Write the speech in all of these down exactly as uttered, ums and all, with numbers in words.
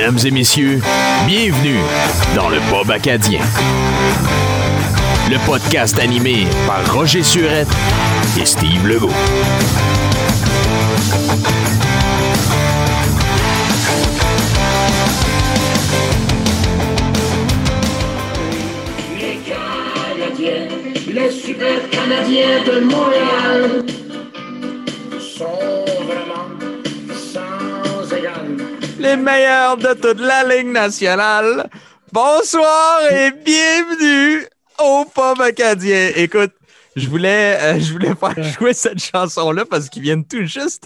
Mesdames et messieurs, bienvenue dans le Pub Acadien. Le podcast animé par Roger Surette et Steve Legault. Les Canadiens, les super Canadiens de Montréal sont vraiment sans égal. Les meilleurs de toute la Ligue nationale. Bonsoir et bienvenue au Pub Acadien. Écoute, je voulais, euh, je voulais faire jouer cette chanson-là parce qu'ils viennent tout juste...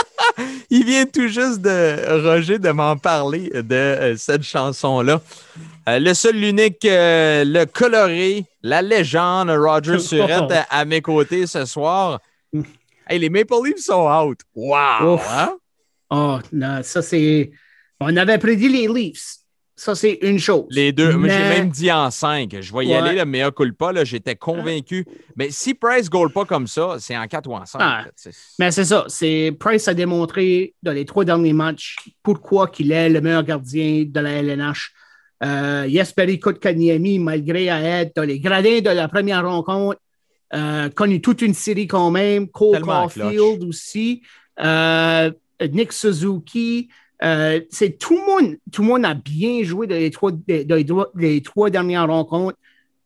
Il vient tout juste de Roger de m'en parler de euh, cette chanson-là. Euh, le seul, l'unique, euh, le coloré, la légende Roger Surette à, à mes côtés ce soir. Hey, les Maple Leafs sont out. Wow! Hein? Oh, non, ça c'est... On avait prédit les Leafs. Ça, c'est une chose. Les deux. Mais... Moi, j'ai même dit en cinq. Je vais y ouais. aller, le mea culpa. Là, j'étais convaincu. Mais si Price ne goal pas comme ça, c'est en quatre ou en cinq. Ah, là, mais c'est ça. C'est... Price a démontré dans les trois derniers matchs pourquoi il est le meilleur gardien de la L N H. Euh, Jesperi Kotkaniemi, malgré à être dans les gradins de la première rencontre, euh, connu toute une série quand même. Cole Tellement Caulfield clutch. aussi. Euh, Nick Suzuki. Euh, c'est tout le monde, tout le monde a bien joué dans les trois, dans les, dans les trois dernières rencontres.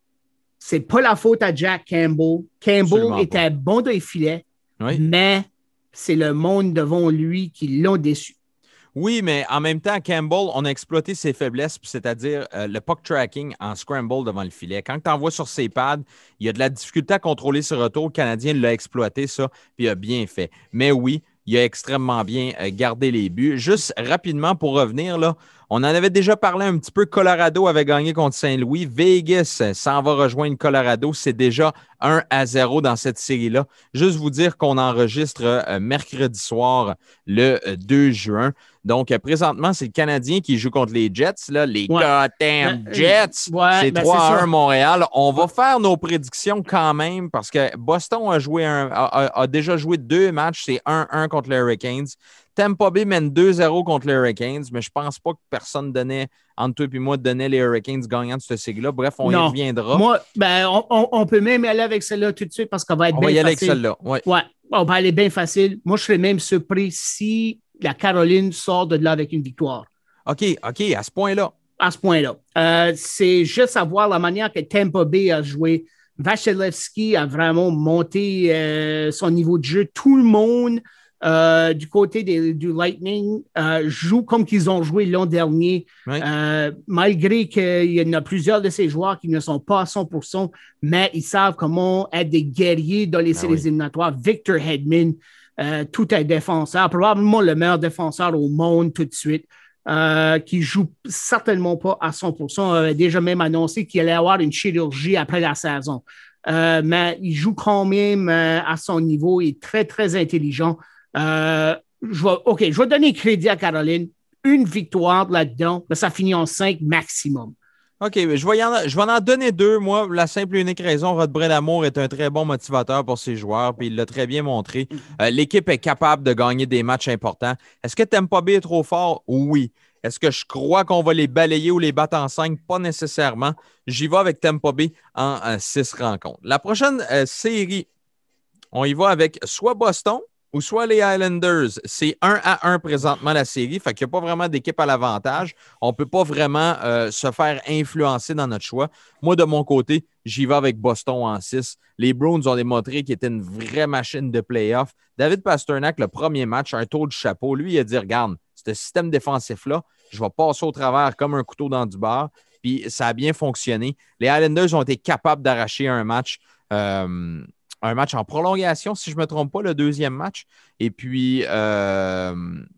C'est pas la faute à Jack Campbell. Campbell Absolument était pas. bon dans les filets, Oui. mais c'est le monde devant lui qui l'ont déçu. Oui, mais en même temps, Campbell, on a exploité ses faiblesses, c'est-à-dire euh, le puck tracking en scramble devant le filet. Quand tu envoies sur ses pads, il y a de la difficulté à contrôler ses retours. Le Canadien l'a exploité, ça, puis il a bien fait. Mais oui, il a extrêmement bien euh, gardé les buts. Juste rapidement pour revenir, là, on en avait déjà parlé un petit peu. Colorado avait gagné contre Saint-Louis. Vegas s'en va rejoindre Colorado. C'est déjà un à zéro dans cette série-là. Juste vous dire qu'on enregistre euh, mercredi soir, le euh, deux juin. Donc, euh, présentement, c'est le Canadien qui joue contre les Jets, là, les Ouais. goddamn Ben, Jets. ouais, c'est ben, trois c'est à un ça. Montréal. On va faire nos prédictions quand même parce que Boston a, joué un, a, a- a déjà joué deux matchs. C'est un un contre les Hurricanes. Tampa Bay mène deux zéro contre les Hurricanes, mais je pense pas que personne donnait, entre toi et moi, donnait les Hurricanes gagnants de cette série-là. Bref, on Non. y reviendra. Moi, ben, on, on- on peut même aller avec celle-là tout de suite parce qu'elle va être on bien va y aller facile. avec celle-là. Ouais. Ouais, on va aller bien facile. Moi, je serais même surpris si la Caroline sort de là avec une victoire. OK, OK, à ce point-là. À ce point-là. Euh, c'est juste à voir la manière que Tampa Bay a joué. Vasilevski a vraiment monté euh, son niveau de jeu. Tout le monde euh, du côté des, du Lightning euh, joue comme qu'ils ont joué l'an dernier. Oui. Euh, malgré qu'il y en a plusieurs de ces joueurs qui ne sont pas à cent pour cent, mais ils savent comment être des guerriers dans les Ben séries oui. éliminatoires. Victor Hedman, euh, tout un défenseur, probablement le meilleur défenseur au monde tout de suite. Euh, qui ne joue certainement pas à cent pour cent. On avait déjà même annoncé qu'il allait avoir une chirurgie après la saison. Euh, mais il joue quand même euh, à son niveau. Il est très, très intelligent. Euh, je vais, OK, je vais donner crédit à Caroline. Une victoire là-dedans, mais ça finit en cinq maximum. OK, mais je vais, y en, je vais en donner deux. Moi, la simple et unique raison, Rod Brindamour est un très bon motivateur pour ses joueurs, puis il l'a très bien montré. Euh, l'équipe est capable de gagner des matchs importants. Est-ce que Tampa Bay est trop fort? Oui. Est-ce que je crois qu'on va les balayer ou les battre en cinq? Pas nécessairement. J'y vais avec Tampa Bay en euh, six rencontres. La prochaine euh, série, on y va avec soit Boston ou soit les Islanders. C'est un à un présentement la série, fait qu'il n'y a pas vraiment d'équipe à l'avantage. On ne peut pas vraiment euh, se faire influencer dans notre choix. Moi, de mon côté, j'y vais avec Boston en six. Les Bruins ont démontré qu'ils étaient une vraie machine de play-off. David Pastrnak, le premier match, un tour du chapeau. Lui, il a dit, regarde, ce système défensif-là, je vais passer au travers comme un couteau dans du beurre. Puis ça a bien fonctionné. Les Islanders ont été capables d'arracher un match euh, un match en prolongation, si je ne me trompe pas, le deuxième match. Et puis, euh,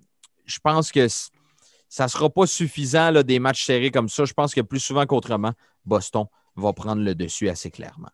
je pense que c- ça ne sera pas suffisant, là, des matchs serrés comme ça. Je pense que plus souvent qu'autrement, Boston va prendre le dessus assez clairement.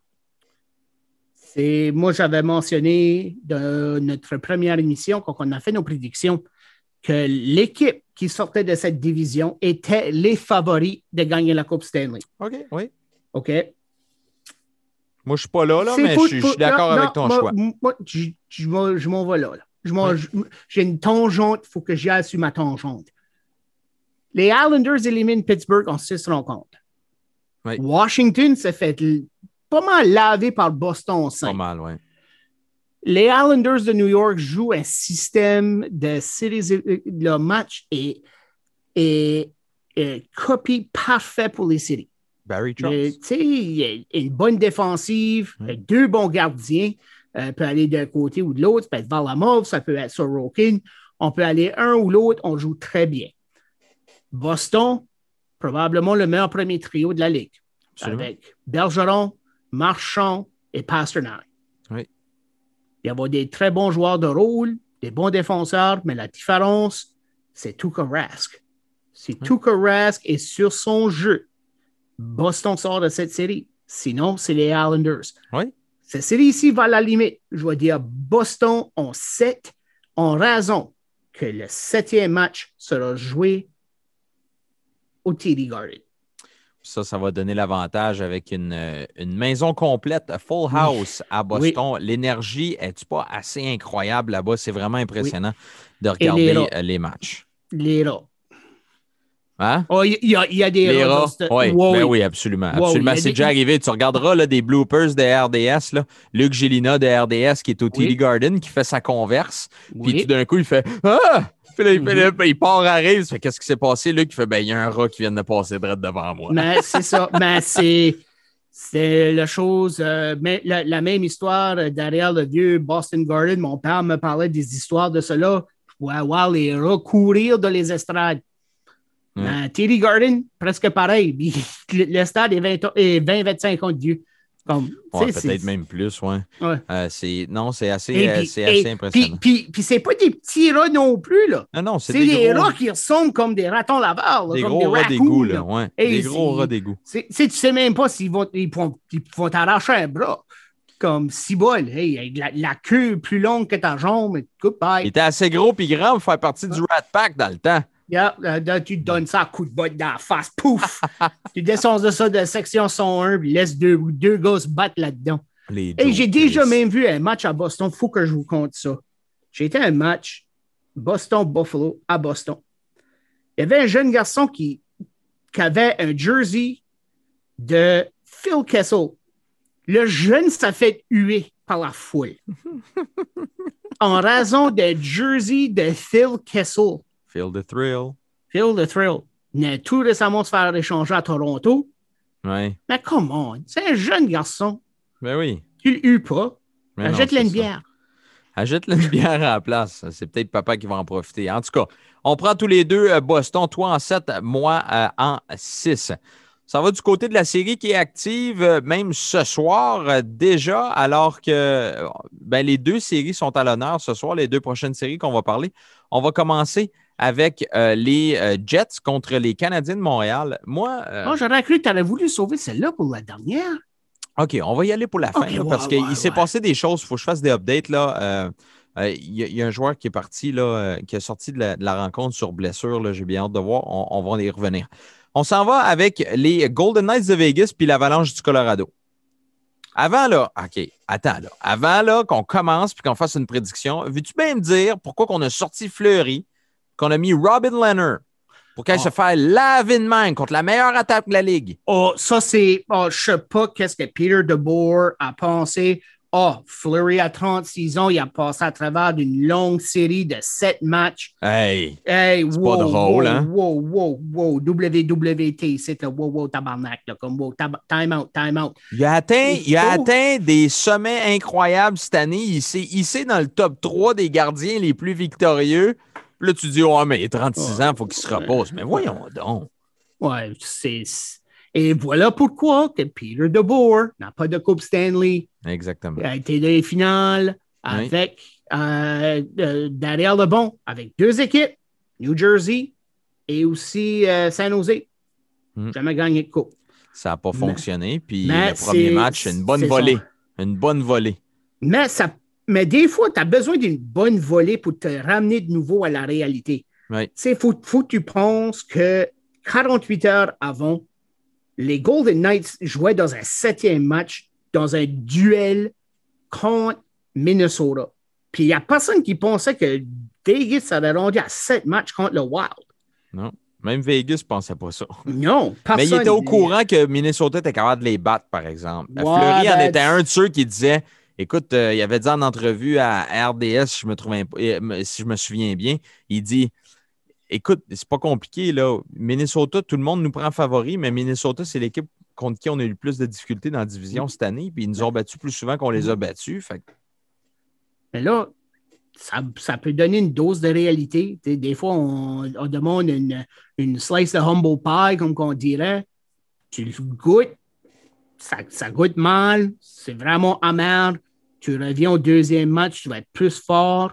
C'est, moi, j'avais mentionné dans notre première émission, quand on a fait nos prédictions, que l'équipe qui sortait de cette division était les favoris de gagner la Coupe Stanley. OK, oui. OK? Moi, je ne suis pas là, là C'est mais faut- je, suis- je faut- suis d'accord non, avec non, ton moi, choix. Moi, je, je m'en- je m'en vais là. là. Je m'en- Ouais. je- j'ai une tangente, il faut que j'y aille sur ma tangente. Les Islanders éliminent Pittsburgh en six rencontres. Oui. Washington s'est fait l- pas mal laver par Boston en cinq. Pas mal, oui. Les Islanders de New York jouent un système de séries. Le match est, est, est copie parfait pour les séries. Barry Euh, Trotz. Tu sais, il y a une bonne défensive, Oui. euh, deux bons gardiens. Euh, peut aller d'un côté ou de l'autre. Ça peut être Varlamov, ça peut être Sorokin. On peut aller un ou l'autre. On joue très bien. Boston, probablement le meilleur premier trio de la Ligue. Absolument. Avec Bergeron, Marchand et Pastrnak. Oui. Il y a des très bons joueurs de rôle, des bons défenseurs, mais la différence, c'est Tuukka Rask. Si Oui. Tuukka Rask est sur son jeu, Boston sort de cette série. Sinon, c'est les Islanders. Oui. Cette série ici va à la limite. Je vais dire Boston en sept en raison que le septième match sera joué au T D Garden. Ça, ça va donner l'avantage avec une, euh, une maison complète, a full house à Boston. Oui. L'énergie, est-tu pas assez incroyable là-bas? C'est vraiment impressionnant oui. de regarder les, les matchs. Les rats. Hein? Oh, il y, y a des les rats. rats. Oui, wow, ben oui. oui, absolument. Wow, absolument. C'est des... déjà arrivé. Tu regarderas là, des bloopers de R D S. Là. Luc Gélina de R D S qui est au oui. T D Garden, qui fait sa converse. Oui. Puis tout d'un coup, il fait Ah! Puis là, il, fait, mm-hmm. là, il part, arrive. Il fait Qu'est-ce qui s'est passé? Luc, il fait Ben, il y a un rat qui vient de passer direct devant moi. Mais c'est ça. Mais c'est. C'est la chose, euh, mais la, la même histoire derrière le vieux Boston Garden. Mon père me parlait des histoires de cela. Je pouvais voir les rats courir dans les estrades. Mm. T D Garden, presque pareil. Le, le stade est vingt à vingt-cinq ans de Dieu. Comme, ouais, peut-être même plus, ouais. ouais. Euh, c'est, non, c'est assez, et euh, puis, c'est et, assez impressionnant. Puis, puis, puis c'est pas des petits rats non plus, là. Non, non, c'est, c'est des, des gros... rats qui ressemblent comme des ratons laveurs. Des comme gros des rats raccoons, d'égout, là. là. Ouais. Et des gros rats d'égout. Tu sais même pas s'ils vont, ils vont, ils vont t'arracher un bras. Comme six bols, hey, avec la, la queue plus longue que ta jambe. Goodbye. Il était assez gros puis grand pour faire partie du Rat Pack dans le temps. Yeah, là, tu te donnes ça à coup de botte dans la face. Pouf! Tu descends de ça de section cent un puis laisse deux, deux gars se battre là-dedans. Et hey, j'ai déjà même vu un match à Boston. Il faut que je vous conte ça. J'ai été à un match Boston-Buffalo à Boston. Il y avait un jeune garçon qui, qui avait un jersey de Phil Kessel. Le jeune s'est fait huer par la foule en raison de jersey de Phil Kessel. Feel the thrill. Feel the thrill. Il a tout récemment se faire échanger à Toronto. Oui. Mais come on, c'est un jeune garçon. Ben oui. Tu le hues pas. Achète-le une bière. Achète-le une bière à la place. C'est peut-être papa qui va en profiter. En tout cas, on prend tous les deux euh, Boston, toi en sept, moi euh, en six. Ça va du côté de la série qui est active, euh, même ce soir euh, déjà, alors que euh, ben, les deux séries sont à l'honneur ce soir, les deux prochaines séries qu'on va parler. On va commencer avec euh, les euh, Jets contre les Canadiens de Montréal. Moi... Euh... Oh, j'aurais cru que tu aurais voulu sauver celle-là pour la dernière. OK, on va y aller pour la fin, okay, là, ouais, parce qu'il ouais, s'est ouais. passé des choses. Il faut que je fasse des updates. Là. Euh, euh, y, y a un joueur qui est parti, là, euh, qui est sorti de la, de la rencontre sur blessure. Là, j'ai bien hâte de voir. On, on va y revenir. On s'en va avec les Golden Knights de Vegas puis l'Avalanche du Colorado. Avant, là, OK, attends, là. Avant, là, qu'on commence puis qu'on fasse une prédiction, veux-tu bien me dire pourquoi qu'on a sorti Fleury, qu'on a mis Robin Lehner pour qu'elle oh. se fasse laver de main contre la meilleure attaque de la Ligue? Oh, ça, c'est... Oh, je sais pas qu'est-ce que Peter DeBoer a pensé. Oh, Fleury a trente-six ans, il a passé à travers d'une longue série de sept matchs. Hey! Hey, c'est wow, pas drôle, wow, hein? Wow, wow, wow, W W T, c'est un wow, wow, tabarnak, là, comme wow, tab- time out, time out. Il a atteint, il a atteint des sommets incroyables cette année. Il s'est hissé dans le top trois des gardiens les plus victorieux. Puis là, tu dis, oh, mais il a trente-six ans, il faut qu'il se repose. Mais voyons donc. Ouais, c'est... Et voilà pourquoi que Peter DeBoer n'a pas de Coupe Stanley. Exactement. Il a été dans les finales avec, oui. euh, euh, derrière le bon, avec deux équipes, New Jersey et aussi euh, San Jose. Mm. Jamais gagné de coupe. Ça n'a pas mais, fonctionné. Puis le premier match, une bonne volée. Ça. Une bonne volée. Mais, ça, mais des fois, tu as besoin d'une bonne volée pour te ramener de nouveau à la réalité. Oui. Il faut, faut que tu penses que quarante-huit heures avant, les Golden Knights jouaient dans un septième match, dans un duel contre Minnesota. Puis il n'y a personne qui pensait que Vegas allait rendu à sept matchs contre le Wild. Non. Même Vegas ne pensait pas ça. Non, personne. Mais il était au courant que Minnesota était capable de les battre, par exemple. Ouais, Fleury en ben, était un de ceux qui disait, écoute, euh, il avait dit en entrevue à R D S, si je me, trouvais, si je me souviens bien, il dit, écoute, c'est pas compliqué, là. Minnesota, tout le monde nous prend favori, mais Minnesota, c'est l'équipe contre qui on a eu le plus de difficultés dans la division cette année, puis ils nous ont battus plus souvent qu'on les a battus. Fait. Mais là, ça, ça peut donner une dose de réalité. T'sais, des fois, on, on demande une, une slice de humble pie, comme on dirait. Tu le goûtes, ça, ça goûte mal, c'est vraiment amer. Tu reviens au deuxième match, tu vas être plus fort.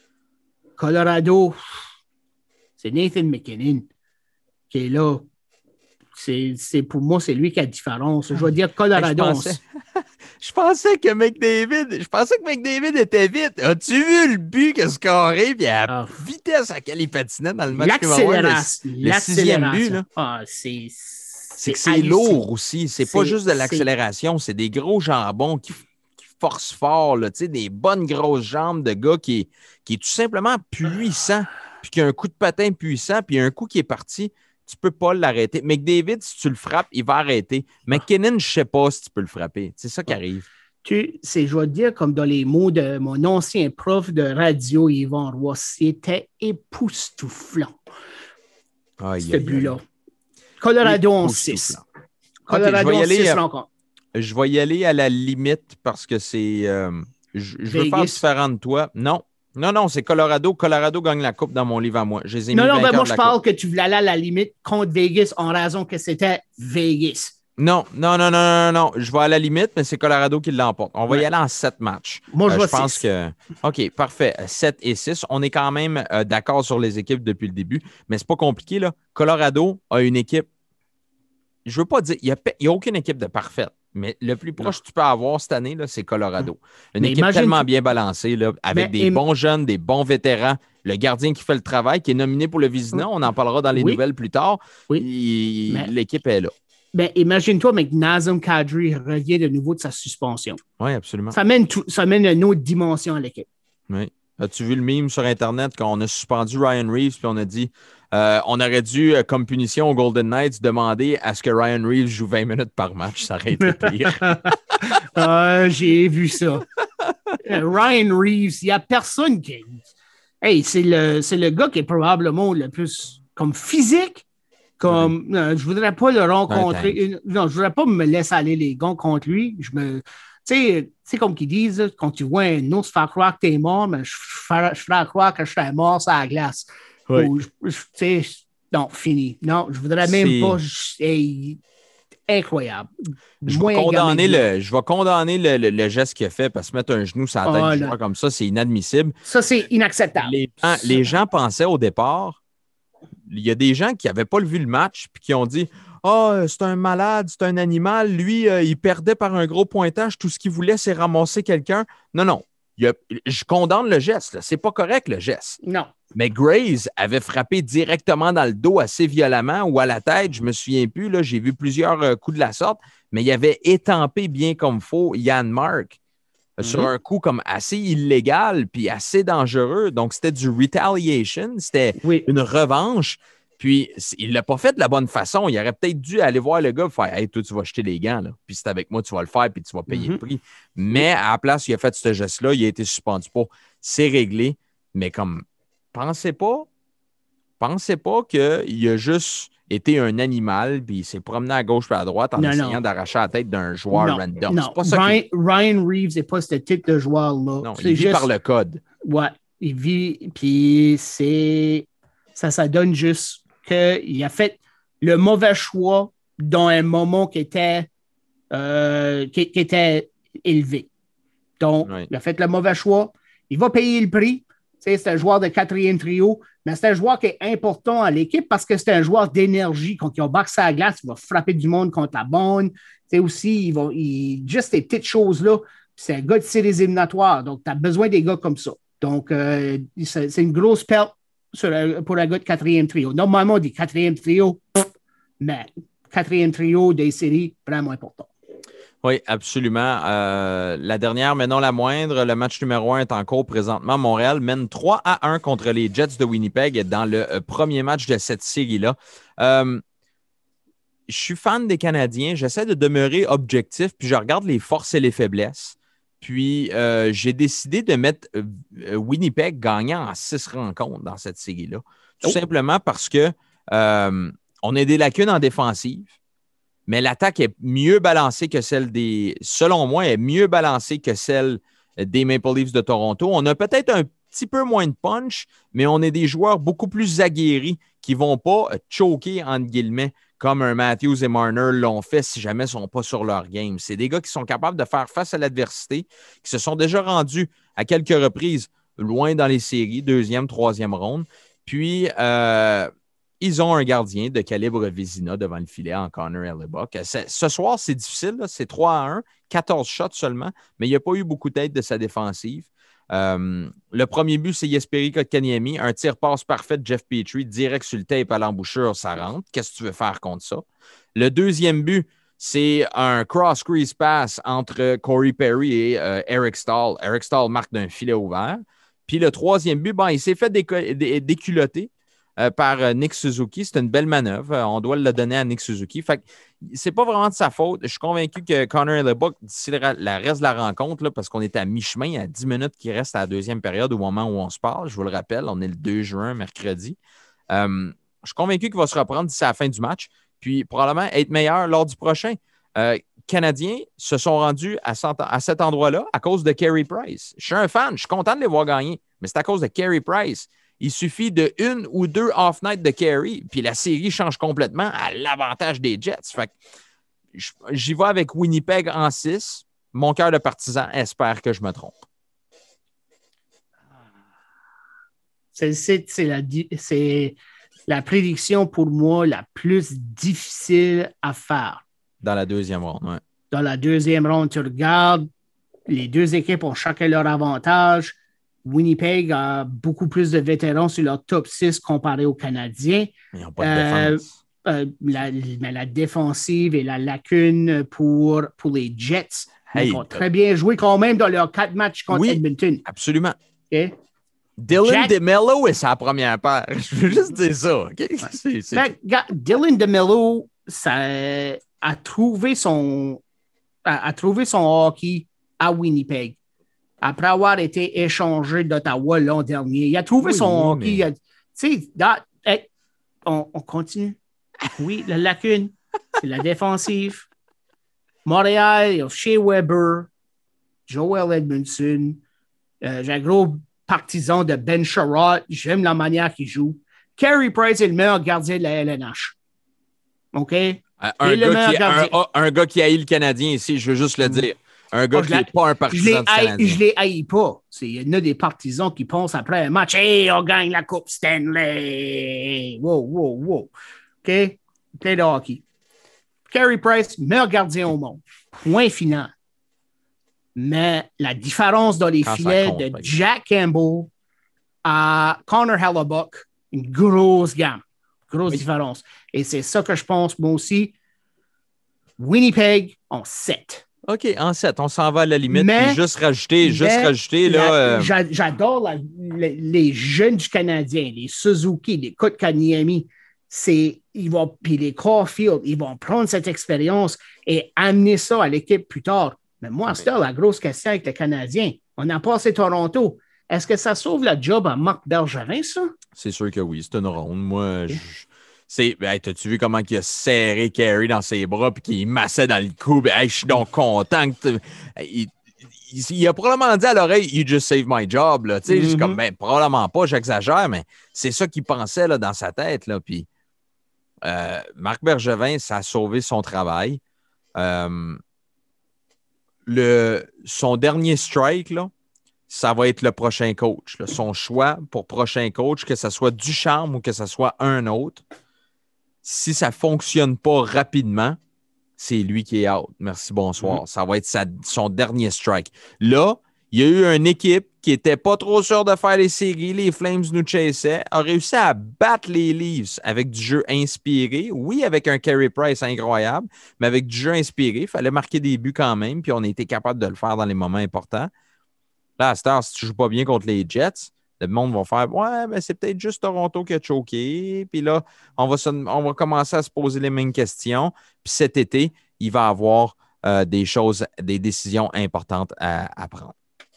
Colorado, c'est Nathan McKinnon qui est là. C'est, c'est, pour moi, c'est lui qui a la différence. Je vais dire Colorado. Je pensais, je pensais que McDavid, je pensais que McDavid était vite. As-tu vu le but que scoré puis à la ah. vitesse à laquelle il patinait dans le match l'accélération, le, le sixième but, là. Ah, c'est, c'est, c'est que c'est lourd aussi. C'est, c'est pas juste de l'accélération, c'est, c'est des gros jambons qui, qui forcent fort, là, des bonnes grosses jambes de gars qui, qui est tout simplement puissant, puis qui a un coup de patin puissant, puis un coup qui est parti. Tu peux pas l'arrêter. McDavid, si tu le frappes, il va arrêter. McKinnon, je sais pas si tu peux le frapper. C'est ça qui arrive. Tu, c'est, je vais te dire, comme dans les mots de mon ancien prof de radio, Yvan Roy, c'était époustouflant. Aïe, ce but-là. Colorado en six. Colorado en six rencontres. Je vais y aller à la limite parce que c'est... Euh, je, je veux faire différent de toi. Non. Non, non, c'est Colorado. Colorado gagne la coupe dans mon livre à moi. Je les ai non, mis non, ben moi, je parle coupe. que tu voulais aller à la limite contre Vegas en raison que c'était Vegas. Non, non, non, non, non, non. Je vais à la limite, mais c'est Colorado qui l'emporte. On va ouais. y aller en sept matchs. Moi, je, euh, vois je pense six. que. OK, parfait. sept et six. On est quand même euh, d'accord sur les équipes depuis le début, mais c'est pas compliqué, là. Colorado a une équipe. Je veux pas dire. Il n'y a, a aucune équipe de parfaite. Mais le plus proche non. que tu peux avoir cette année, là, c'est Colorado. Une mais équipe imagine... tellement bien balancée, là, avec mais, des et... bons jeunes, des bons vétérans. Le gardien qui fait le travail, qui est nominé pour le Vizina, on en parlera dans les oui. nouvelles plus tard. Oui. Il... Mais... L'équipe est là. Ben, imagine-toi, mais Nazem Kadri revient de nouveau de sa suspension. Oui, absolument. Ça mène, tout, ça mène une autre dimension à l'équipe. Oui. As-tu vu le meme sur Internet quand on a suspendu Ryan Reeves puis on a dit euh, on aurait dû, euh, comme punition aux Golden Knights, demander à ce que Ryan Reeves joue vingt minutes par match. Ça aurait été pire. euh, j'ai vu ça. Ryan Reeves, il n'y a personne qui... Hey, c'est le, c'est le gars qui est probablement le plus comme physique. Comme, oui. euh, je voudrais pas le rencontrer. Une, non, je voudrais pas me laisser aller les gants contre lui. Je me... Tu sais, comme qu'ils disent, quand tu vois un ours faire croire que t'es mort, mais je ferais, je ferais croire que je serais mort sur la glace. Oui. Ou, tu sais, non, fini. Non, je voudrais même c'est... pas. Je, hey, incroyable. Je vais, condamner le, je vais condamner le, le, le geste qu'il a fait parce que mettre un genou sur la tête oh, du joueur comme ça, c'est inadmissible. Ça, c'est inacceptable. Les gens, les gens pensaient au départ, il y a des gens qui n'avaient pas vu le match puis qui ont dit ah, oh, c'est un malade, c'est un animal. Lui, euh, il perdait par un gros pointage. Tout ce qu'il voulait, c'est ramasser quelqu'un. Non, non. Il a, je condamne le geste. Là. C'est pas correct, le geste. Non. Mais Graves avait frappé directement dans le dos assez violemment ou à la tête. Je me souviens plus. Là, j'ai vu plusieurs euh, coups de la sorte. Mais il avait étampé bien comme faut Yann Mark euh, mm-hmm. sur un coup comme assez illégal puis assez dangereux. Donc, c'était du retaliation. C'était oui. une revanche. Puis, il ne l'a pas fait de la bonne façon. Il aurait peut-être dû aller voir le gars et faire « Hey, toi, tu vas jeter les gants, là. Puis c'est avec moi, tu vas le faire, puis tu vas payer mm-hmm. le prix. » Mais à la place, il a fait ce geste-là, il a été suspendu pour. C'est réglé. Mais comme, pensez pas, pensez pas qu'il a juste été un animal, puis il s'est promené à gauche et à droite en non, essayant non. d'arracher la tête d'un joueur non, random. Non. C'est pas ça Ryan, qui... Ryan Reeves n'est pas ce type de joueur-là. Non, c'est il vit juste... par le code. Ouais, il vit, puis c'est... Ça, ça donne juste... qu'il a fait le mauvais choix dans un moment qui était, euh, qui, qui était élevé. Donc, oui. il a fait le mauvais choix. Il va payer le prix. T'sais, c'est un joueur de quatrième trio, mais c'est un joueur qui est important à l'équipe parce que c'est un joueur d'énergie. Quand il a boxé à la glace, il va frapper du monde contre la bonne. T'sais, aussi, il va, il, juste ces petites choses-là. C'est un gars de séries éliminatoires. Donc, tu as besoin des gars comme ça. Donc, euh, c'est, c'est une grosse perte sur un, pour un gars de quatrième trio. Normalement, des quatrième trio, mais quatrième trio des séries, vraiment important. Oui, absolument. Euh, la dernière, mais non la moindre, le match numéro un est en cours présentement. Montréal mène trois à un contre les Jets de Winnipeg dans le euh, premier match de cette série-là. Euh, je suis fan des Canadiens. J'essaie de demeurer objectif, puis je regarde les forces et les faiblesses. Puis, euh, j'ai décidé de mettre euh, Winnipeg gagnant en six rencontres dans cette série-là. Tout oh. simplement parce que euh, on a des lacunes en défensive. Mais l'attaque est mieux balancée que celle des, selon moi, est mieux balancée que celle des Maple Leafs de Toronto. On a peut-être un petit peu moins de punch, mais on est des joueurs beaucoup plus aguerris qui ne vont pas choquer, entre guillemets, comme un Matthews et Marner l'ont fait si jamais ils ne sont pas sur leur game. C'est des gars qui sont capables de faire face à l'adversité, qui se sont déjà rendus à quelques reprises loin dans les séries, deuxième, troisième ronde. Puis, euh, ils ont un gardien de calibre Vézina devant le filet en Connor Hellebuyck. Ce soir, c'est difficile. Là. C'est trois à un, quatorze shots seulement, mais il n'y a pas eu beaucoup d'aide de sa défensive. Euh, le premier but, c'est Jesperi Kotkaniemi. Un tir-passe parfait de Jeff Petrie, direct sur le tape à l'embouchure, ça rentre. Qu'est-ce que tu veux faire contre ça? Le deuxième but, c'est un cross-crease pass entre Corey Perry et euh, Eric Stahl. Eric Stahl marque d'un filet ouvert. Puis le troisième but, bon, il s'est fait déco- dé- déculoter. Euh, par euh, Nick Suzuki. C'est une belle manœuvre. Euh, on doit le donner à Nick Suzuki. Fait que c'est pas vraiment de sa faute. Je suis convaincu que Connor Hellebuyck, d'ici le la reste de la rencontre, là, parce qu'on est à mi-chemin, à dix minutes qui reste à la deuxième période au moment où on se parle, je vous le rappelle, on est le deux juin, mercredi. Euh, je suis convaincu qu'il va se reprendre d'ici à la fin du match, puis probablement être meilleur lors du prochain. Euh, Canadiens se sont rendus à, cent, à cet endroit-là à cause de Carey Price. Je suis un fan, je suis content de les voir gagner, mais c'est à cause de Carey Price. Il suffit de une ou deux off-night de Carey, puis la série change complètement à l'avantage des Jets. Fait que j'y vais avec Winnipeg en six. Mon cœur de partisan espère que je me trompe. C'est, c'est, c'est, la, c'est la prédiction pour moi la plus difficile à faire. Dans la deuxième ronde, oui. Dans la deuxième ronde, tu regardes, les deux équipes ont chacun leur avantage. Winnipeg a beaucoup plus de vétérans sur leur top six comparé aux Canadiens. Ils n'ont pas de défense. Euh, euh, la, mais la défensive et la lacune pour, pour les Jets. Hey, ils ont très bien joué quand même dans leurs quatre matchs contre oui, Edmonton. Absolument. Okay? Dylan Jack... DeMello est sa première paire. Je veux juste dire ça. Okay? C'est, c'est... Ben, gars, Dylan DeMello ça, a, trouvé son, a, a trouvé son hockey à Winnipeg. Après avoir été échangé d'Ottawa l'an dernier. Il a trouvé oui, son hockey. Mais... Tu sais, hey, on, on continue. Oui, la lacune, c'est la défensive. Montréal, il y a Shea Weber, Joel Edmondson. Euh, j'ai un gros partisan de Ben Sherratt. J'aime la manière qu'il joue. Carey Price est le meilleur gardien de la L N H. OK? Euh, un, gars qui, un, un, un gars qui haït le Canadien ici, je veux juste le dire. Un gars oh, qui n'est pas un partisan du Canadien. Je ne les haïs pas. Il y en a des partisans qui pensent après un match, « Hey, on gagne la Coupe Stanley! » Wow, wow, wow. OK? Play de hockey. Carey Price, meilleur gardien au monde. Point final. Mais la différence dans les Quand filets compte, de okay. Jack Campbell à Connor Hellebuyck, une grosse gamme. Grosse oui. différence. Et c'est ça que je pense, moi aussi. Winnipeg en sept. OK, en sept, on s'en va à la limite. Mais, puis juste rajouter, juste rajouter. La, là, euh... J'adore la, les, les jeunes du Canadien, les Suzuki, les Kotkaniemi. C'est, ils vont, puis les Caulfield, ils vont prendre cette expérience et amener ça à l'équipe plus tard. Mais moi, oui. c'est la grosse question avec les Canadiens. On a passé Toronto. Est-ce que ça sauve la job à Marc Bergevin, ça? C'est sûr que oui, c'est une ronde. Moi, je... C'est, hey, t'as-tu vu comment il a serré Carey dans ses bras puis qu'il massait dans le cou? Hey, je suis donc content que il, il, il a probablement dit à l'oreille « You just saved my job ». Là. Mm-hmm. Je suis comme, ben, probablement pas, j'exagère, mais c'est ça qu'il pensait là, dans sa tête. Là. Puis, euh, Marc Bergevin, ça a sauvé son travail. Euh, le, son dernier strike, là, ça va être le prochain coach. Là. Son choix pour prochain coach, que ce soit Ducharme ou que ce soit un autre. Si ça ne fonctionne pas rapidement, c'est lui qui est out. Merci, bonsoir. Mm-hmm. Ça va être sa, son dernier strike. Là, Il y a eu une équipe qui n'était pas trop sûre de faire les séries. Les Flames nous chassaient. A réussi à battre les Leafs avec du jeu inspiré. Oui, avec un Carey Price incroyable, mais avec du jeu inspiré. Il fallait marquer des buts quand même, puis on a été capable de le faire dans les moments importants. Là, à cette heure, si tu ne joues pas bien contre les Jets, le monde va faire « Ouais, mais c'est peut-être juste Toronto qui a choqué. » Puis là, on va, se, on va commencer à se poser les mêmes questions. Puis cet été, il va y avoir euh, des choses, des décisions importantes à, à prendre.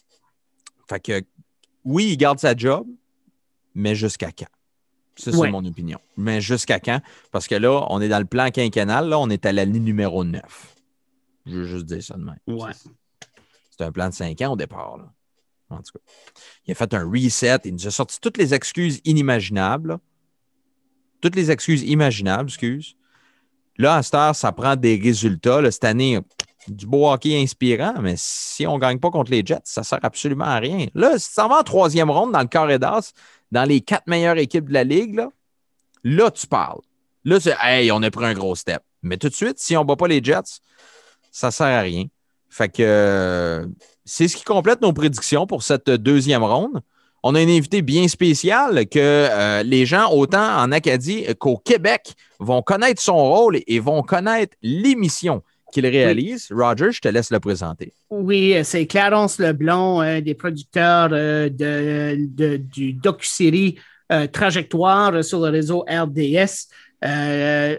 Fait que, oui, il garde sa job, mais jusqu'à quand? Ça, c'est ouais. mon opinion. Mais jusqu'à quand? Parce que là, on est dans le plan quinquennal. Là, on est à la ligne numéro neuf. Je veux juste dire ça de même. Ouais. C'est, c'est un plan de cinq ans au départ. Là. En tout cas, il a fait un reset. Il nous a sorti toutes les excuses inimaginables. Là. Toutes les excuses imaginables, excuse. Là, à cette heure, ça prend des résultats. Là, cette année, du beau hockey inspirant, mais si on ne gagne pas contre les Jets, ça ne sert absolument à rien. Là, si tu s'en vas en troisième ronde dans le carré d'as, dans les quatre meilleures équipes de la Ligue, là, là tu parles. Là, c'est « Hey, on a pris un gros step ». Mais tout de suite, si on ne bat pas les Jets, ça ne sert à rien. Fait que euh, c'est ce qui complète nos prédictions pour cette deuxième ronde. On a un invité bien spécial que euh, les gens, autant en Acadie qu'au Québec, vont connaître son rôle et vont connaître l'émission qu'il réalise. Oui. Roger, je te laisse le présenter. Oui, c'est Clarence Leblanc, un des producteurs euh, de, de, du docu-série euh, Trajectoire sur le réseau R D S. Euh,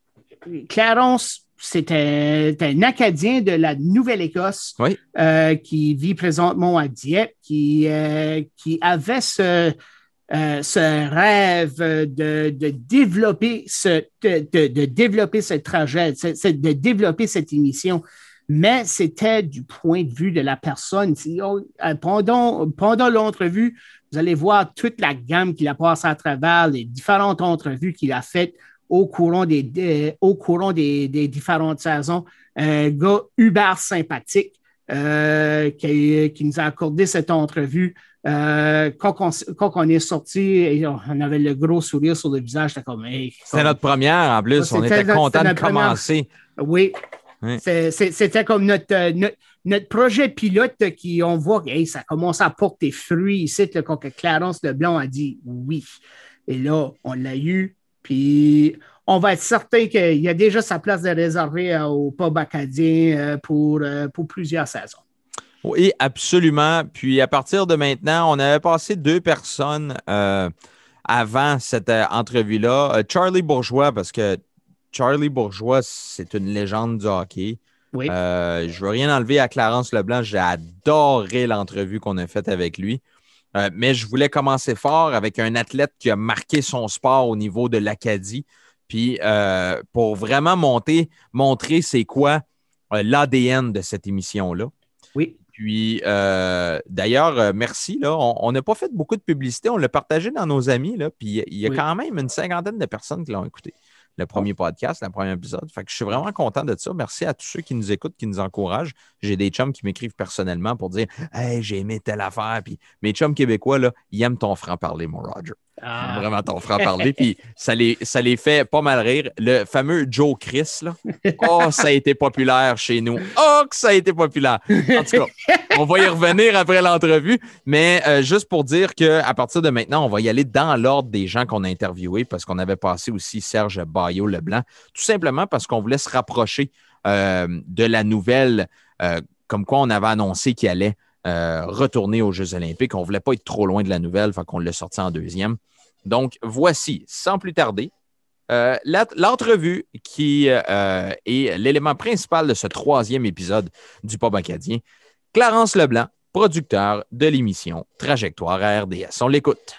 Clarence, c'est un, un Acadien de la Nouvelle-Écosse oui. euh, qui vit présentement à Dieppe, qui, euh, qui avait ce... Euh, ce rêve de, de développer ce de, de, de développer ce trajet, de, de développer cette émission, mais c'était du point de vue de la personne. Pendant, pendant l'entrevue, vous allez voir toute la gamme qu'il a passée à travers, les différentes entrevues qu'il a faites au courant des, des, au courant des, des différentes saisons. Un gars hyper sympathique euh, qui, qui nous a accordé cette entrevue. Euh, quand, on, quand on est sorti, on avait le gros sourire sur le visage. C'était comme, hey, c'était notre première en plus. On était content de commencer. Première... Oui. oui. C'est, c'est, c'était comme notre, notre, notre projet pilote qui, on voit que hey, ça commence à porter fruit ici, là, quand Clarence Leblanc a dit oui. Et là, on l'a eu. Puis, on va être certain qu'il y a déjà sa place de réservée euh, au pub acadien euh, pour, euh, pour plusieurs saisons. Oui, absolument. Puis à partir de maintenant, on avait passé deux personnes euh, avant cette euh, entrevue-là. Euh, Charlie Bourgeois, parce que Charlie Bourgeois, c'est une légende du hockey. Oui. Euh, je ne veux rien enlever à Clarence Leblanc. J'ai adoré l'entrevue qu'on a faite avec lui. Euh, mais je voulais commencer fort avec un athlète qui a marqué son sport au niveau de l'Acadie. Puis euh, pour vraiment monter, montrer c'est quoi euh, l'A D N de cette émission-là. Oui. Puis, euh, d'ailleurs, euh, merci. Là, on n'a pas fait beaucoup de publicité. On l'a partagé dans nos amis. Là, puis, il y a oui. quand même une cinquantaine de personnes qui l'ont écouté. Le premier podcast, le premier épisode. Fait que je suis vraiment content de ça. Merci à tous ceux qui nous écoutent, qui nous encouragent. J'ai des chums qui m'écrivent personnellement pour dire « Hey, j'ai aimé telle affaire. » Puis mes chums québécois, là, ils aiment ton franc-parler, mon Roger. Ah. Vraiment ton franc-parler. Puis ça les, ça les fait pas mal rire. Le fameux Joe Chris, là. Oh, ça a été populaire chez nous. Oh, que ça a été populaire. En tout cas, on va y revenir après l'entrevue. Mais euh, juste pour dire qu'à partir de maintenant, on va y aller dans l'ordre des gens qu'on a interviewés parce qu'on avait passé aussi Serge Baillot-Leblanc. Tout simplement parce qu'on voulait se rapprocher euh, de la nouvelle, euh, comme quoi on avait annoncé qu'il allait euh, retourner aux Jeux olympiques. On ne voulait pas être trop loin de la nouvelle, fait qu'on l'a sorti en deuxième. Donc, voici, sans plus tarder, euh, l'entrevue qui euh, est l'élément principal de ce troisième épisode du Pub acadien. Clarence Leblanc, producteur de l'émission Trajectoire à R D S. On l'écoute.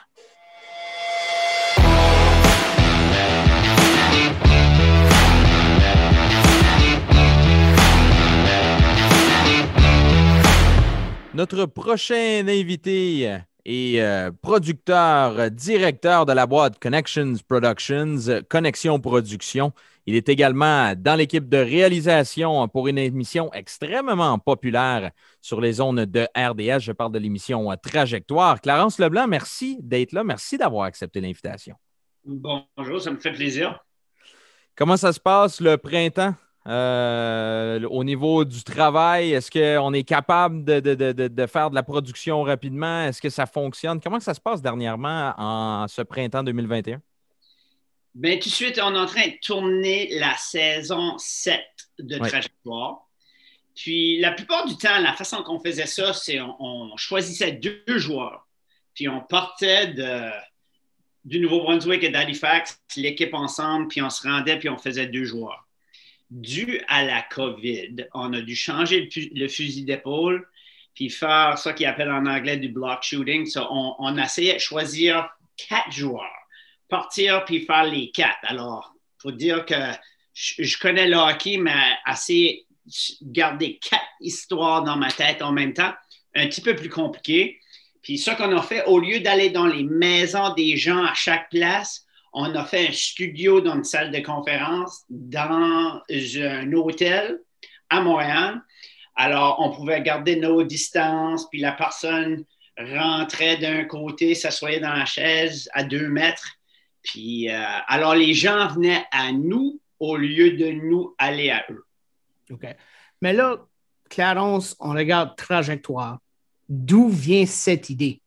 Notre prochain invité est euh, producteur, euh, directeur de la boîte Connections Productions, euh, Connexion Production. Il est également dans l'équipe de réalisation pour une émission extrêmement populaire sur les zones de R D S. Je parle de l'émission euh, Trajectoire. Clarence Leblanc, merci d'être là. Merci d'avoir accepté l'invitation. Bonjour, ça me fait plaisir. Comment ça se passe le printemps? euh, au niveau du travail? Est-ce qu'on est capable de, de, de, de faire de la production rapidement? Est-ce que ça fonctionne? Comment ça se passe dernièrement en ce printemps deux mille vingt et un? Bien, tout de suite, on est en train de tourner la saison sept de Oui. Trajectoire. Puis, la plupart du temps, la façon qu'on faisait ça, c'est on, on choisissait deux, deux joueurs. Puis, on partait de, du Nouveau-Brunswick et d'Halifax, l'équipe ensemble, puis on se rendait, puis on faisait deux joueurs. Dû à la COVID, on a dû changer le, le fusil d'épaule, puis faire ça qu'ils appellent en anglais du block shooting. So, on, on essayait de choisir quatre joueurs. Partir puis faire les quatre. Alors, il faut dire que je, je connais le hockey, mais assez garder quatre histoires dans ma tête en même temps, un petit peu plus compliqué. Puis ce qu'on a fait, au lieu d'aller dans les maisons des gens à chaque place, on a fait un studio dans une salle de conférence dans un hôtel à Montréal. Alors, on pouvait garder nos distances, puis la personne rentrait d'un côté, s'assoyait dans la chaise à deux mètres. Puis, euh, alors, les gens venaient à nous au lieu de nous aller à eux. OK. Mais là, Clarence, on regarde Trajectoire. D'où vient cette idée?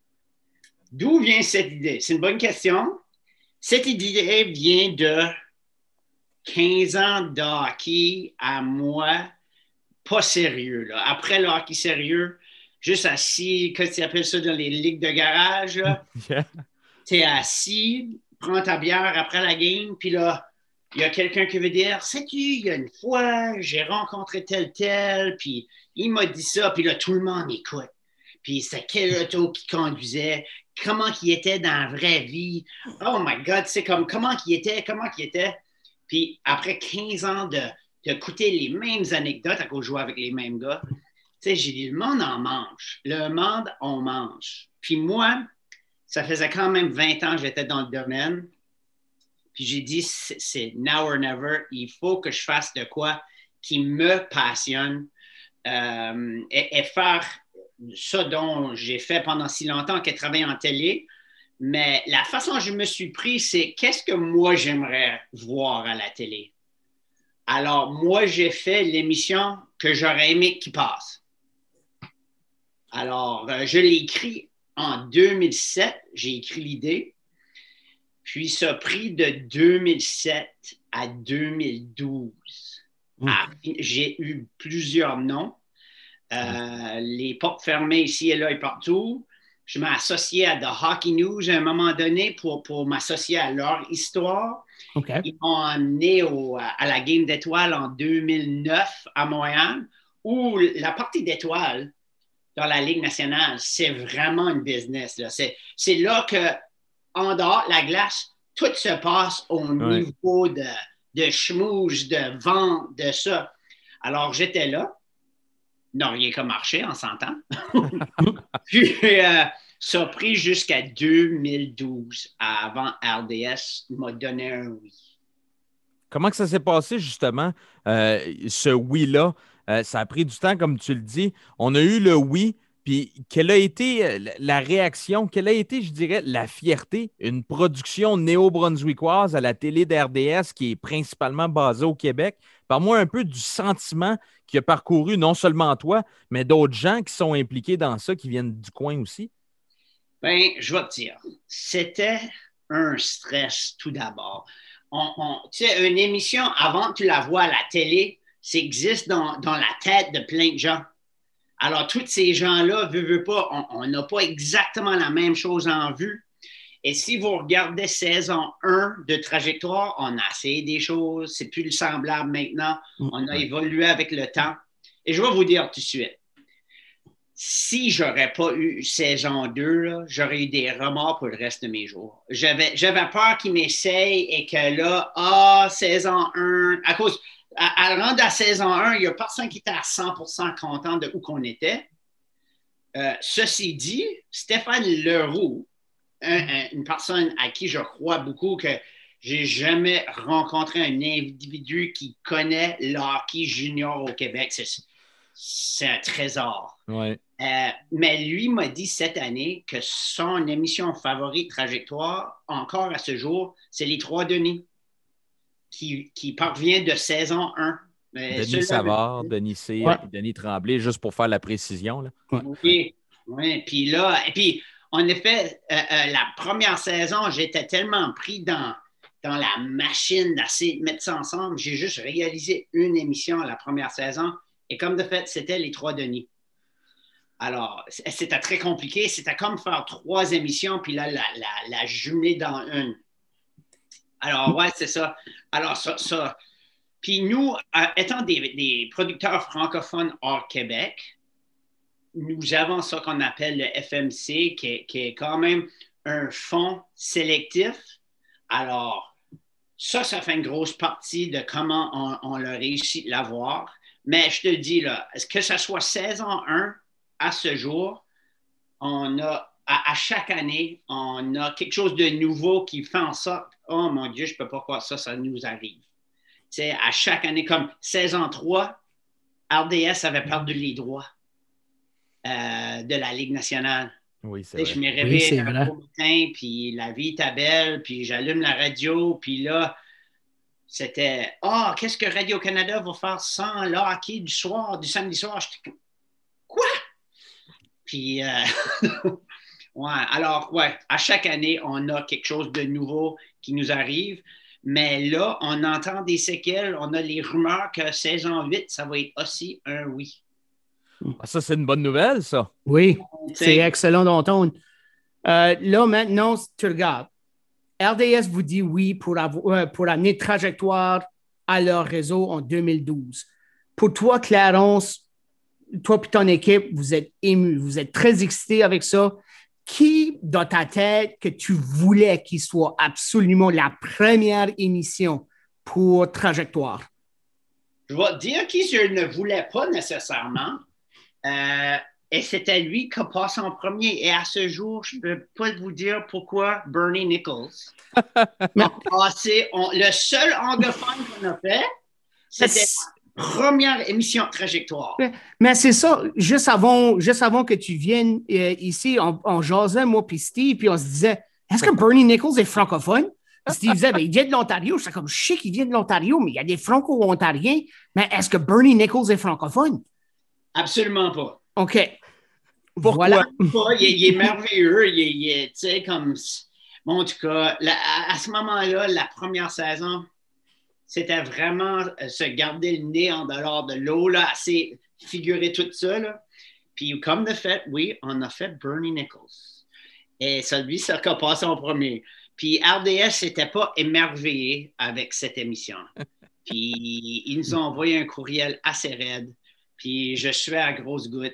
D'où vient cette idée? C'est une bonne question. Cette idée vient de quinze ans de hockey à moi, pas sérieux. Là. Après le hockey sérieux, juste assis, qu'est-ce qu'ils appellent ça dans les ligues de garage, là? Yeah. T'es assis, prends ta bière après la game, puis là, il y a quelqu'un qui veut dire « Sais-tu, il y a une fois, j'ai rencontré tel, tel, puis il m'a dit ça, puis là, tout le monde écoute. Puis c'est quel auto qui conduisait, comment il était dans la vraie vie. Oh my God, c'est comme comment il était, comment il était. » Puis après quinze ans de, d'écouter les mêmes anecdotes à cause de jouer avec les mêmes gars, tu sais, j'ai dit « Le monde en mange. Le monde, on mange. » Puis moi, ça faisait quand même vingt ans que j'étais dans le domaine. Puis j'ai dit, c'est, c'est now or never. Il faut que je fasse de quoi qui me passionne euh, et, et faire ça dont j'ai fait pendant si longtemps, que travailler en télé. Mais la façon dont je me suis pris, c'est qu'est-ce que moi j'aimerais voir à la télé. Alors, moi, j'ai fait l'émission que j'aurais aimé qu'il passe. Alors, euh, je l'ai écrit en deux mille sept, j'ai écrit l'idée, puis ça a pris de deux mille sept à deux mille douze. Mmh. Ah, j'ai eu plusieurs noms, euh, les portes fermées ici et là et partout. Je m'ai associé à The Hockey News à un moment donné pour, pour m'associer à leur histoire. Okay. Ils m'ont amené au, à la Game d'étoiles en deux mille neuf à Montréal, où la partie d'étoiles dans la Ligue nationale, c'est vraiment une business. Là. C'est, c'est là qu'en dehors de la glace, tout se passe au ouais. niveau de, de schmouge, de vente, de ça. Alors, j'étais là. Non, rien qu'à marcher, on s'entend. Puis, euh, ça a pris jusqu'à deux mille douze avant R D S m'a donné un oui. Comment que ça s'est passé, justement, euh, ce oui-là? Euh, ça a pris du temps, comme tu le dis. On a eu le oui, puis quelle a été la réaction, quelle a été, je dirais, la fierté? Une production néo-brunswickoise à la télé d'R D S qui est principalement basée au Québec. Parle-moi un peu du sentiment qui a parcouru non seulement toi, mais d'autres gens qui sont impliqués dans ça, qui viennent du coin aussi. Bien, je vais te dire, c'était un stress tout d'abord. On, on, tu sais, une émission, avant que tu la vois à la télé, ça existe dans, dans la tête de plein de gens. Alors, tous ces gens-là, veut, veut pas, on n'a pas exactement la même chose en vue. Et si vous regardez saison un de Trajectoire, on a essayé des choses, c'est plus semblable maintenant, on a évolué avec le temps. Et je vais vous dire tout de suite, si je n'aurais pas eu saison deux, là, j'aurais eu des remords pour le reste de mes jours. J'avais, j'avais peur qu'ils m'essayent et que là, ah, saison un, à cause... À, à rendre à saison un, il n'y a personne qui était à cent pour cent content de où qu'on était. Euh, ceci dit, Stéphane Leroux, un, un, une personne à qui je crois beaucoup, que j'ai jamais rencontré un individu qui connaît le hockey junior au Québec. C'est, c'est un trésor. Ouais. Euh, mais lui m'a dit cette année que son émission favorite Trajectoire, encore à ce jour, c'est Les Trois Denis. qui, qui parvient de saison un. Mais Denis Savard, Denis Cyr, Ouais. et Denis Tremblay, juste pour faire la précision. Là. Oui, oui. Puis là, et puis, en effet, euh, euh, la première saison, j'étais tellement pris dans, dans la machine d'essayer de mettre ça ensemble. J'ai juste réalisé une émission la première saison. Et comme de fait, c'était les trois Denis. Alors, c'était très compliqué. C'était comme faire trois émissions, puis là, la, la, la jumeler dans une. Alors, ouais, c'est ça. Alors, ça, ça. Puis nous, euh, étant des, des producteurs francophones hors Québec, nous avons ce qu'on appelle le F M C, qui est, qui est quand même un fonds sélectif. Alors, ça, ça fait une grosse partie de comment on, on a réussi à l'avoir. Mais je te dis, là, que ce soit saison un à ce jour, on a, à, à chaque année, on a quelque chose de nouveau qui fait en sorte, oh mon Dieu, je ne peux pas croire ça, ça nous arrive. Tu sais, à chaque année, comme saison trois, R D S avait perdu les droits euh, de la Ligue nationale. Oui, c'est Tu sais, vrai. je me Oui, réveille c'est un vrai. beau matin, puis la vie était belle, puis j'allume la radio, puis là, c'était « Ah, oh, qu'est-ce que Radio-Canada va faire sans le hockey du soir, du samedi soir? » J'étais comme « Quoi? » Puis, euh, ouais, alors, ouais, à chaque année, on a quelque chose de nouveau qui nous arrive. Mais là, on entend des séquelles, on a les rumeurs que saison huit, ça va être aussi un oui. Ah, ça, c'est une bonne nouvelle, ça. Oui, T'sais, c'est excellent d'entendre. Euh, là, maintenant, si tu regardes, R D S vous dit oui pour, avoir, euh, pour amener Trajectoire à leur réseau en deux mille douze. Pour toi, Clarence, toi et ton équipe, vous êtes ému, vous êtes très excité avec ça. Qui, dans ta tête, que tu voulais qu'il soit absolument la première émission pour Trajectoire? Je vais te dire qui je ne voulais pas nécessairement. Euh, et c'était lui qui a passé en premier. Et à ce jour, je ne peux pas vous dire pourquoi Bernie Nichols a passé. On, le seul anglophone qu'on a fait, c'était la première émission de Trajectoire. Mais c'est ça, juste avant, juste avant que tu viennes euh, ici, on, on jasait, moi puis Steve, puis on se disait, est-ce que Bernie Nichols est francophone? Puis Steve disait, ben, il vient de l'Ontario. J'étais comme, je sais qu'il vient de l'Ontario, mais il y a des franco-ontariens. Mais est-ce que Bernie Nichols est francophone? Absolument pas. OK. Pourquoi? Voilà. Pas, il, est, il est merveilleux. Il est, il est, tu sais, comme. Bon, en tout cas, la, à, à ce moment-là, la première saison, c'était vraiment euh, se garder le nez en dehors de l'eau, là, assez figurer tout ça. Là. Puis, comme de fait, oui, on a fait Bernie Nichols. Et celui, ça a passé en premier. Puis, R D S n'était pas émerveillé avec cette émission. Puis, ils nous ont envoyé un courriel assez raide. Puis, je suis à grosse goutte.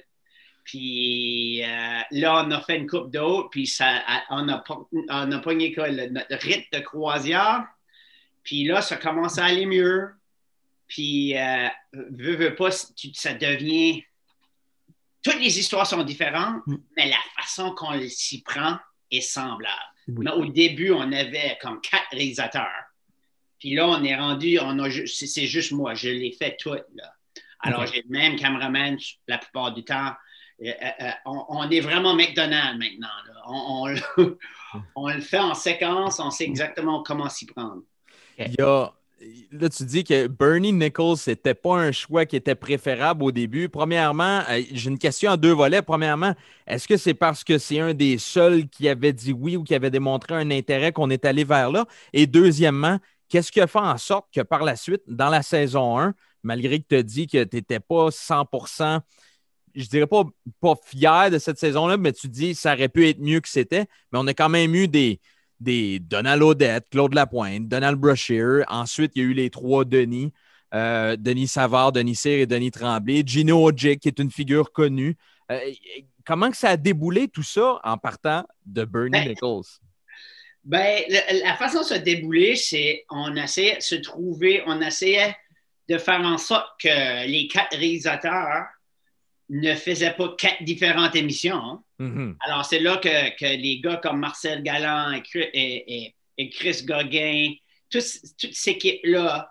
Puis euh, là, on a fait une coupe d'eau, puis ça, on a, on a pogné le, notre rite de croisière. Puis là, ça commence à aller mieux. Puis, euh, veux, veux pas, tu, ça devient... Toutes les histoires sont différentes, mm. mais la façon qu'on s'y prend est semblable. Oui. Mais au début, on avait comme quatre réalisateurs. Puis là, on est rendu, on a, c'est, c'est juste moi, je l'ai fait tout. Là. Alors, okay. J'ai le même cameraman la plupart du temps. Euh, euh, on, on est vraiment McDonald's maintenant. Là. On, on, on le fait en séquence, on sait exactement comment s'y prendre. Il y a, là, tu dis que Bernie Nichols, ce n'était pas un choix qui était préférable au début. Premièrement, euh, j'ai une question en deux volets. Premièrement, est-ce que c'est parce que c'est un des seuls qui avait dit oui ou qui avait démontré un intérêt qu'on est allé vers là? Et deuxièmement, qu'est-ce qui a fait en sorte que par la suite, dans la saison un, malgré que tu as dit que tu n'étais pas cent pour cent, je dirais pas, pas fier de cette saison-là, mais tu dis que ça aurait pu être mieux que c'était, mais on a quand même eu des, des Donald Odette, Claude Lapointe, Donald Brashear. Ensuite, il y a eu les trois Denis, euh, Denis Savard, Denis Cyr et Denis Tremblay. Gino Odjick, qui est une figure connue. Euh, comment que ça a déboulé tout ça en partant de Bernie ben, Nichols? Ben, la, la façon de se débouler, c'est on essayait de se trouver, on essayait de faire en sorte que les quatre réalisateurs ne faisaient pas quatre différentes émissions. Hein. Mm-hmm. Alors, c'est là que, que les gars comme Marcel Galland et, et, et, et Chris Gauguin, toute, toute cette équipe-là,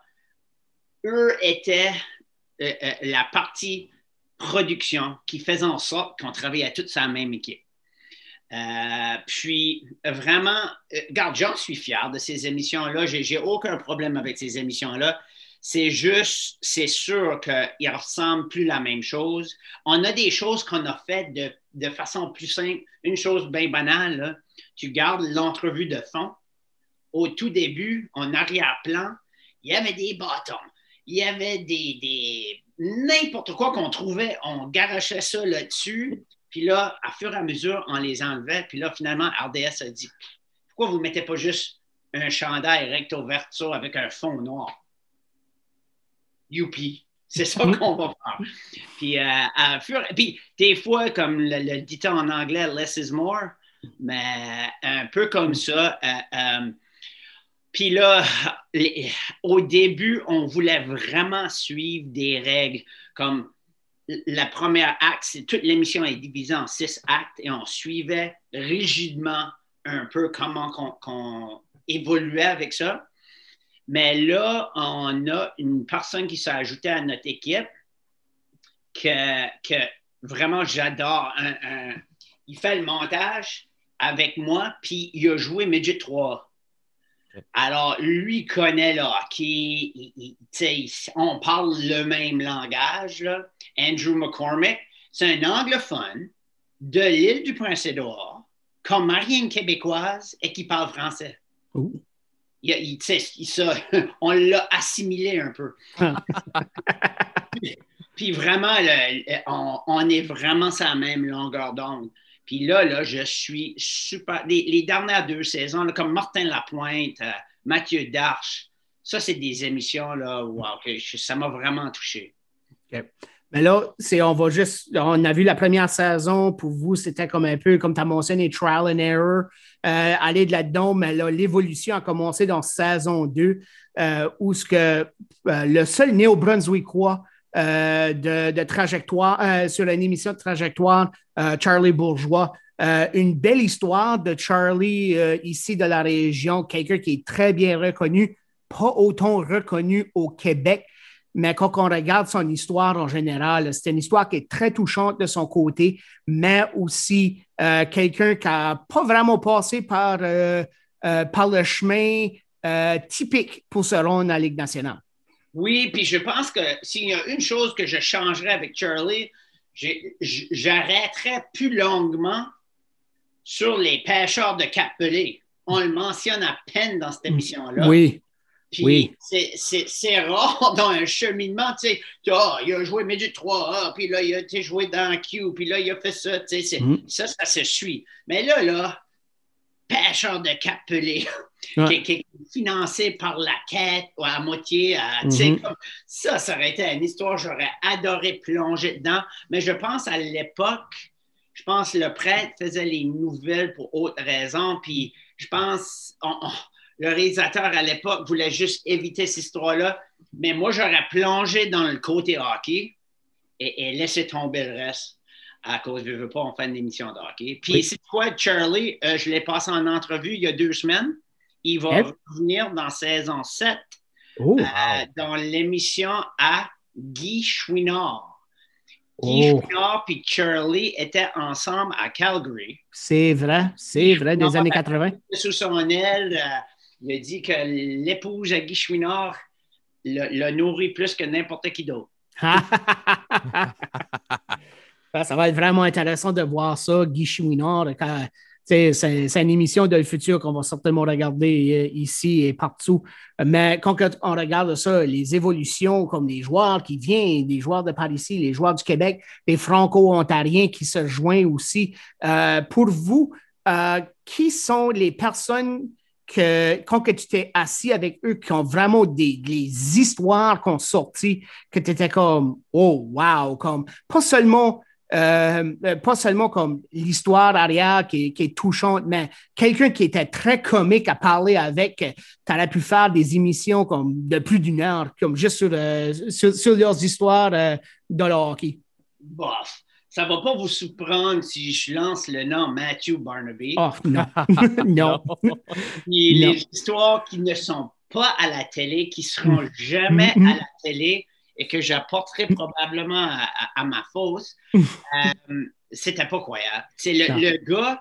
eux étaient euh, euh, la partie production qui faisait en sorte qu'on travaillait tous sur la même équipe. Euh, puis, vraiment, euh, regarde, j'en suis fier de ces émissions-là. J'ai, j'ai aucun problème avec ces émissions-là. C'est juste, c'est sûr qu'ils ne ressemblent plus à la même chose. On a des choses qu'on a faites de, de façon plus simple. Une chose bien banale, là, tu gardes l'entrevue de fond. Au tout début, en arrière-plan, il y avait des bâtons. Il y avait des, des n'importe quoi qu'on trouvait. On garochait ça là-dessus. Puis là, à fur et à mesure, on les enlevait. Puis là, finalement, R D S a dit « Pourquoi vous ne mettez pas juste un chandail recto verso avec un fond noir? » Youpi! C'est ça qu'on va faire. Puis, euh, à fur... Puis des fois, comme le, le dit en anglais, « less is more », mais un peu comme ça. Euh, euh, Puis là, les, au début, on voulait vraiment suivre des règles comme la première acte, toute l'émission est divisée en six actes et on suivait rigidement un peu comment qu'on, qu'on évoluait avec ça. Mais là, on a une personne qui s'est ajoutée à notre équipe que, que vraiment j'adore. Un, un, il fait le montage avec moi, puis il a joué Midget trois. Alors, lui connaît le hockey, il, il, on parle le même langage, là. Andrew McCormick, c'est un anglophone de l'île du Prince-Édouard, comme marié québécoise et qui parle français. Ooh. Il, il, il, ça, on l'a assimilé un peu. puis, puis vraiment, le, on, on est vraiment sur la même longueur d'onde. Puis là, là, je suis super. Les, les dernières deux saisons, là, comme Martin Lapointe, euh, Mathieu Darche, ça, c'est des émissions, là, wow, que je, ça m'a vraiment touché. OK. Mais là, c'est, on va juste. On a vu la première saison. Pour vous, c'était comme un peu, comme tu as mentionné, trial and error, euh, aller de là-dedans. Mais là, l'évolution a commencé dans saison deux, euh, où ce que, euh, le seul néo-brunswickois Euh, de, de trajectoire, euh, sur une émission de trajectoire, euh, Charlie Bourgeois. Euh, une belle histoire de Charlie euh, ici de la région, quelqu'un qui est très bien reconnu, pas autant reconnu au Québec, mais quand on regarde son histoire en général, c'est une histoire qui est très touchante de son côté, mais aussi euh, quelqu'un qui n'a pas vraiment passé par, euh, euh, par le chemin euh, typique pour se rendre à la Ligue nationale. Oui, puis je pense que s'il y a une chose que je changerais avec Charlie, j'ai, j'arrêterais plus longuement sur les pêcheurs de Cap-Pelé. On le mentionne à peine dans cette émission-là. Oui. Puis oui. c'est, c'est, c'est rare dans un cheminement, tu sais, oh, il a joué Midget trois A, puis là, il a été joué dans Q, puis là, il a fait ça, tu sais, mm. ça, ça se suit. Mais là, là, pêcheur de Cap-Pelé, ouais. qui, qui est financé par la quête ou à moitié. À, mm-hmm. comme, ça, ça aurait été une histoire, j'aurais adoré plonger dedans. Mais je pense à l'époque, je pense que le prêtre faisait les nouvelles pour autre raison. Puis je pense, on, on, le réalisateur à l'époque voulait juste éviter cette histoire-là. Mais moi, j'aurais plongé dans le côté hockey et, et laissé tomber le reste. À cause, je ne veux pas, on fait une émission de hockey. Puis, oui. C'est quoi, Charlie? Euh, je l'ai passé en entrevue il y a deux semaines. Il va yep. revenir dans saison sept, oh, euh, wow. dans l'émission à Guy Chouinard. Guy oh. Chouinard et Charlie étaient ensemble à Calgary. C'est vrai, c'est Guy vrai, Chouinard, des années quatre-vingt. Sous son aile, euh, il a dit que l'épouse à Guy Chouinard l'a nourri plus que n'importe qui d'autre. Ça va être vraiment intéressant de voir ça, Guy Chouinard. Quand, c'est, c'est une émission de le futur qu'on va certainement regarder ici et partout. Mais quand on regarde ça, les évolutions comme les joueurs qui viennent, les joueurs de par ici, les joueurs du Québec, les Franco-Ontariens qui se joignent aussi. Euh, pour vous, euh, qui sont les personnes que quand que tu t'es assis avec eux, qui ont vraiment des, des histoires qui ont sorti, que tu étais comme « Oh, wow! » Comme pas seulement... Euh, pas seulement comme l'histoire arrière qui est, qui est touchante, mais quelqu'un qui était très comique à parler avec. Tu aurais pu faire des émissions comme de plus d'une heure, comme juste sur, euh, sur, sur leurs histoires euh, dans le hockey. Bof, ça ne va pas vous surprendre si je lance le nom Matthew Barnaby. Oh, non. non. Et les non. histoires qui ne sont pas à la télé, qui ne seront jamais mm-hmm. à la télé, et que j'apporterai probablement à, à, à ma fosse, euh, c'était pas croyable. C'est le, le gars,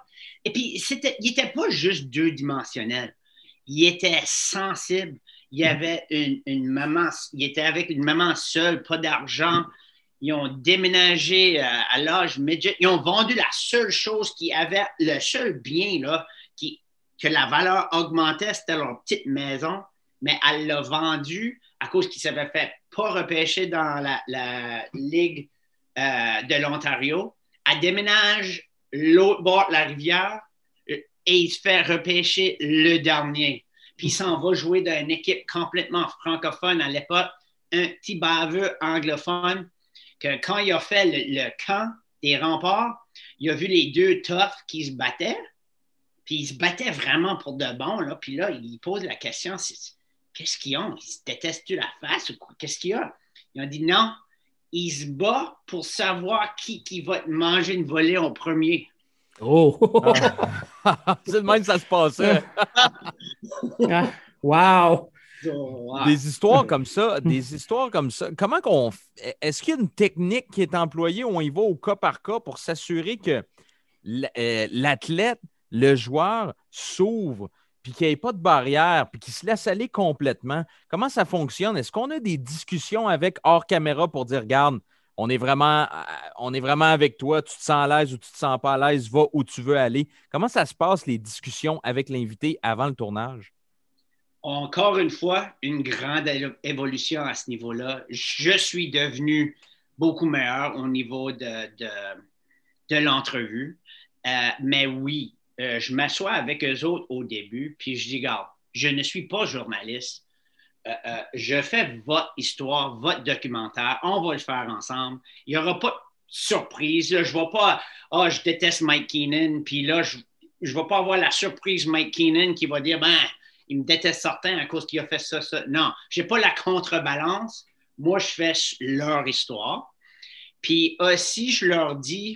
Et puis, c'était, il n'était pas juste deux-dimensionnel. Il était sensible. Il y avait une, une maman, il était avec une maman seule, pas d'argent. Ils ont déménagé à, à l'âge médian. Ils ont vendu la seule chose qui avait, le seul bien là, qui, que la valeur augmentait, c'était leur petite maison. Mais elle l'a vendu à cause qu'il s'avait fait pas repêcher dans la, la Ligue euh, de l'Ontario. Elle déménage l'autre bord de la rivière et il se fait repêcher le dernier. Puis il s'en va jouer dans une équipe complètement francophone à l'époque, un petit baveux anglophone, que quand il a fait le, le camp des remparts, il a vu les deux toughs qui se battaient, puis ils se battaient vraiment pour de bon, là. Puis là, il pose la question, c'est, qu'est-ce qu'ils ont? Ils se détestent-tu la face ou quoi? Qu'est-ce qu'il y a? Ils ont dit non, ils se battent pour savoir qui, qui va manger une volée en premier. Oh! Ah. C'est le même que ça se passait. Wow! Des histoires comme ça, des histoires comme ça. Comment qu'on fait? Est-ce qu'il y a une technique qui est employée où on y va au cas par cas pour s'assurer que l'athlète, le joueur s'ouvre, puis qu'il n'y ait pas de barrière, puis qu'il se laisse aller complètement? Comment ça fonctionne? Est-ce qu'on a des discussions avec hors caméra pour dire, regarde, on est vraiment, on est vraiment avec toi, tu te sens à l'aise ou tu te sens pas à l'aise, va où tu veux aller? Comment ça se passe, les discussions avec l'invité avant le tournage? Encore une fois, une grande évolution à ce niveau-là. Je suis devenu beaucoup meilleur au niveau de, de, de l'entrevue. Euh, mais oui, euh, je m'assois avec eux autres au début, puis je dis, regarde, je ne suis pas journaliste. Euh, euh, je fais votre histoire, votre documentaire. On va le faire ensemble. Il n'y aura pas de surprise. Là. Je ne vais pas, ah, oh, je déteste Mike Keenan, puis là, je ne vais pas avoir la surprise Mike Keenan qui va dire, ben, il me déteste certain à cause qu'il a fait ça, ça. Non, je n'ai pas la contrebalance. Moi, je fais leur histoire. Puis aussi, je leur dis,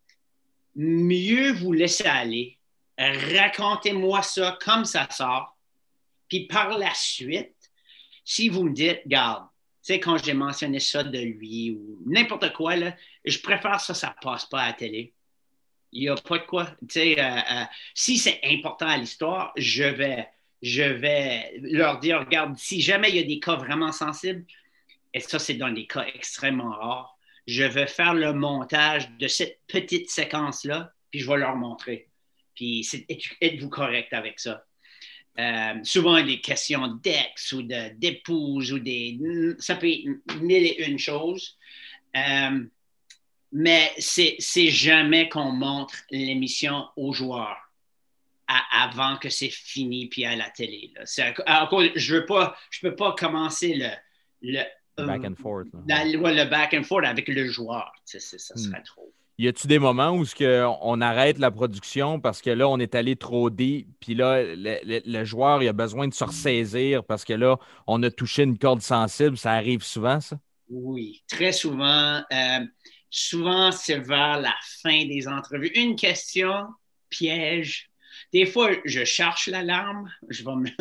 mieux vous laisser aller. Racontez-moi ça comme ça sort. Puis par la suite, si vous me dites, regarde, tu sais, quand j'ai mentionné ça de lui ou n'importe quoi, là, je préfère ça, ça ne passe pas à la télé. Il n'y a pas de quoi. Tu sais, euh, euh, si c'est important à l'histoire, je vais... je vais leur dire, regarde, si jamais il y a des cas vraiment sensibles, et ça, c'est dans des cas extrêmement rares, je vais faire le montage de cette petite séquence-là, puis je vais leur montrer. Puis, c'est, êtes-vous correct avec ça? Euh, souvent, des questions d'ex ou de, d'épouse ou des... Ça peut être mille et une choses. Euh, mais c'est, c'est jamais qu'on montre l'émission aux joueurs. À, avant que c'est fini puis à la télé. Là. C'est, encore, je veux pas, je peux pas commencer le, le, le back and forth. La, le back and forth avec le joueur. C'est, c'est, ça serait hmm. trop. Y a-tu des moments où on arrête la production parce que là, on est allé trop deep, puis là, le, le, le joueur il a besoin de se ressaisir parce que là, on a touché une corde sensible? Ça arrive souvent, ça? Oui, très souvent. Euh, souvent, c'est vers la fin des entrevues. Une question piège. Des fois, je cherche l'alarme. Je vais me...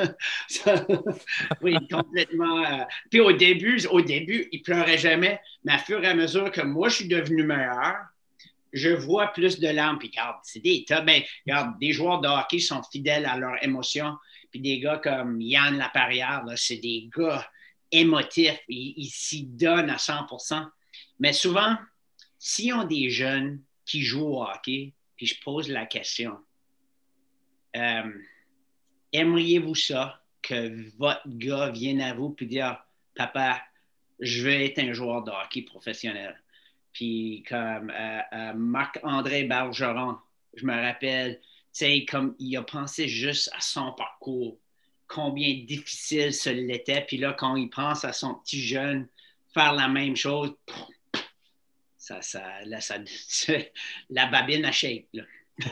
oui, complètement. Euh... Puis au début, au début, il ne pleurait jamais. Mais à fur et à mesure que moi, je suis devenu meilleur, je vois plus de larmes. Puis regarde, c'est des tas. Ben, regarde, des joueurs de hockey sont fidèles à leurs émotions. Puis des gars comme Yann Laperrière, là, c'est des gars émotifs. Ils, ils s'y donnent à cent pour cent. Mais souvent, s'ils ont des jeunes qui jouent au hockey, puis je pose la question, Euh, aimeriez-vous ça que votre gars vienne à vous et dire papa, je veux être un joueur de hockey professionnel? Puis comme euh, euh, Marc-André Bergeron, je me rappelle, tu sais, comme il a pensé juste à son parcours, combien difficile ça l'était. Puis là, quand il pense à son petit jeune faire la même chose, ça, ça, là, ça, la babine à shake, là.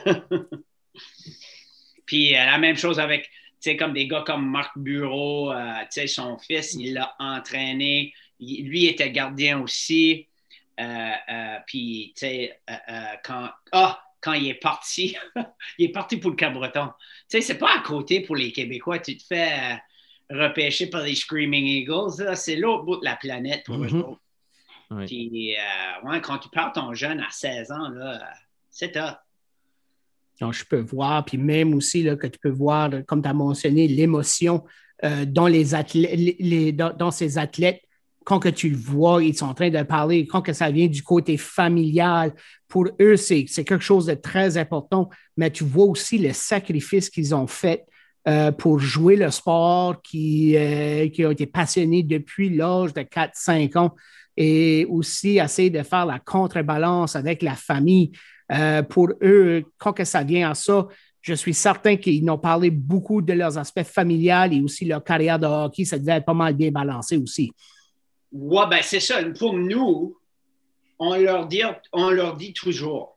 Puis euh, la même chose avec, tu sais, comme des gars comme Marc Bureau, euh, tu sais, son fils, il l'a entraîné. Il, lui était gardien aussi. Euh, euh, puis, tu sais, euh, euh, quand, ah, quand il est parti, il est parti pour le Cabreton. Tu sais, c'est pas à côté pour les Québécois. Tu te fais euh, repêcher par les Screaming Eagles. Là, c'est l'autre bout de la planète pour mm-hmm. eux autres. Oui. Puis, euh, ouais, quand tu perds ton jeune à seize ans, là, c'est top. Donc, je peux voir, puis même aussi là, que tu peux voir, comme tu as mentionné, l'émotion euh, dans, les athlètes, les, les, dans, dans ces athlètes. Quand que tu le vois, ils sont en train de parler, quand que ça vient du côté familial, pour eux, c'est, c'est quelque chose de très important, mais tu vois aussi le sacrifice qu'ils ont fait euh, pour jouer le sport, qui, euh, qui ont été passionnés depuis l'âge de quatre cinq ans, et aussi essayer de faire la contrebalance avec la famille. Euh, pour eux, quand que ça vient à ça, je suis certain qu'ils ont parlé beaucoup de leurs aspects familiales et aussi leur carrière de hockey. Ça devait être pas mal bien balancé aussi. Oui, ben c'est ça. Pour nous, on leur dit, on leur dit toujours,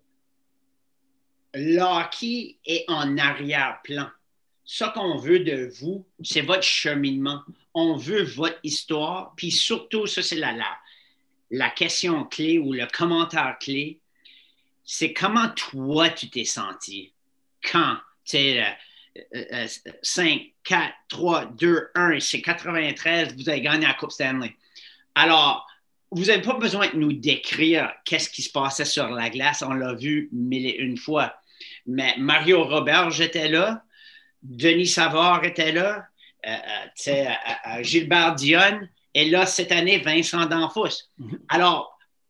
le hockey est en arrière-plan. Ce qu'on veut de vous, c'est votre cheminement. On veut votre histoire. Puis surtout, ça, c'est la, la, la question clé ou le commentaire clé. C'est comment toi, tu t'es senti quand, tu sais, euh, cinq, quatre, trois, deux, un, c'est quatre-vingt-treize, vous avez gagné la Coupe Stanley. Alors, vous n'avez pas besoin de nous décrire qu'est-ce qui se passait sur la glace. On l'a vu mille et une fois. Mais Mario Roberge était là, Denis Savard était là, euh, euh, tu sais, euh, euh, Gilbert Dionne, et là, cette année, Vincent Danfous. Mm-hmm. Alors,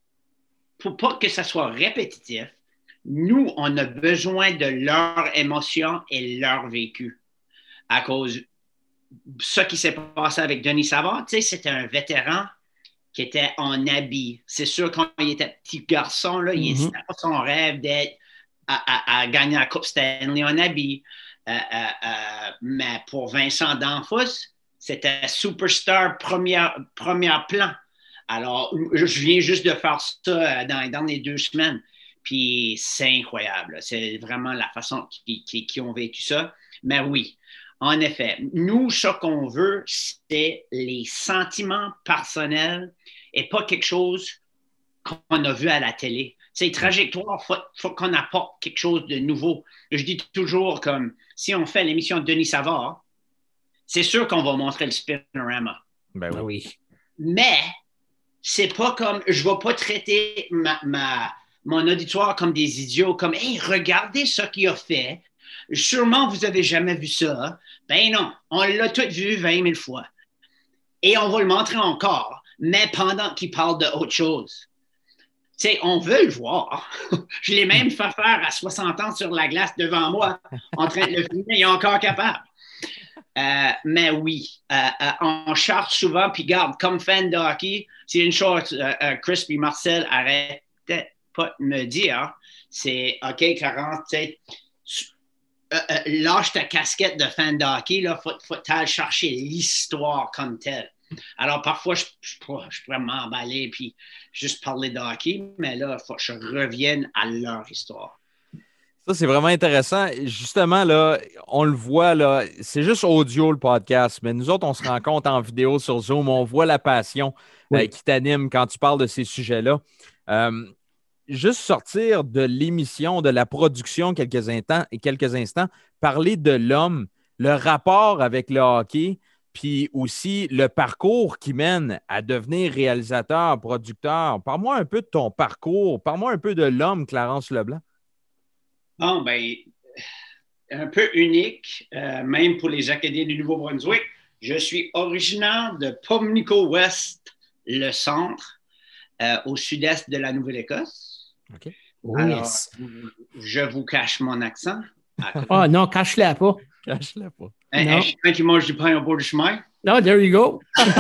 pour pas que ça soit répétitif, nous, on a besoin de leur émotion et leur vécu. À cause de ce qui s'est passé avec Denis Savard, tu sais, c'était un vétéran qui était en habit. C'est sûr, quand il était petit garçon, là, mm-hmm. C'était pas son rêve d'être à, à, à gagner la Coupe Stanley en habit. Euh, euh, euh, mais pour Vincent Danfous, c'était superstar premier, premier plan. Alors, je viens juste de faire ça dans, dans les deux semaines. Puis, c'est incroyable. C'est vraiment la façon qu'ils qui, qui ont vécu ça. Mais oui, en effet, nous, ce qu'on veut, c'est les sentiments personnels et pas quelque chose qu'on a vu à la télé. C'est trajectoire, il faut, faut qu'on apporte quelque chose de nouveau. Je dis toujours comme, si on fait l'émission de Denis Savard, c'est sûr qu'on va montrer le Spinorama. Ben oui. Mais, c'est pas comme, je ne vais pas traiter ma, ma, mon auditoire comme des idiots, comme, hey, regardez ce qu'il a fait. Sûrement, vous n'avez jamais vu ça. Ben non, on l'a tout vu vingt mille fois. Et on va le montrer encore, mais pendant qu'il parle d'autre chose. Tu sais, on veut le voir. Je l'ai même fait faire à soixante ans sur la glace devant moi, en train de le filmer, il est encore capable. Euh, mais oui, euh, euh, on cherche souvent, puis garde, comme fan de hockey, c'est une chose, euh, euh, Chris et Marcel arrêtaient pas de me dire, c'est OK, Clarence, tu sais, euh, euh, lâche ta casquette de fan de hockey, il faut, faut aller chercher l'histoire comme telle. Alors, parfois, je, je, je pourrais m'emballer puis juste parler de hockey, mais là, il faut que je revienne à leur histoire. Ça, c'est vraiment intéressant. Justement, là, on le voit, là, c'est juste audio le podcast, mais nous autres, on se rend compte en vidéo sur Zoom, on voit la passion oui. euh, qui t'anime quand tu parles de ces sujets-là. Euh, juste sortir de l'émission, de la production quelques instants, et quelques instants, parler de l'homme, le rapport avec le hockey, puis aussi le parcours qui mène à devenir réalisateur, producteur. Parle-moi un peu de ton parcours, parle-moi un peu de l'homme Clarence Leblanc. Bon, ben, un peu unique, euh, même pour les Acadiens du Nouveau-Brunswick. Je suis originaire de Pimlico-Ouest, le centre, euh, au sud-est de la Nouvelle-Écosse. OK. Oh, Alors, yes. je vous cache mon accent. Ah non, cache-la pas. Cache-la pas. Un, un chien qui mange du pain au bord du chemin. No, there you go.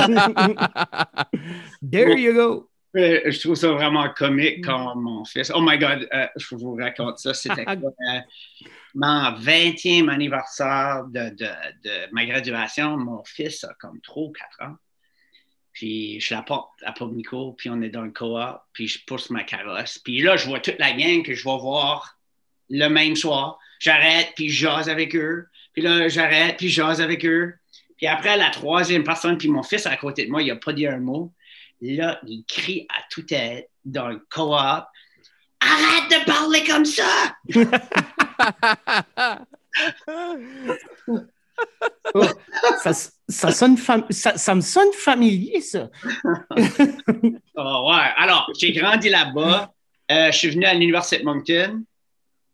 There you go. Je trouve ça vraiment comique quand mon fils... Oh my God, euh, je vous raconte ça. C'était euh, mon vingtième anniversaire de, de, de ma graduation. Mon fils a comme trois ou quatre ans. Puis je l'apporte à Pimlico, puis on est dans le co-op, puis je pousse ma carrosse. Puis là, je vois toute la gang que je vais voir le même soir. J'arrête, puis je jase avec eux. Puis là, j'arrête, puis je jase avec eux. Puis après, la troisième personne, puis mon fils à côté de moi, il n'a pas dit un mot. Là, il crie à toute tête dans le co-op. Arrête de parler comme ça! Oh, ça, ça, sonne fam- ça, ça me sonne familier, ça. Oh, ouais. Alors, j'ai grandi là-bas. Euh, je suis venu à l'Université de Moncton.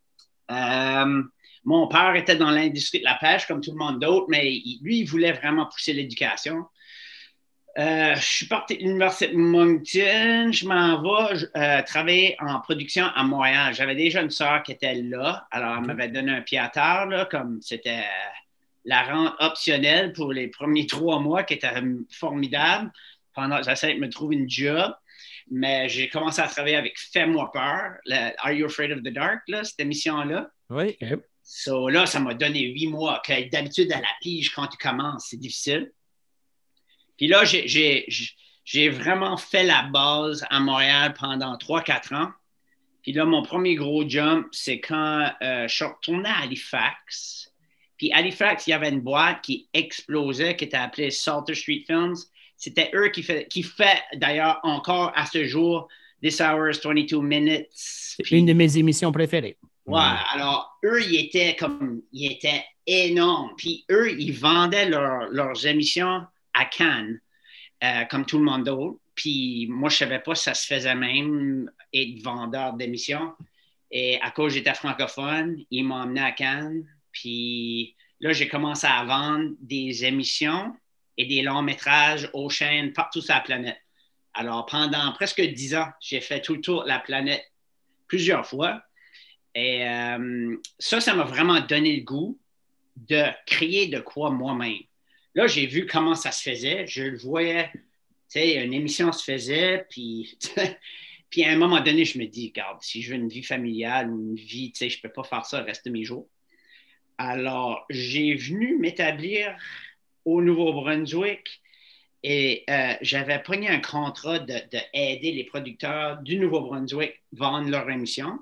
Euh, mon père était dans l'industrie de la pêche, comme tout le monde d'autre, mais il, lui, il voulait vraiment pousser l'éducation. Euh, je suis parti de l'Université de Moncton, je m'en vais euh, travailler en production à Montréal. J'avais déjà une sœur qui était là, alors elle m'avait donné un pied à terre, là, comme c'était la rente optionnelle pour les premiers trois mois, qui était formidable, pendant que j'essayais de me trouver une job. Mais j'ai commencé à travailler avec Fais-moi peur, le Are You Afraid of the Dark, là, cette émission-là. Oui. Okay. So, là, ça m'a donné huit mois. Que d'habitude, à la pige, quand tu commences, c'est difficile. Puis là, j'ai, j'ai, j'ai vraiment fait la base à Montréal pendant trois quatre ans. Puis là, mon premier gros jump, c'est quand euh, je suis retourné à Halifax. Puis Halifax, il y avait une boîte qui explosait, qui était appelée Salter Street Films. C'était eux qui fait, qui fait d'ailleurs encore à ce jour This Hours, vingt-deux minutes. C'est Puis, une de mes émissions préférées. Ouais, alors eux, ils étaient comme, ils étaient énormes. Puis eux, ils vendaient leur, leurs émissions à Cannes, euh, comme tout le monde d'autre. Puis moi, je ne savais pas si ça se faisait même être vendeur d'émissions. Et à cause j'étais francophone, ils m'ont emmené à Cannes. Puis là, j'ai commencé à vendre des émissions et des longs métrages aux chaînes partout sur la planète. Alors, pendant presque dix ans, j'ai fait tout le tour de la planète plusieurs fois. Et euh, ça, ça m'a vraiment donné le goût de créer de quoi moi-même. Là, j'ai vu comment ça se faisait. Je le voyais, tu sais, une émission se faisait, puis, puis à un moment donné, je me dis, regarde, si je veux une vie familiale ou une vie, tu sais, je ne peux pas faire ça le reste de mes jours. Alors, j'ai venu m'établir au Nouveau-Brunswick et euh, j'avais pogné un contrat de, de aider les producteurs du Nouveau-Brunswick à vendre leur émission.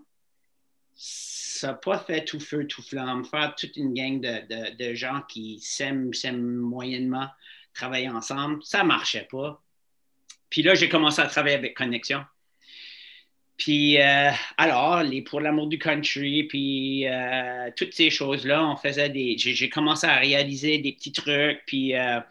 Ça n'a pas fait tout feu, tout flamme. Faire toute une gang de, de, de gens qui s'aiment, s'aiment moyennement travailler ensemble, ça ne marchait pas. Puis là, j'ai commencé à travailler avec Connexion. Puis euh, alors, les Pour l'amour du country, puis euh, toutes ces choses-là, on faisait des... J'ai, j'ai commencé à réaliser des petits trucs, puis euh,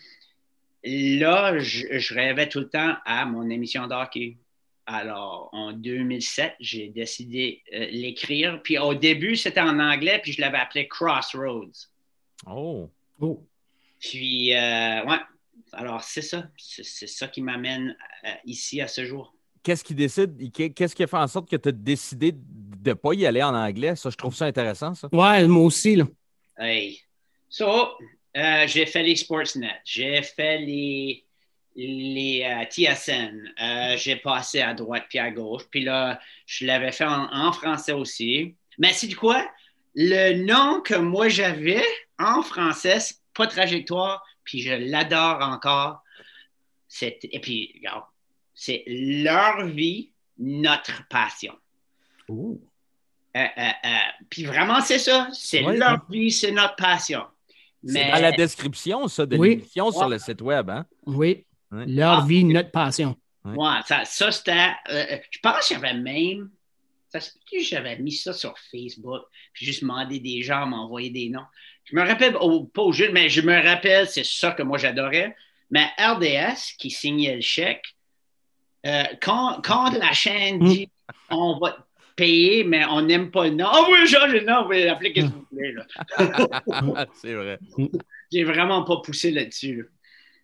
là, je, je rêvais tout le temps à mon émission d'hockey. Alors, en deux mille sept, j'ai décidé de euh, l'écrire. Puis au début, c'était en anglais, puis je l'avais appelé Crossroads. Oh! Oh. Puis, euh, ouais, alors c'est ça. C'est, c'est ça qui m'amène euh, ici à ce jour. Qu'est-ce qui décide, qu'est-ce qui a fait en sorte que tu as décidé de ne pas y aller en anglais? Ça, je trouve ça intéressant, ça. Ouais, moi aussi, là. Hey. So, euh, j'ai fait les Sportsnet, j'ai fait les... les euh, T S N, euh, j'ai passé à droite puis à gauche, puis là, je l'avais fait en, en français aussi. Mais c'est du quoi? Le nom que moi j'avais en français, c'est pas Trajectoire, puis je l'adore encore. C'est, et puis, regarde, c'est leur vie, notre passion. Oh. Euh, euh, euh, puis vraiment, c'est ça. C'est oui, leur oui. vie, c'est notre passion. C'est Mais... dans la description, ça, de Oui. l'émission Ouais. sur le site web, hein? Oui. Oui. Leur Ah. vie, notre passion. Oui. Ouais, ça, ça c'était. Euh, je pense que j'avais même. Ça se peut que j'avais mis ça sur Facebook, puis juste demandé des gens à m'envoyer des noms. Je me rappelle, oh, pas au jeu, mais je me rappelle, c'est ça que moi j'adorais. Mais R D S, qui signait le chèque, euh, quand, quand la chaîne dit mm. on va te payer, mais on n'aime pas le nom. Ah oui, j'ai le nom, vous pouvez l'appeler qu'est-ce que vous voulez. Là. C'est vrai. J'ai vraiment pas poussé là-dessus. Là.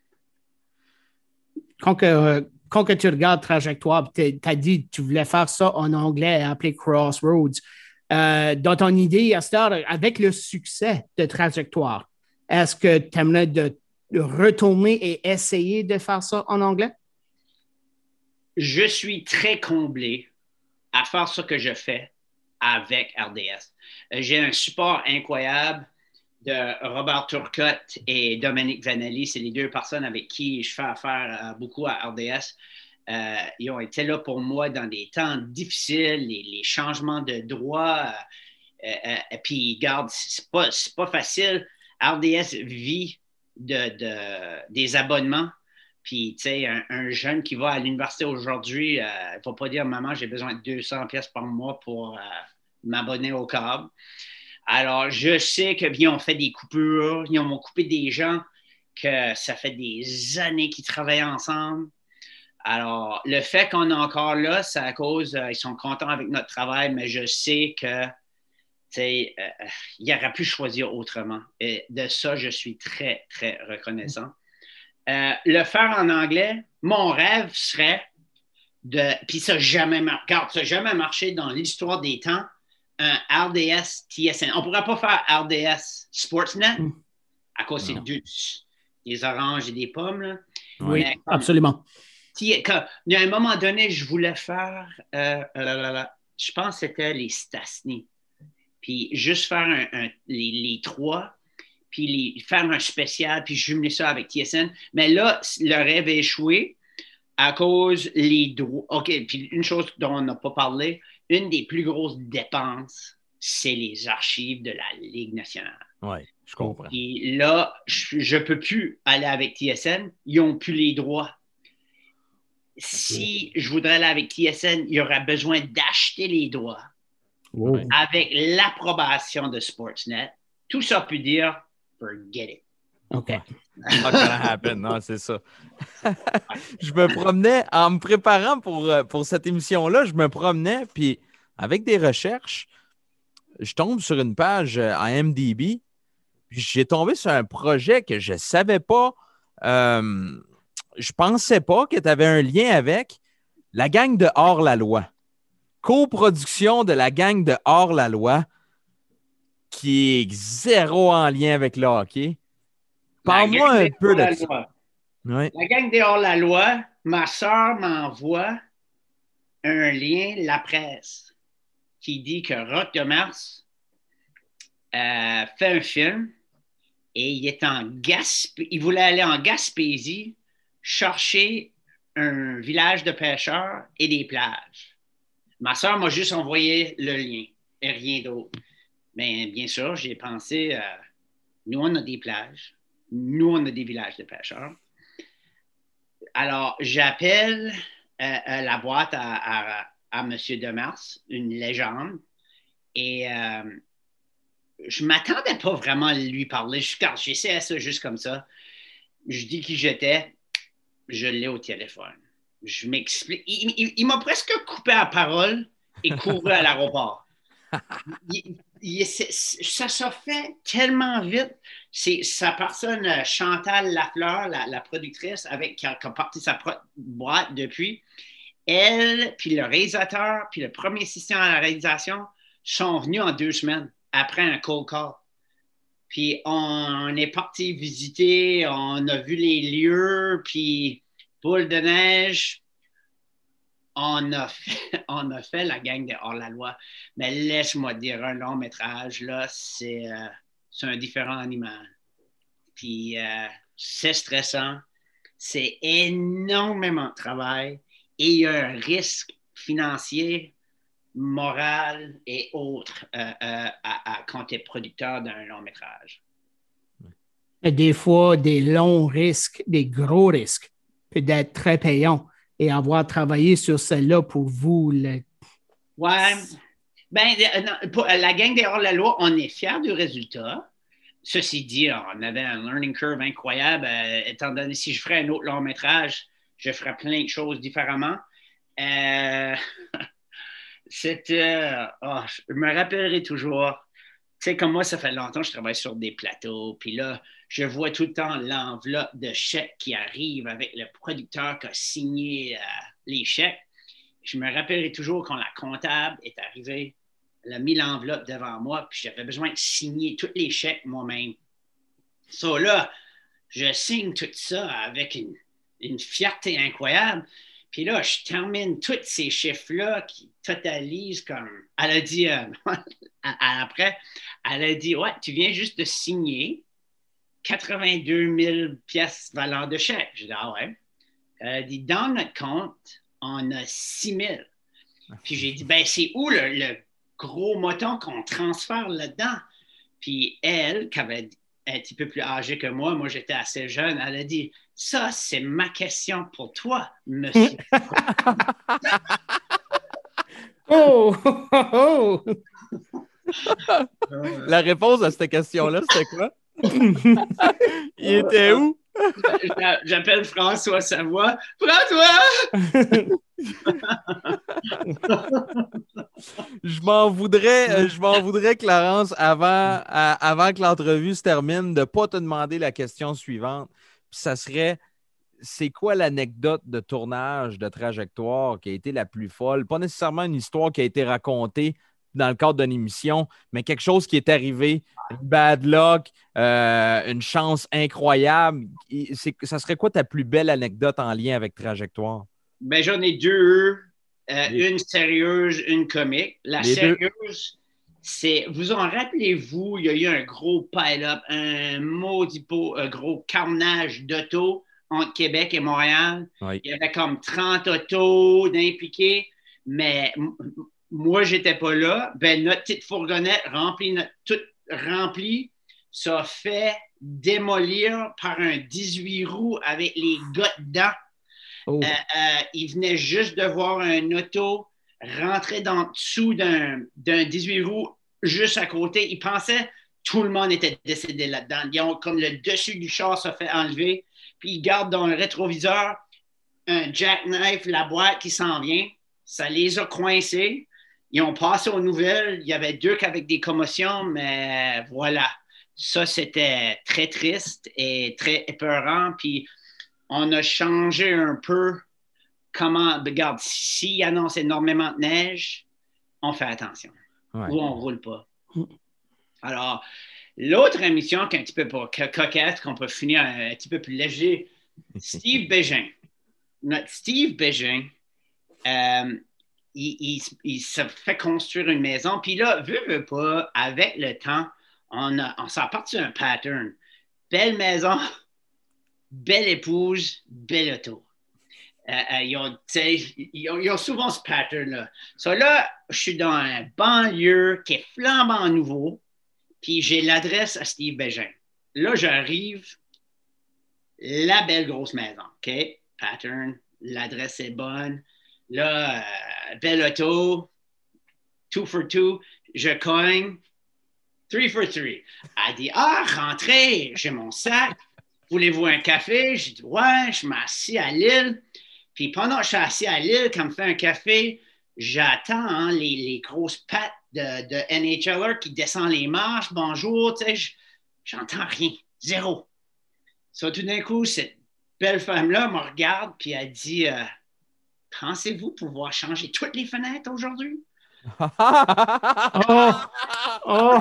Quand, que, quand que tu regardes Trajectoire, tu as dit que tu voulais faire ça en anglais, appelé Crossroads. Euh, dans ton idée, Esther, avec le succès de Trajectoire, est-ce que tu aimerais de, de retourner et essayer de faire ça en anglais? Je suis très comblé à faire ce que je fais avec R D S. J'ai un support incroyable de Robert Turcotte et Dominique Vanelli. C'est les deux personnes avec qui je fais affaire euh, beaucoup à R D S. Euh, ils ont été là pour moi dans des temps difficiles, les, les changements de droit. Euh, euh, et puis, regarde, c'est pas, c'est pas facile. R D S vit de, de, des abonnements. Puis, tu sais, un, un jeune qui va à l'université aujourd'hui, euh, il ne va pas dire « Maman, j'ai besoin de deux cents pièces par mois pour euh, m'abonner au câble. » Alors, je sais que bien, on fait des coupures, ils ont coupé des gens que ça fait des années qu'ils travaillent ensemble. Alors, le fait qu'on est encore là, c'est à cause, euh, ils sont contents avec notre travail, mais je sais que euh, il aurait pu choisir autrement. Et de ça, je suis très, très reconnaissant. Euh, le faire en anglais, mon rêve serait de... Puis ça n'a jamais, mar... jamais marché dans l'histoire des temps, un R D S T S N. On ne pourrait pas faire R D S Sportsnet mm. à cause c'est du, des oranges et des pommes. Là. Oui, mais, comme, absolument. Quand, il y a un moment donné, je voulais faire, euh, là, là, là, je pense que c'était les Stastny. Puis juste faire un, un, les, les trois, puis les, faire un spécial, puis jumeler ça avec T S N. Mais là, le rêve a échoué à cause les droits. OK, puis une chose dont on n'a pas parlé, une des plus grosses dépenses, c'est les archives de la Ligue nationale. Oui, je comprends. Et là, je ne peux plus aller avec T S N. Ils n'ont plus les droits. Si je voudrais aller avec T S N, il y aurait besoin d'acheter les droits oh. avec l'approbation de Sportsnet. Tout ça peut dire « forget it ». OK. Not gonna happen. Non, c'est ça. Je me promenais, en me préparant pour, pour cette émission-là, je me promenais, puis avec des recherches, je tombe sur une page I M D B, puis j'ai tombé sur un projet que je ne savais pas, euh, je pensais pas que tu avais un lien avec la gang de Hors-la-Loi. Coproduction de la gang de Hors-la-Loi, qui est zéro en lien avec le hockey. Parle-moi un peu de ça. Oui. La gang des Hors-la-Loi, ma soeur m'envoie un lien, la presse, qui dit que Roch de Mars euh, fait un film et il est en Gasp... il voulait aller en Gaspésie chercher un village de pêcheurs et des plages. Ma soeur m'a juste envoyé le lien et rien d'autre. Mais bien sûr, j'ai pensé, euh, nous, on a des plages. Nous, on a des villages de pêcheurs. Alors, j'appelle euh, euh, la boîte à, à, à M. Demers, une légende, et euh, je ne m'attendais pas vraiment à lui parler. Je, quand j'essayais ça juste comme ça, je dis qui j'étais, je l'ai au téléphone. Je m'explique. Il, il, il m'a presque coupé la parole et couru à l'aéroport. Il, il, ça se fait tellement vite. C'est sa personne, Chantal Lafleur, la, la productrice, avec, qui, a, qui a parti sa propre boîte depuis, elle, puis le réalisateur, puis le premier assistant à la réalisation sont venus en deux semaines après un cold call. Puis on est parti visiter, on a vu les lieux, puis boule de neige. On a, fait, on a fait la gang de Hors-la-Loi. Mais laisse-moi dire, un long métrage, là, c'est, euh, c'est un différent animal. Puis euh, c'est stressant. C'est énormément de travail. Et il y a un risque financier, moral et autres euh, euh, à, à, quand tu es producteur d'un long métrage. Et des fois, des longs risques, des gros risques, peut être très payants. Et avoir travaillé sur celle-là pour vous. Le... Ouais. Ben, pour la gang des Hors-la-Loi, on est fiers du résultat. Ceci dit, on avait un learning curve incroyable. Euh, étant donné, si je ferais un autre long métrage, je ferais plein de choses différemment. Euh, c'était. Oh, je me rappellerai toujours. Tu sais, comme moi, ça fait longtemps que je travaille sur des plateaux. Puis là, je vois tout le temps l'enveloppe de chèques qui arrive avec le producteur qui a signé euh, les chèques. Je me rappellerai toujours quand la comptable est arrivée, elle a mis l'enveloppe devant moi, puis j'avais besoin de signer tous les chèques moi-même. So là, je signe tout ça avec une, une fierté incroyable. Puis là, je termine tous ces chiffres-là qui totalisent comme... Elle a dit, euh, après, elle a dit, ouais, tu viens juste de signer quatre-vingt-deux mille pièces valeur de chèque. J'ai dit, ah ouais. Elle a dit, dans notre compte, on a six mille. Puis j'ai dit, ben c'est où le, le gros montant qu'on transfère là-dedans? Puis elle, qui avait un petit peu plus âgée que moi, moi j'étais assez jeune, elle a dit, ça c'est ma question pour toi, monsieur. oh, oh, oh. La réponse à cette question-là, c'était quoi? Il était où? J'appelle François Savoie. François! Je m'en voudrais, euh, je m'en voudrais, Clarence, avant, à- avant que l'entrevue se termine, de ne pas te demander la question suivante. Puis ça serait, c'est quoi l'anecdote de tournage de Trajectoire qui a été la plus folle? Pas nécessairement une histoire qui a été racontée dans le cadre d'une émission, mais quelque chose qui est arrivé, une bad luck, euh, une chance incroyable. Et c'est- ça serait quoi ta plus belle anecdote en lien avec Trajectoire? Ben, j'en ai deux. Euh, Les- Une sérieuse, une comique. La Les deux. sérieuse, c'est, vous en rappelez-vous, il y a eu un gros pile-up, un maudit beau, un gros carnage d'auto entre Québec et Montréal. Oui. Il y avait comme trente autos d'impliqués, mais m- m- moi, j'étais pas là. Ben, notre petite fourgonnette remplie, notre, toute remplie, ça a fait démolir par un dix-huit roues avec les gars dedans. Oh. Euh, euh, il venait juste de voir un auto rentrer dans le dessous d'un, d'un dix-huit roues juste à côté. Il pensait tout le monde était décédé là-dedans. Ils ont comme le dessus du char se fait enlever. Puis ils gardent dans le rétroviseur un jackknife, la boîte qui s'en vient. Ça les a coincés. Ils ont passé aux nouvelles. Il y avait deux avec des commotions, mais voilà. Ça, c'était très triste et très épeurant. Puis on a changé un peu comment. Regarde, s'il annonce énormément de neige, on fait attention. Ouais. Ou on ne roule pas. Alors, l'autre émission qui est un petit peu pour co- coquette, qu'on peut finir un, un petit peu plus léger, Steve Bégin. Notre Steve Bégin, euh, il, il, il se fait construire une maison. Puis là, veut, veut pas, avec le temps, on, a, on s'en part sur un pattern. Belle maison, belle épouse, belle auto. Euh, euh, ils, ont, ils, ont, ils ont souvent ce pattern-là. So là, je suis dans un banlieue qui est flambant nouveau, puis j'ai l'adresse à Steve Bégin. Là, j'arrive, la belle grosse maison, OK? Pattern, l'adresse est bonne. Là, euh, belle auto, two for two, je cogne, three for three. Elle dit, ah, rentrez, j'ai mon sac. Voulez-vous un café? J'ai dit, ouais, je m'assis à l'île. Puis pendant que je suis assis à l'île, quand on me fait un café, j'attends hein, les, les grosses pattes de, de N H L R qui descendent les marches. Bonjour, tu sais, j'entends rien. Zéro. Ça, tout d'un coup, cette belle femme-là me regarde puis elle dit euh, pensez-vous pouvoir changer toutes les fenêtres aujourd'hui? Oh! Oh!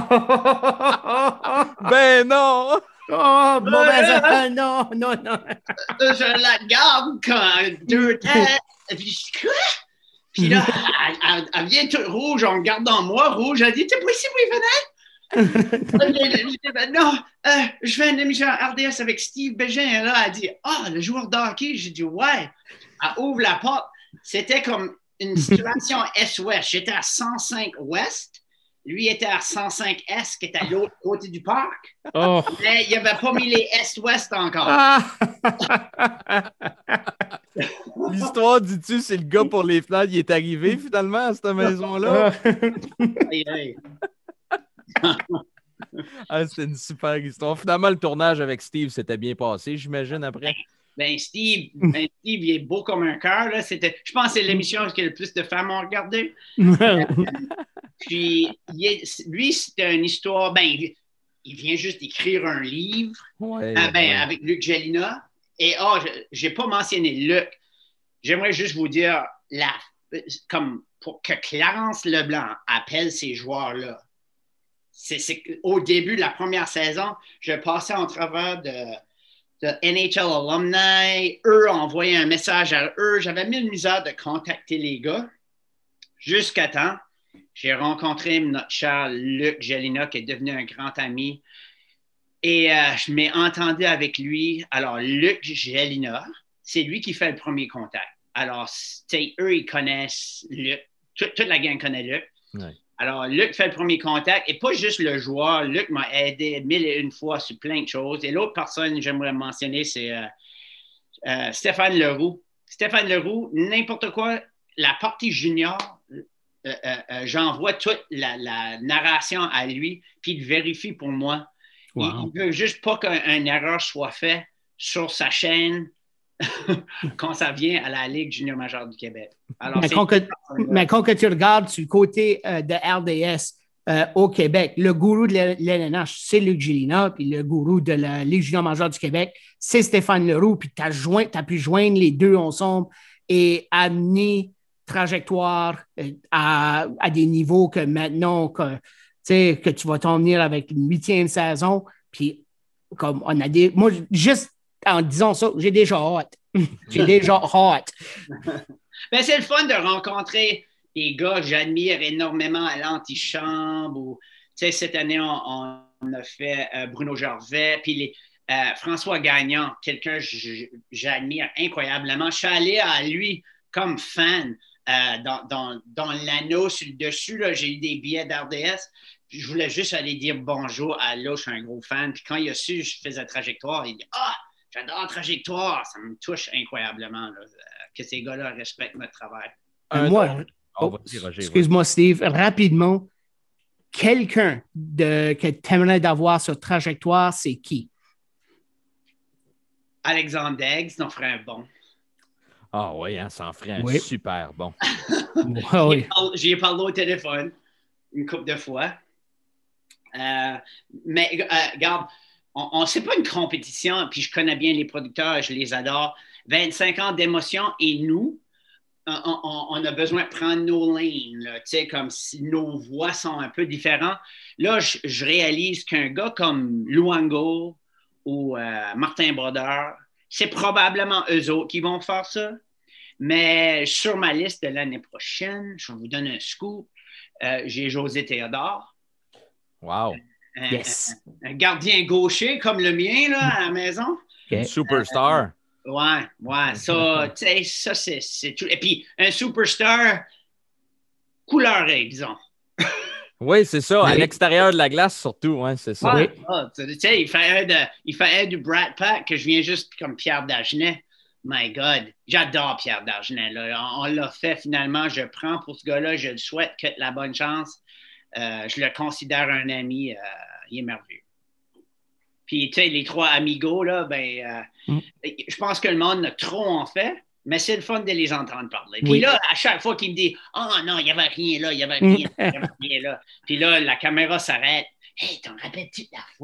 Ben non! Oh, mauvaise affaire, non, non, non. Je la regarde comme deux têtes. Puis je dis quoi? Puis là, elle, elle, elle vient toute rouge, on regarde dans moi, rouge. Elle dit, t'es pas ici pour les fenêtres? Je dis, ben non, euh, je fais une émission R D S avec Steve Bégin. Et là, elle dit, ah, oh, le joueur de hockey. J'ai dit, ouais. Elle ouvre la porte. C'était comme une situation Est-Ouest. J'étais à cent cinq Ouest. Lui était à cent cinq Est, qui est à l'autre côté du parc. Oh. Mais il n'avait pas mis les Est-Ouest encore. Ah. L'histoire, dis-tu, c'est le gars pour les fenêtres, il est arrivé finalement à cette maison-là? Hey, hey. Ah, c'était une super histoire. Finalement, le tournage avec Steve s'était bien passé, j'imagine, après. Ben, Steve, ben, Steve, il est beau comme un cœur. Là. C'était, je pense que c'est l'émission que le plus de femmes ont regardé. Puis, il est, lui, c'était une histoire. Ben, il, il vient juste d'écrire un livre Ouais, euh, ben, ouais. avec Luc Gélina. Et oh, je n'ai pas mentionné Luc. J'aimerais juste vous dire, la, comme pour que Clarence Leblanc appelle ces joueurs-là. C'est, c'est, au début de la première saison, je passais en travers de. de N H L Alumni, eux ont envoyé un message à eux. J'avais mis une misère de contacter les gars. Jusqu'à temps, j'ai rencontré notre cher Luc Gélina, qui est devenu un grand ami. Et euh, je m'ai entendu avec lui. Alors, Luc Gélina, c'est lui qui fait le premier contact. Alors, eux, ils connaissent Luc. Toute, toute la gang connaît Luc. Ouais. Alors, Luc fait le premier contact, et pas juste le joueur. Luc m'a aidé mille et une fois sur plein de choses. Et l'autre personne que j'aimerais mentionner, c'est euh, euh, Stéphane Leroux. Stéphane Leroux, n'importe quoi, la partie junior, euh, euh, euh, j'envoie toute la, la narration à lui, puis il vérifie pour moi. Wow. Il ne veut juste pas qu'une erreur soit faite sur sa chaîne quand ça vient à la Ligue junior majeure du Québec. Alors, mais, quand que, mais quand que tu regardes sur le côté euh, de R D S euh, au Québec, le gourou de l'L N H, c'est Luc Gélina, puis le gourou de la Ligue junior majeure du Québec, c'est Stéphane Leroux, puis tu as, as pu joindre les deux ensemble et amener trajectoire euh, à, à des niveaux que maintenant, que, que tu vas t'en venir avec une huitième saison, puis comme on a des... Moi, juste en disant ça, j'ai déjà hâte. J'ai déjà hâte. Ben, c'est le fun de rencontrer des gars que j'admire énormément à l'antichambre. Ou, cette année, on, on a fait euh, Bruno Gervais, puis les, euh, François Gagnon, quelqu'un que j'admire incroyablement. Je suis allé à lui comme fan euh, dans, dans, dans l'anneau sur le dessus. Là, j'ai eu des billets d'R D S. Puis je voulais juste aller dire bonjour à là, je suis un gros fan. Puis quand il a su que je faisais Trajectoire, il dit « Ah, j'adore Trajectoire! » Ça me touche incroyablement là, que ces gars-là respectent notre travail. Euh, moi, oh, excuse-moi, Steve, rapidement, quelqu'un de, que tu aimerais d'avoir sur Trajectoire, c'est qui? Alexandre Deggs, ça en ferait un bon. Ah oui, hein, ça en ferait un oui. super bon. oh, oui. J'y ai parlé au téléphone une couple de fois. Euh, mais euh, regarde, on, on c'est pas une compétition, puis je connais bien les producteurs, je les adore. vingt-cinq ans d'émotion et nous, on, on, on a besoin de prendre nos lanes, tu sais, comme si nos voix sont un peu différentes. Là, je, je réalise qu'un gars comme Luango ou euh, Martin Brodeur, c'est probablement eux autres qui vont faire ça. Mais sur ma liste de l'année prochaine, je vous donne un scoop, euh, j'ai José Théodore. Wow. Un, yes. un, un gardien gaucher comme le mien là, à la maison. Okay. Superstar. Euh, ouais, ouais. Ça, tu sais, ça c'est, c'est tout. Et puis, un superstar couleur-rée, disons. Oui, c'est ça. Oui. À l'extérieur de la glace, surtout. Ouais, c'est ça. Ouais, ah, tu sais, il fait un de, il fait un du Brat Pack que je viens juste comme Pierre Dagenet. My God, j'adore Pierre Dagenet. Là. On, on l'a fait finalement. Je prends pour ce gars-là. Je le souhaite que la bonne chance. Euh, je le considère un ami. Euh, il est merveilleux. Puis, tu sais, les trois amigos, là, ben, euh, mm. je pense que le monde a trop en fait, mais c'est le fun de les entendre parler. Puis oui. Là, à chaque fois qu'il me dit « Ah oh, non, il n'y avait rien là, il n'y avait rien, il n'y avait rien là. » Puis là, la caméra s'arrête. « Hey, t'en rappelles-tu de la fois? »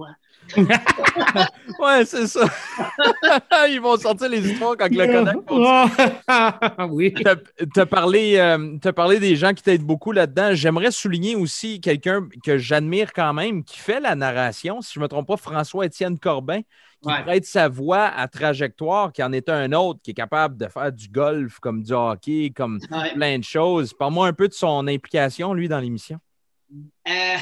Ouais, c'est ça. Ils vont sortir les histoires quand le Kodak. Oui. Tu as parlé, euh, t'as parlé des gens qui t'aident beaucoup là-dedans. J'aimerais souligner aussi quelqu'un que j'admire quand même, qui fait la narration, si je ne me trompe pas, François-Étienne Corbin, qui ouais. prête sa voix à Trajectoire, qui en est un autre, qui est capable de faire du golf, comme du hockey, comme ouais. plein de choses. Parle-moi un peu de son implication, lui, dans l'émission. Euh...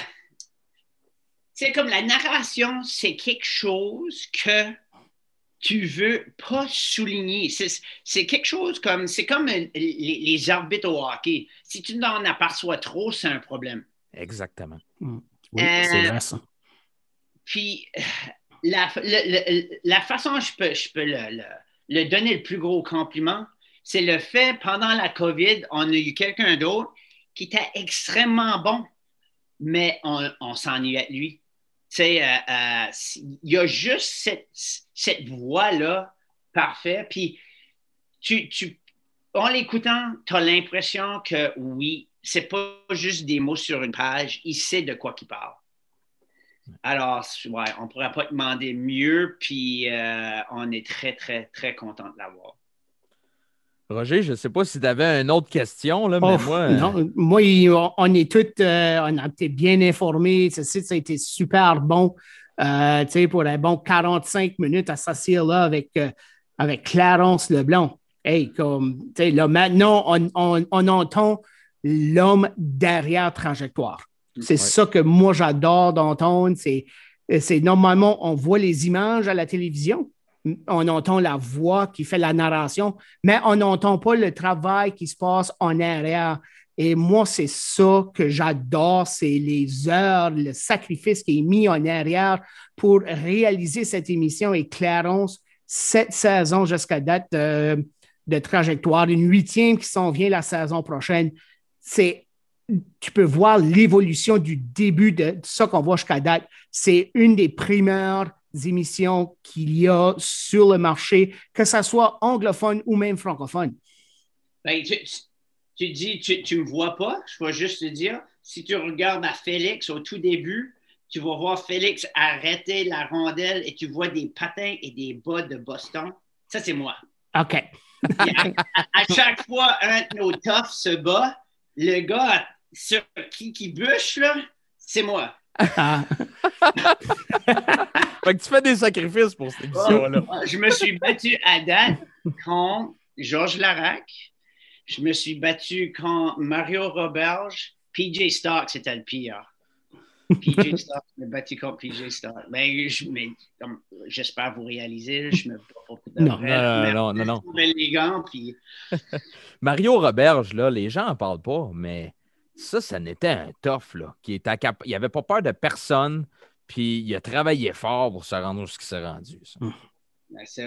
C'est comme la narration, c'est quelque chose que tu veux pas souligner. C'est, c'est quelque chose comme, c'est comme les, les arbitres au hockey. Si tu n'en aperçois trop, c'est un problème. Exactement. Mmh. Oui, euh, c'est vrai ça. Puis, la, le, le, la façon dont je peux, je peux le, le, le donner le plus gros compliment, c'est le fait, pendant la COVID, on a eu quelqu'un d'autre qui était extrêmement bon, mais on, on s'ennuyait de lui. Tu sais, il euh, euh, y a juste cette, cette voix-là, parfait. Puis, tu, tu, en l'écoutant, tu as l'impression que oui, c'est pas juste des mots sur une page, il sait de quoi qu'il parle. Alors, ouais, on ne pourrait pas demander mieux, puis euh, on est très, très, très content de l'avoir. Roger, je ne sais pas si tu avais une autre question, là, mais oh, moi... Non, euh... moi, on est tous, euh, on a été bien informés. Ce site, ça a été super bon. Euh, tu sais, pour un bon quarante-cinq minutes à s'asseoir là avec, euh, avec Clarence Leblanc. Hey, comme, tu sais, là, maintenant, on, on, on entend l'homme derrière Trajectoire. C'est ouais. ça que moi, j'adore d'entendre. C'est, c'est normalement, on voit les images à la télévision. On entend la voix qui fait la narration, mais on n'entend pas le travail qui se passe en arrière. Et moi, c'est ça que j'adore, c'est les heures, le sacrifice qui est mis en arrière pour réaliser cette émission. Et Clarence, cette saison jusqu'à date euh, de Trajectoire, une huitième qui s'en vient la saison prochaine, c'est, tu peux voir l'évolution du début de ça qu'on voit jusqu'à date. C'est une des primeurs émissions qu'il y a sur le marché, que ce soit anglophone ou même francophone. Ben, tu, tu dis, tu, tu me vois pas, je vais juste te dire, si tu regardes à Félix au tout début, tu vas voir Félix arrêter la rondelle et tu vois des patins et des bas de Boston. Ça, c'est moi. OK. À, à, à chaque fois, un de nos toughs se bat, le gars sur qui, qui bûche, là, c'est moi. Ah. Fait que tu fais des sacrifices pour cette émission-là. Je me suis battu à date contre Georges Larac. Je me suis battu contre Mario Roberge. P J Stark, c'était le pire. P J Stark, je me battu contre P J Stark. Mais, je, mais comme, j'espère vous réaliser, je me bats pour tout de Non, non, non, non, non. Les gants, puis... Mario Roberge, là, les gens n'en parlent pas, mais ça, ça n'était un tough, là, qui était cap... Il n'avait pas peur de personne, puis il a travaillé fort pour se rendre où il s'est rendu. Ça. C'est,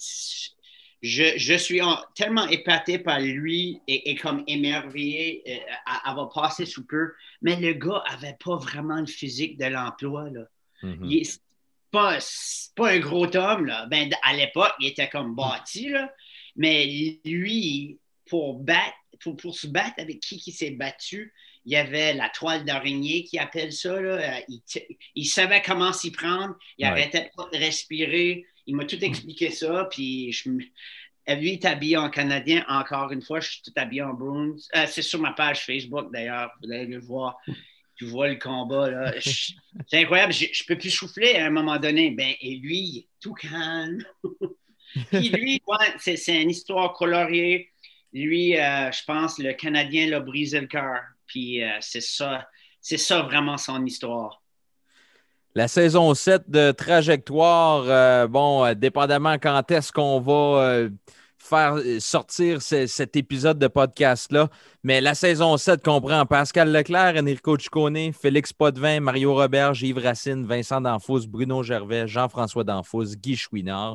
je, je suis en, tellement épaté par lui et, et comme émerveillé euh, à avoir passé sous peu, mais le gars n'avait pas vraiment le physique de l'emploi. Là. Mm-hmm. Il n'est pas, pas un gros homme. Là. Ben, à l'époque, il était comme bâti, là, mais lui, pour, battre, pour, pour se battre avec qui il s'est battu, il y avait la toile d'araignée qui appelle ça. Là. Il, il savait comment s'y prendre. Il ouais. arrêtait pas de respirer. Il m'a tout expliqué ça. Puis je, lui, il est habillé en Canadien. Encore une fois, je suis tout habillé en Bruins. Euh, c'est sur ma page Facebook, d'ailleurs. Vous allez le voir. Tu vois le combat. Là. Je, c'est incroyable. Je ne peux plus souffler à un moment donné. Ben, et lui, il est tout calme. Puis lui, ouais, c'est, c'est une histoire colorée. Lui, euh, je pense, le Canadien l'a brisé le cœur. Puis euh, c'est ça, c'est ça vraiment son histoire. La saison sept de Trajectoire, euh, bon, euh, dépendamment quand est-ce qu'on va euh, faire sortir c- cet épisode de podcast-là, mais la saison sept comprend Pascal Leclerc, Enrico Ciccone, Félix Potvin, Mario Roberge, Yves Racine, Vincent Danfous, Bruno Gervais, Jean-François Danfous, Guy Chouinard.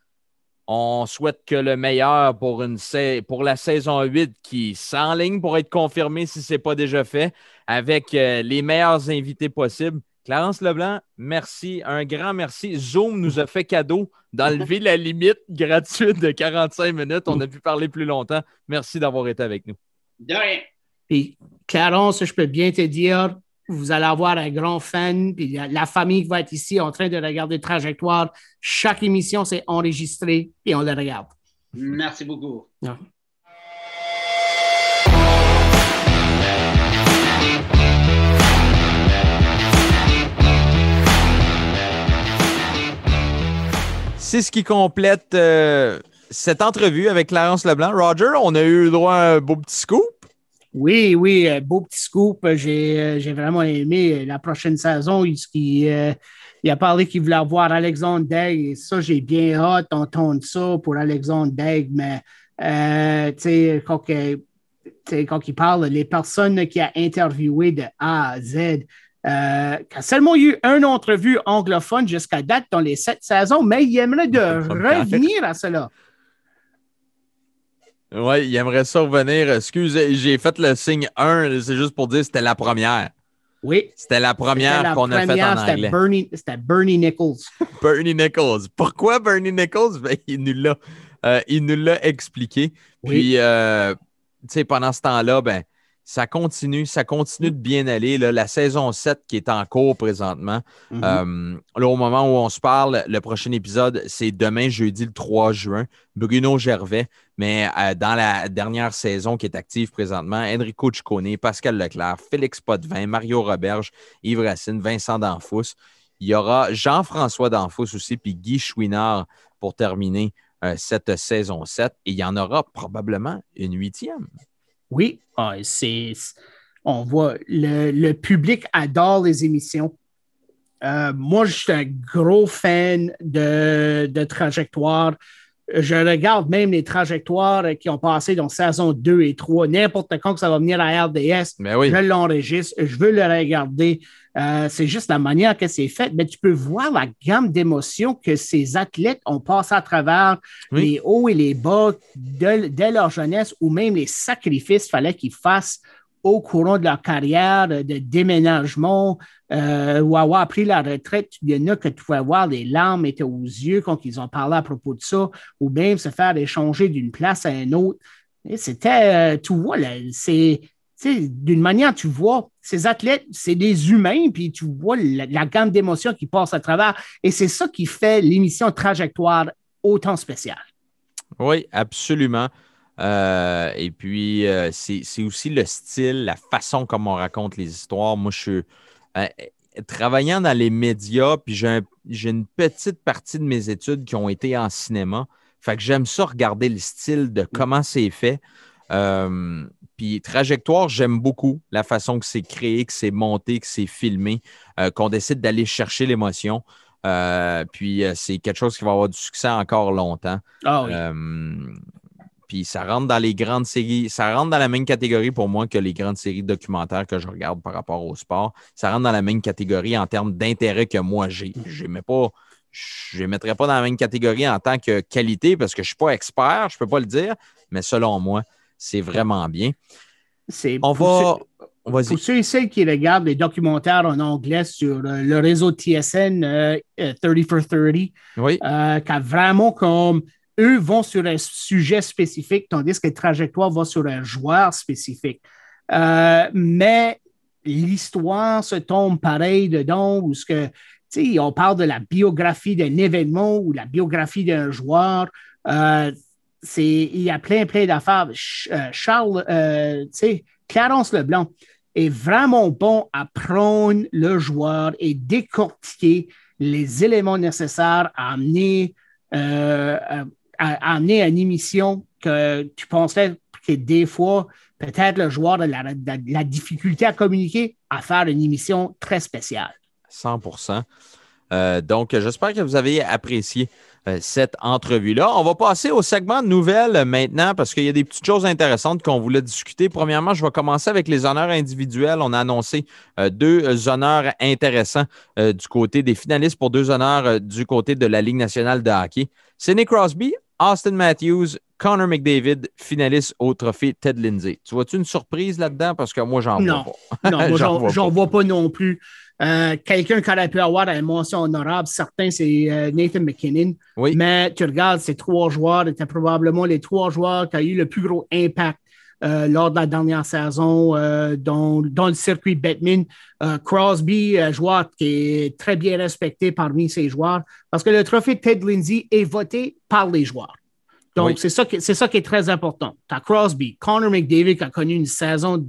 On souhaite que le meilleur pour, une sa- pour la saison huit qui s'enligne pour être confirmé si ce n'est pas déjà fait, avec euh, les meilleurs invités possibles. Clarence Leblanc, merci. Un grand merci. Zoom nous a fait cadeau d'enlever la limite gratuite de quarante-cinq minutes. On a pu parler plus longtemps. Merci d'avoir été avec nous. De rien. Puis, Clarence, je peux bien te dire, vous allez avoir un grand fan. Puis la famille qui va être ici en train de regarder Trajectoire. Chaque émission, c'est enregistré et on le regarde. Merci beaucoup. Ouais. C'est ce qui complète euh, cette entrevue avec Clarence Leblanc. Roger, on a eu le droit à un beau petit scoop. Oui, oui, beau petit scoop. J'ai, j'ai vraiment aimé la prochaine saison. Il, il, euh, il a parlé qu'il voulait avoir Alexandre Daigle. Et ça, j'ai bien hâte d'entendre ça pour Alexandre Daigle. Mais, euh, tu sais, quand, quand il parle, les personnes qu'il a interviewées de A à Z, Euh, il a seulement eu une entrevue anglophone jusqu'à date dans les sept saisons, mais il aimerait de revenir à cela. Oui, il aimerait ça revenir. Excusez, j'ai fait le signe un, c'est juste pour dire que c'était la première. Oui. C'était la première c'était la qu'on première, a faite en c'était anglais. Bernie, c'était Bernie Nichols. Bernie Nichols. Pourquoi Bernie Nichols? Ben, il nous l'a, euh, il nous l'a expliqué. Oui. Puis, euh, tu sais, pendant ce temps-là, ben, ça continue, ça continue de bien aller. Là, la saison sept qui est en cours présentement. Mm-hmm. Euh, là, au moment où on se parle, le prochain épisode, c'est demain, jeudi, le trois juin. Bruno Gervais, mais euh, dans la dernière saison qui est active présentement, Enrico Ciccone, Pascal Leclerc, Félix Potvin, Mario Roberge, Yves Racine, Vincent Danfous. Il y aura Jean-François Danfous aussi, puis Guy Chouinard pour terminer euh, cette saison sept. Et il y en aura probablement une huitième. Oui, ah, c'est, on voit, le, le public adore les émissions. Euh, moi, je suis un gros fan de, de Trajectoire. Je regarde même les trajectoires qui ont passé dans saison deux et trois. N'importe quand que ça va venir à R D S, mais oui. Je l'enregistre, je veux le regarder. Euh, c'est juste la manière que c'est fait. Mais tu peux voir la gamme d'émotions que ces athlètes ont passé à travers, oui. Les hauts et les bas de, de leur jeunesse ou même les sacrifices qu'il fallait qu'ils fassent au courant de leur carrière de déménagement euh, ou avoir pris la retraite, il y en a que tu pouvais voir les larmes étaient aux yeux quand ils ont parlé à propos de ça, ou même se faire échanger d'une place à une autre. Et c'était, euh, tu vois, là, c'est, d'une manière, tu vois, ces athlètes, c'est des humains, puis tu vois la, la gamme d'émotions qui passent à travers. Et c'est ça qui fait l'émission Trajectoire autant spéciale. Oui, absolument. Euh, et puis, euh, c'est, c'est aussi le style, la façon comme on raconte les histoires. Moi, je suis euh, travaillant dans les médias, puis j'ai, un, j'ai une petite partie de mes études qui ont été en cinéma. Fait que j'aime ça regarder le style de comment c'est fait. Euh, puis Trajectoire, j'aime beaucoup la façon que c'est créé, que c'est monté, que c'est filmé, euh, qu'on décide d'aller chercher l'émotion. Euh, puis euh, c'est quelque chose qui va avoir du succès encore longtemps. Ah oui. Euh, puis ça rentre dans les grandes séries, ça rentre dans la même catégorie pour moi que les grandes séries documentaires que je regarde par rapport au sport. Ça rentre dans la même catégorie en termes d'intérêt que moi j'ai. J'aimais pas. Je ne les mettrais pas dans la même catégorie en tant que qualité parce que je ne suis pas expert, je ne peux pas le dire, mais selon moi, c'est vraiment bien. C'est On va. Ceux, vas-y. Pour ceux et celles qui regardent les documentaires en anglais sur euh, le réseau T S N euh, thirty for thirty, oui. euh, qui a vraiment comme eux vont sur un sujet spécifique, tandis que Trajectoire va sur un joueur spécifique. Euh, mais l'histoire se tombe pareil dedans, où ce que. T'sais, on parle de la biographie d'un événement ou la biographie d'un joueur. Euh, c'est, il y a plein, plein d'affaires. Ch- euh, Charles, euh, Clarence Leblanc est vraiment bon à prendre le joueur et décortiquer les éléments nécessaires à amener, euh, à, à amener à une émission que tu pensais que des fois, peut-être le joueur a la, la, la difficulté à communiquer, à faire une émission très spéciale. cent pour cent. Euh, donc, j'espère que vous avez apprécié euh, cette entrevue-là. On va passer au segment de nouvelles maintenant parce qu'il y a des petites choses intéressantes qu'on voulait discuter. Premièrement, je vais commencer avec les honneurs individuels. On a annoncé euh, deux honneurs intéressants euh, du côté des finalistes pour deux honneurs euh, du côté de la Ligue nationale de hockey. Sidney Crosby, Austin Matthews, Connor McDavid, finaliste au trophée Ted Lindsay. Tu vois-tu une surprise là-dedans? Parce que moi, j'en non. vois pas. Non, moi, j'en, j'en vois pas non plus. Euh, quelqu'un qui aurait pu avoir une mention honorable, certains, c'est euh, Nathan McKinnon. Oui. Mais tu regardes, ces trois joueurs étaient probablement les trois joueurs qui ont eu le plus gros impact euh, lors de la dernière saison euh, dans, dans le circuit Bettman. Euh, Crosby, un joueur qui est très bien respecté parmi ces joueurs, parce que le trophée Ted Lindsay est voté par les joueurs. Donc, oui. c'est, ça qui, c'est ça qui est très important. Tu as Crosby, Connor McDavid qui a connu une saison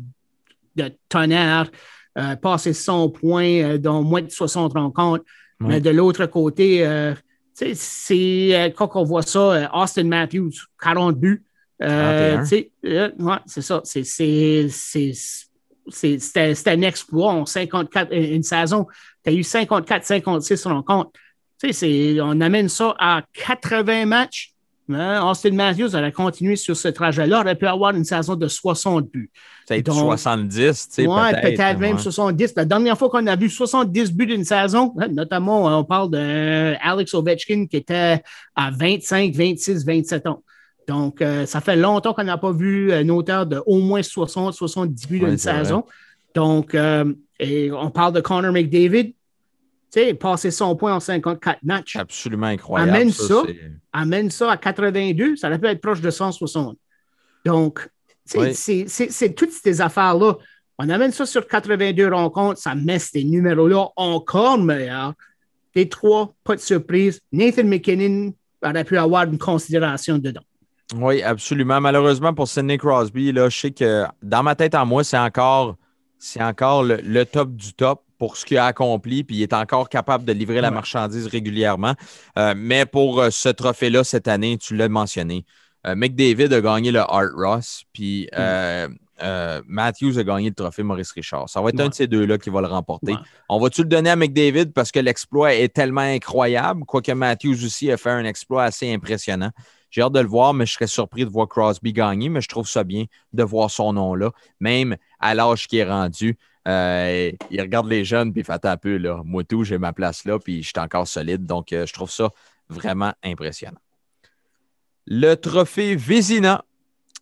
de tonnerre, euh, passé cent points euh, dans moins de soixante rencontres. Oui. Mais de l'autre côté, euh, c'est euh, quand on voit ça, euh, Austin Matthews, quarante buts. Euh, euh, ouais, c'est ça. C'est, c'est, c'est, c'est, c'était, c'était un exploit en cinquante-quatre, une saison. Tu as eu cinquante-quatre cinquante-six rencontres. C'est, on amène ça à quatre-vingts matchs. Hein? Austin Matthews aurait continué sur ce trajet-là, aurait pu avoir une saison de soixante buts. Peut-être Donc, soixante-dix, tu sais, ouais, peut-être. peut-être même ouais. soixante-dix. La dernière fois qu'on a vu soixante-dix buts d'une saison, notamment, on parle d'Alex Ovechkin qui était à vingt-cinq, vingt-six, vingt-sept ans. Donc, euh, ça fait longtemps qu'on n'a pas vu un auteur de au moins soixante, soixante-dix buts ouais, d'une saison. Vrai. Donc, euh, et on parle de Connor McDavid. Tu sais, passer son point en cinquante-quatre matchs. Absolument incroyable. Amène ça, ça amène ça à quatre-vingt-deux, ça aurait pu être proche de cent soixante. Donc, oui. c'est, c'est, c'est toutes ces affaires-là. On amène ça sur quatre-vingt-deux rencontres, ça met ces numéros-là encore meilleurs. Les trois, pas de surprise. Nathan McKinnon aurait pu avoir une considération dedans. Oui, absolument. Malheureusement pour Sidney Crosby, là, je sais que dans ma tête à moi, c'est encore, c'est encore le, le top du top pour ce qu'il a accompli, puis il est encore capable de livrer la marchandise régulièrement. Euh, mais pour euh, ce trophée-là, cette année, tu l'as mentionné, euh, McDavid a gagné le Art Ross, puis euh, euh, Matthews a gagné le trophée Maurice Richard. Ça va être ouais. un de ces deux-là qui va le remporter. Ouais. On va-tu le donner à McDavid parce que l'exploit est tellement incroyable, quoique Matthews aussi a fait un exploit assez impressionnant. J'ai hâte de le voir, mais je serais surpris de voir Crosby gagner, mais je trouve ça bien de voir son nom-là, même à l'âge qu'il est rendu. Euh, il regarde les jeunes, puis il fait attends un peu, là. Moi tout, j'ai ma place là, puis je suis encore solide. Donc, euh, je trouve ça vraiment impressionnant. Le trophée Vézina.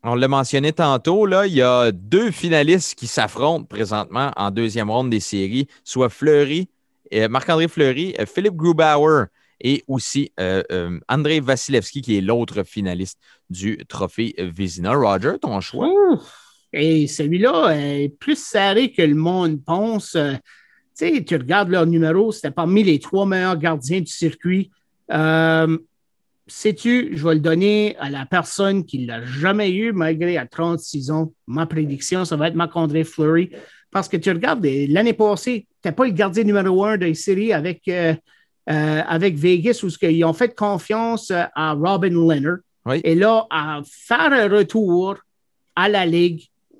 On l'a mentionné tantôt, là, il y a deux finalistes qui s'affrontent présentement en deuxième ronde des séries, soit Fleury, euh, Marc-André Fleury, euh, Philippe Grubauer et aussi euh, euh, Andrei Vasilevski, qui est l'autre finaliste du trophée Vézina. Roger, ton choix? Ouh. Et celui-là est plus serré que le monde pense. Euh, tu sais, tu regardes leur numéro, c'était parmi les trois meilleurs gardiens du circuit. Euh, Sais-tu, je vais le donner à la personne qui ne l'a jamais eu, malgré à trente-six ans. Ma prédiction, ça va être Marc-André Fleury. Parce que tu regardes, l'année passée, tu n'es pas le gardien numéro un des séries avec, euh, euh, avec Vegas, où ils ont fait confiance à Robin Leonard. Oui. Et là, à faire un retour à la Ligue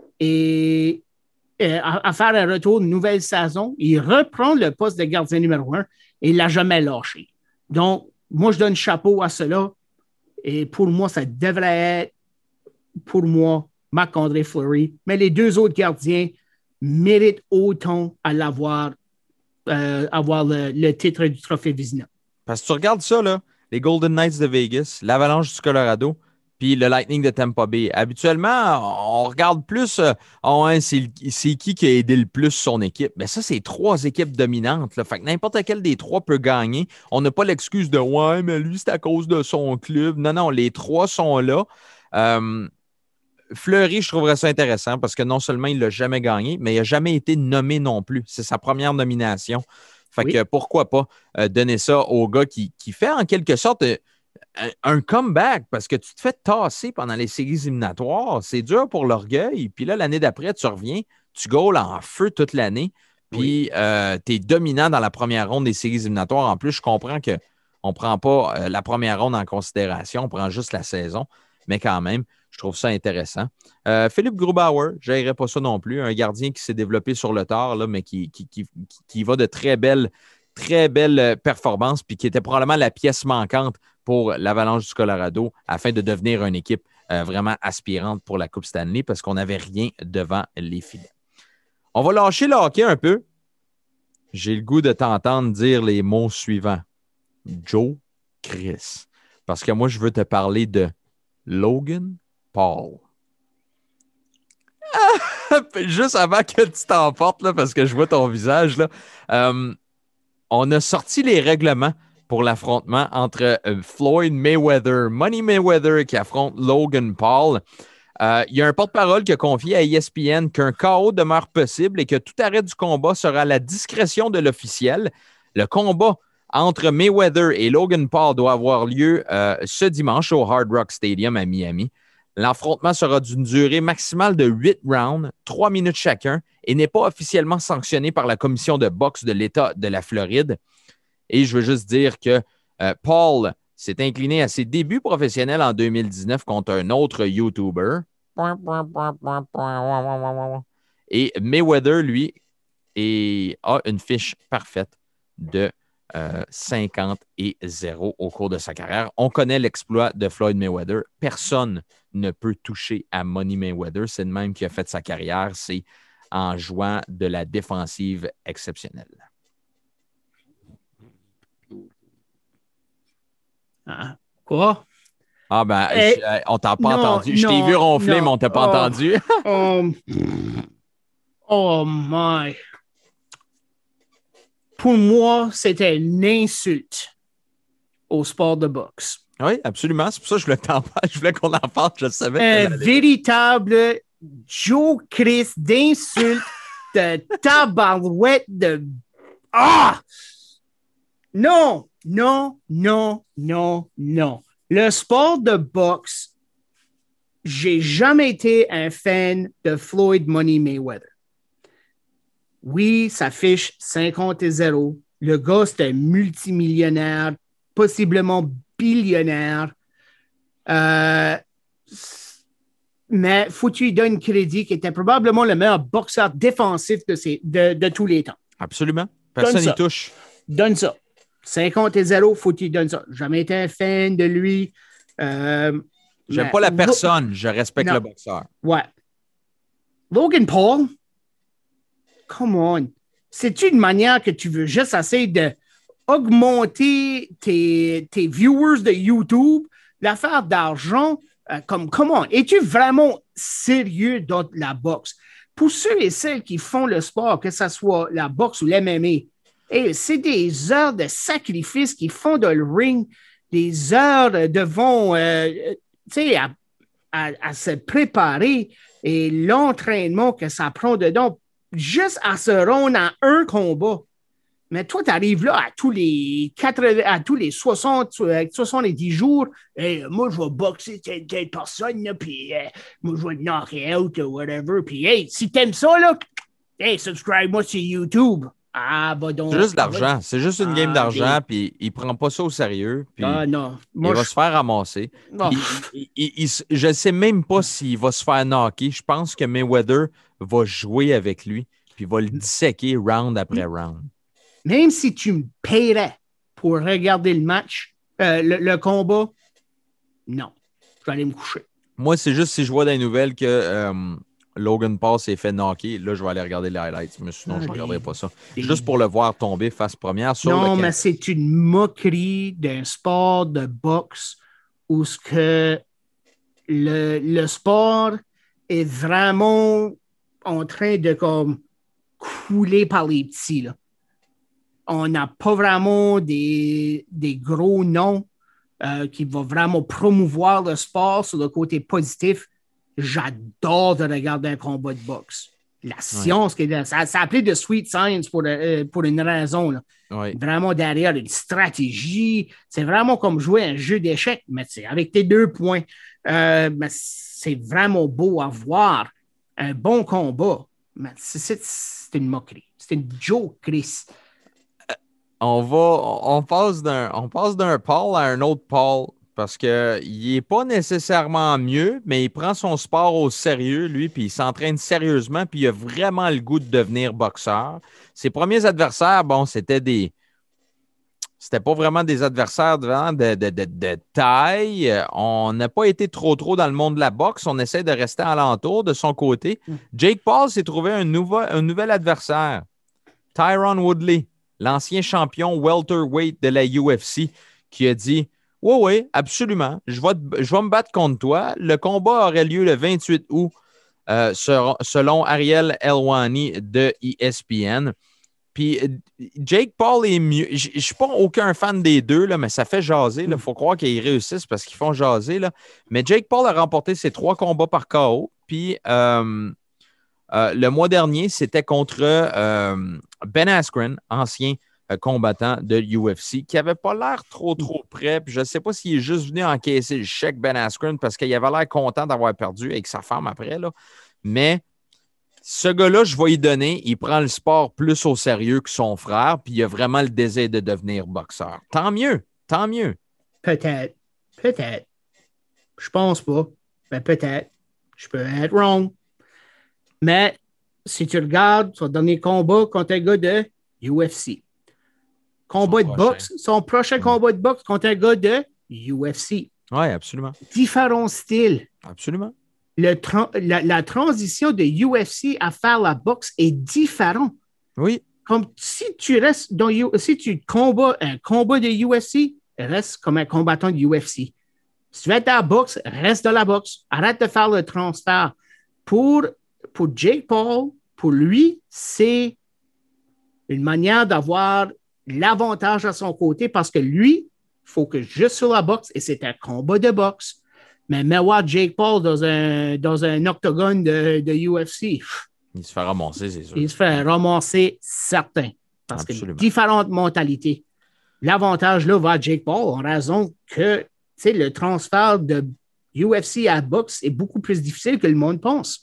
et euh, à, à faire un retour de nouvelle saison, il reprend le poste de gardien numéro un et il ne l'a jamais lâché. Donc, moi, je donne chapeau à cela. Et pour moi, ça devrait être, pour moi, Marc-André Fleury. Mais les deux autres gardiens méritent autant à l'avoir, euh, avoir le, le titre du trophée Vézina. Parce que tu regardes ça, là, les Golden Knights de Vegas, l'Avalanche du Colorado, puis le Lightning de Tampa Bay. Habituellement, on regarde plus euh, oh, hein, c'est, c'est qui qui a aidé le plus son équipe. Mais ça, c'est trois équipes dominantes. Là. Fait que n'importe quel des trois peut gagner. On n'a pas l'excuse de « Ouais, mais lui, c'est à cause de son club. » Non, non, les trois sont là. Euh, Fleury, je trouverais ça intéressant parce que non seulement il ne l'a jamais gagné, mais il n'a jamais été nommé non plus. C'est sa première nomination. Fait oui. que pourquoi pas euh, donner ça au gars qui, qui fait en quelque sorte... Euh, un comeback, parce que tu te fais tasser pendant les séries éliminatoires. C'est dur pour l'orgueil. Puis là, l'année d'après, tu reviens, tu goals en feu toute l'année. Puis oui. euh, tu es dominant dans la première ronde des séries éliminatoires. En plus, je comprends qu'on ne prend pas euh, la première ronde en considération, on prend juste la saison. Mais quand même, je trouve ça intéressant. Euh, Philippe Grubauer, je n'irais pas ça non plus. Un gardien qui s'est développé sur le tard, là, mais qui, qui, qui, qui va de très belles, très belles performances, puis qui était probablement la pièce manquante pour l'Avalanche du Colorado afin de devenir une équipe euh, vraiment aspirante pour la Coupe Stanley parce qu'on n'avait rien devant les filets. On va lâcher le hockey un peu. J'ai le goût de t'entendre dire les mots suivants. Joe Chris. Parce que moi, je veux te parler de Logan Paul. Juste avant que tu t'emportes, là, parce que je vois ton visage, là, euh, on a sorti les règlements pour l'affrontement entre euh, Floyd Mayweather, Money Mayweather qui affronte Logan Paul. Euh, il y a un porte-parole qui a confié à E S P N qu'un K O demeure possible et que tout arrêt du combat sera à la discrétion de l'officiel. Le combat entre Mayweather et Logan Paul doit avoir lieu euh, ce dimanche au Hard Rock Stadium à Miami. L'affrontement sera d'une durée maximale de huit rounds, trois minutes chacun, et n'est pas officiellement sanctionné par la commission de boxe de l'État de la Floride. Et je veux juste dire que euh, Paul s'est incliné à ses débuts professionnels en deux mille dix-neuf contre un autre YouTuber. Et Mayweather, lui, est, a une fiche parfaite de euh, cinquante et zéro au cours de sa carrière. On connaît l'exploit de Floyd Mayweather. Personne ne peut toucher à Money Mayweather. C'est le même qui a fait sa carrière. C'est en jouant de la défensive exceptionnelle. Ah, quoi? Ah ben, eh, je, on t'a pas non, entendu. Je non, t'ai vu ronfler, non. mais on t'a pas oh, entendu. oh, oh my. Pour moi, c'était une insulte au sport de boxe. Oui, absolument. C'est pour ça que je voulais, t'en parler. Je voulais qu'on en parle. Je savais. Un véritable Joe Chris d'insulte, de tabarouette, de... Ah! Non! Non, non, non, non. Le sport de boxe, j'ai jamais été un fan de Floyd Money Mayweather. Oui, ça fiche cinquante et zéro. Le gars, c'est un multimillionnaire, possiblement billionnaire. Euh, mais faut que tu lui donnes crédit qu'il était probablement le meilleur boxeur défensif de, ses, de, de tous les temps. Absolument. Personne n'y touche. Donne ça. cinquante et zéro, faut qu'il donne ça. J'ai jamais été un fan de lui. Euh, J'aime pas la personne, je respecte non. le boxeur. Ouais. Logan Paul, come on. C'est-tu une manière que tu veux juste essayer d'augmenter tes, tes viewers de YouTube, la faire d'argent? Euh, comme, comment? Es-tu vraiment sérieux dans la boxe? Pour ceux et celles qui font le sport, que ce soit la boxe ou l'M M A, et c'est des heures de sacrifice qu'ils font dans le ring, des heures devant, euh, tu sais, à, à, à se préparer et l'entraînement que ça prend dedans, juste à se rendre à un combat. Mais toi, tu arrives là à tous les quatre-vingts, à tous les soixante, soixante-dix jours. Hey, moi, je vais boxer telle, telle personne, là, puis euh, moi, je vais knock out ou whatever. Puis, hey, si t'aimes ça, là, hey, subscribe-moi sur YouTube. Ah, bah donc. C'est juste de l'argent. C'est juste une Ah, game d'argent, des... puis il prend pas ça au sérieux. Puis ah, non. Moi, il va je... se faire ramasser. Oh. Il, il, il, il, je ne sais même pas s'il va se faire knocker. Je pense que Mayweather va jouer avec lui, puis va le disséquer round après round. Même si tu me paierais pour regarder le match, euh, le, le combat, non. Je vais aller me coucher. Moi, c'est juste si je vois dans les nouvelles que euh, Logan Paul s'est fait knocker, là, je vais aller regarder les highlights. Mais sinon, je ne regarderai pas ça. Et... Juste pour le voir tomber face première sur non, le mais c'est une moquerie d'un sport de boxe où ce que le, le sport est vraiment en train de comme couler par les petits, là. On n'a pas vraiment des, des gros noms euh, qui vont vraiment promouvoir le sport sur le côté positif. J'adore de regarder un combat de boxe. La science, ouais. qui est, ça, ça appelé de sweet science pour, euh, pour une raison. Là. Ouais. Vraiment derrière une stratégie. C'est vraiment comme jouer un jeu d'échecs, mais c'est avec tes deux points. Euh, mais c'est vraiment beau à voir. Un bon combat. Mais c'est, c'est, c'est une moquerie. C'est une joke, Chris. On va, on passe d'un, on passe d'un Paul à un autre Paul parce qu'il n'est pas nécessairement mieux, mais il prend son sport au sérieux, lui, puis il s'entraîne sérieusement, puis il a vraiment le goût de devenir boxeur. Ses premiers adversaires, bon, c'était des... C'était pas vraiment des adversaires de, de, de, de, de taille. On n'a pas été trop trop dans le monde de la boxe. On essaie de rester alentour de son côté. Jake Paul s'est trouvé un, nouveau, un nouvel adversaire, Tyron Woodley, l'ancien champion welterweight de la U F C, qui a dit « Oui, oui, absolument, je vais, te, je vais me battre contre toi. Le combat aurait lieu le vingt-huit août, euh, selon Ariel Helwani de E S P N. » Puis Jake Paul est mieux. Je ne suis pas aucun fan des deux, là, mais ça fait jaser. Il faut croire qu'ils réussissent parce qu'ils font jaser. Là. Mais Jake Paul a remporté ses trois combats par K O. Puis euh, euh, le mois dernier, c'était contre euh, Ben Askren, ancien euh, combattant de U F C, qui n'avait pas l'air trop, trop prêt. Puis je ne sais pas s'il est juste venu encaisser le chèque Ben Askren parce qu'il avait l'air content d'avoir perdu avec sa femme après. Là. Mais ce gars-là, je vais y donner. Il prend le sport plus au sérieux que son frère, puis il a vraiment le désir de devenir boxeur. Tant mieux, tant mieux. Peut-être, peut-être. Je pense pas, mais peut-être. Je peux être wrong. Mais si tu regardes son dernier combat contre un gars de U F C, combat son de prochain. boxe, son prochain mmh. combat de boxe contre un gars de U F C. Oui, absolument. Différents styles. Absolument. Le tra- la, la transition de U F C à faire la boxe est différente. Oui. Comme si tu restes dans U- si tu combats un combat de U F C, reste comme un combattant de U F C. Si tu veux être dans la boxe, reste dans la boxe. Arrête de faire le transfert. Pour, pour Jake Paul, pour lui, c'est une manière d'avoir l'avantage à son côté parce que lui, il faut que juste sur la boxe, et c'est un combat de boxe. Mais mais voir Jake Paul dans un, dans un octogone de, de U F C. Il se fait ramasser, c'est sûr. Il se fait ramasser, certain. Parce Absolument. que différentes mentalités. L'avantage là va à Jake Paul en raison que le transfert de U F C à boxe est beaucoup plus difficile que le monde pense.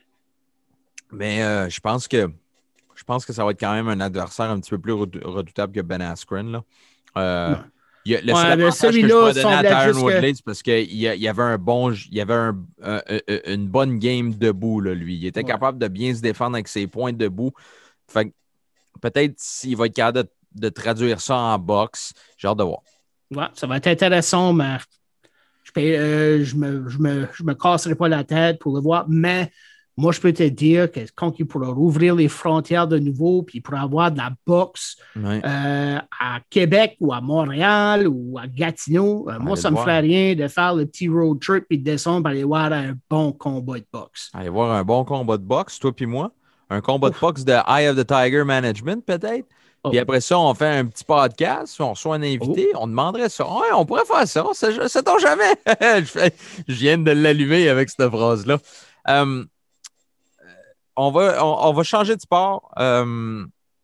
Mais euh, je pense que je pense que ça va être quand même un adversaire un petit peu plus redoutable que Ben Askren. Là. Euh, Il y a, le ouais, seul celui-là que je à Tyron Woodley, que... c'est parce qu'il y, y avait un bon, il y avait un, un, un, une bonne game debout, là, lui. Il était ouais. capable de bien se défendre avec ses points debout. Fait que peut-être s'il va être capable de, de traduire ça en boxe, j'ai hâte de voir. Ouais, ça va être intéressant, mais je ne euh, je me, je me, je me casserai pas la tête pour le voir. Mais Moi, je peux te dire que quand il pourra rouvrir les frontières de nouveau, puis il pourra avoir de la boxe Ouais. euh, à Québec ou à Montréal ou à Gatineau, euh, moi, Allez ça ne me voir. ferait rien de faire le petit road trip et de descendre pour aller voir un bon combat de boxe. Allez voir un bon combat de boxe, toi puis moi. Un combat Ouf. de boxe de Eye of the Tiger Management, peut-être. Oh. Puis après ça, on fait un petit podcast, on reçoit un invité, on demanderait ça. Ouais, on pourrait faire ça, ça sait-on jamais. je, fais- je viens de l'allumer avec cette phrase-là. Euh, on, va, on, on va changer de sport. Euh,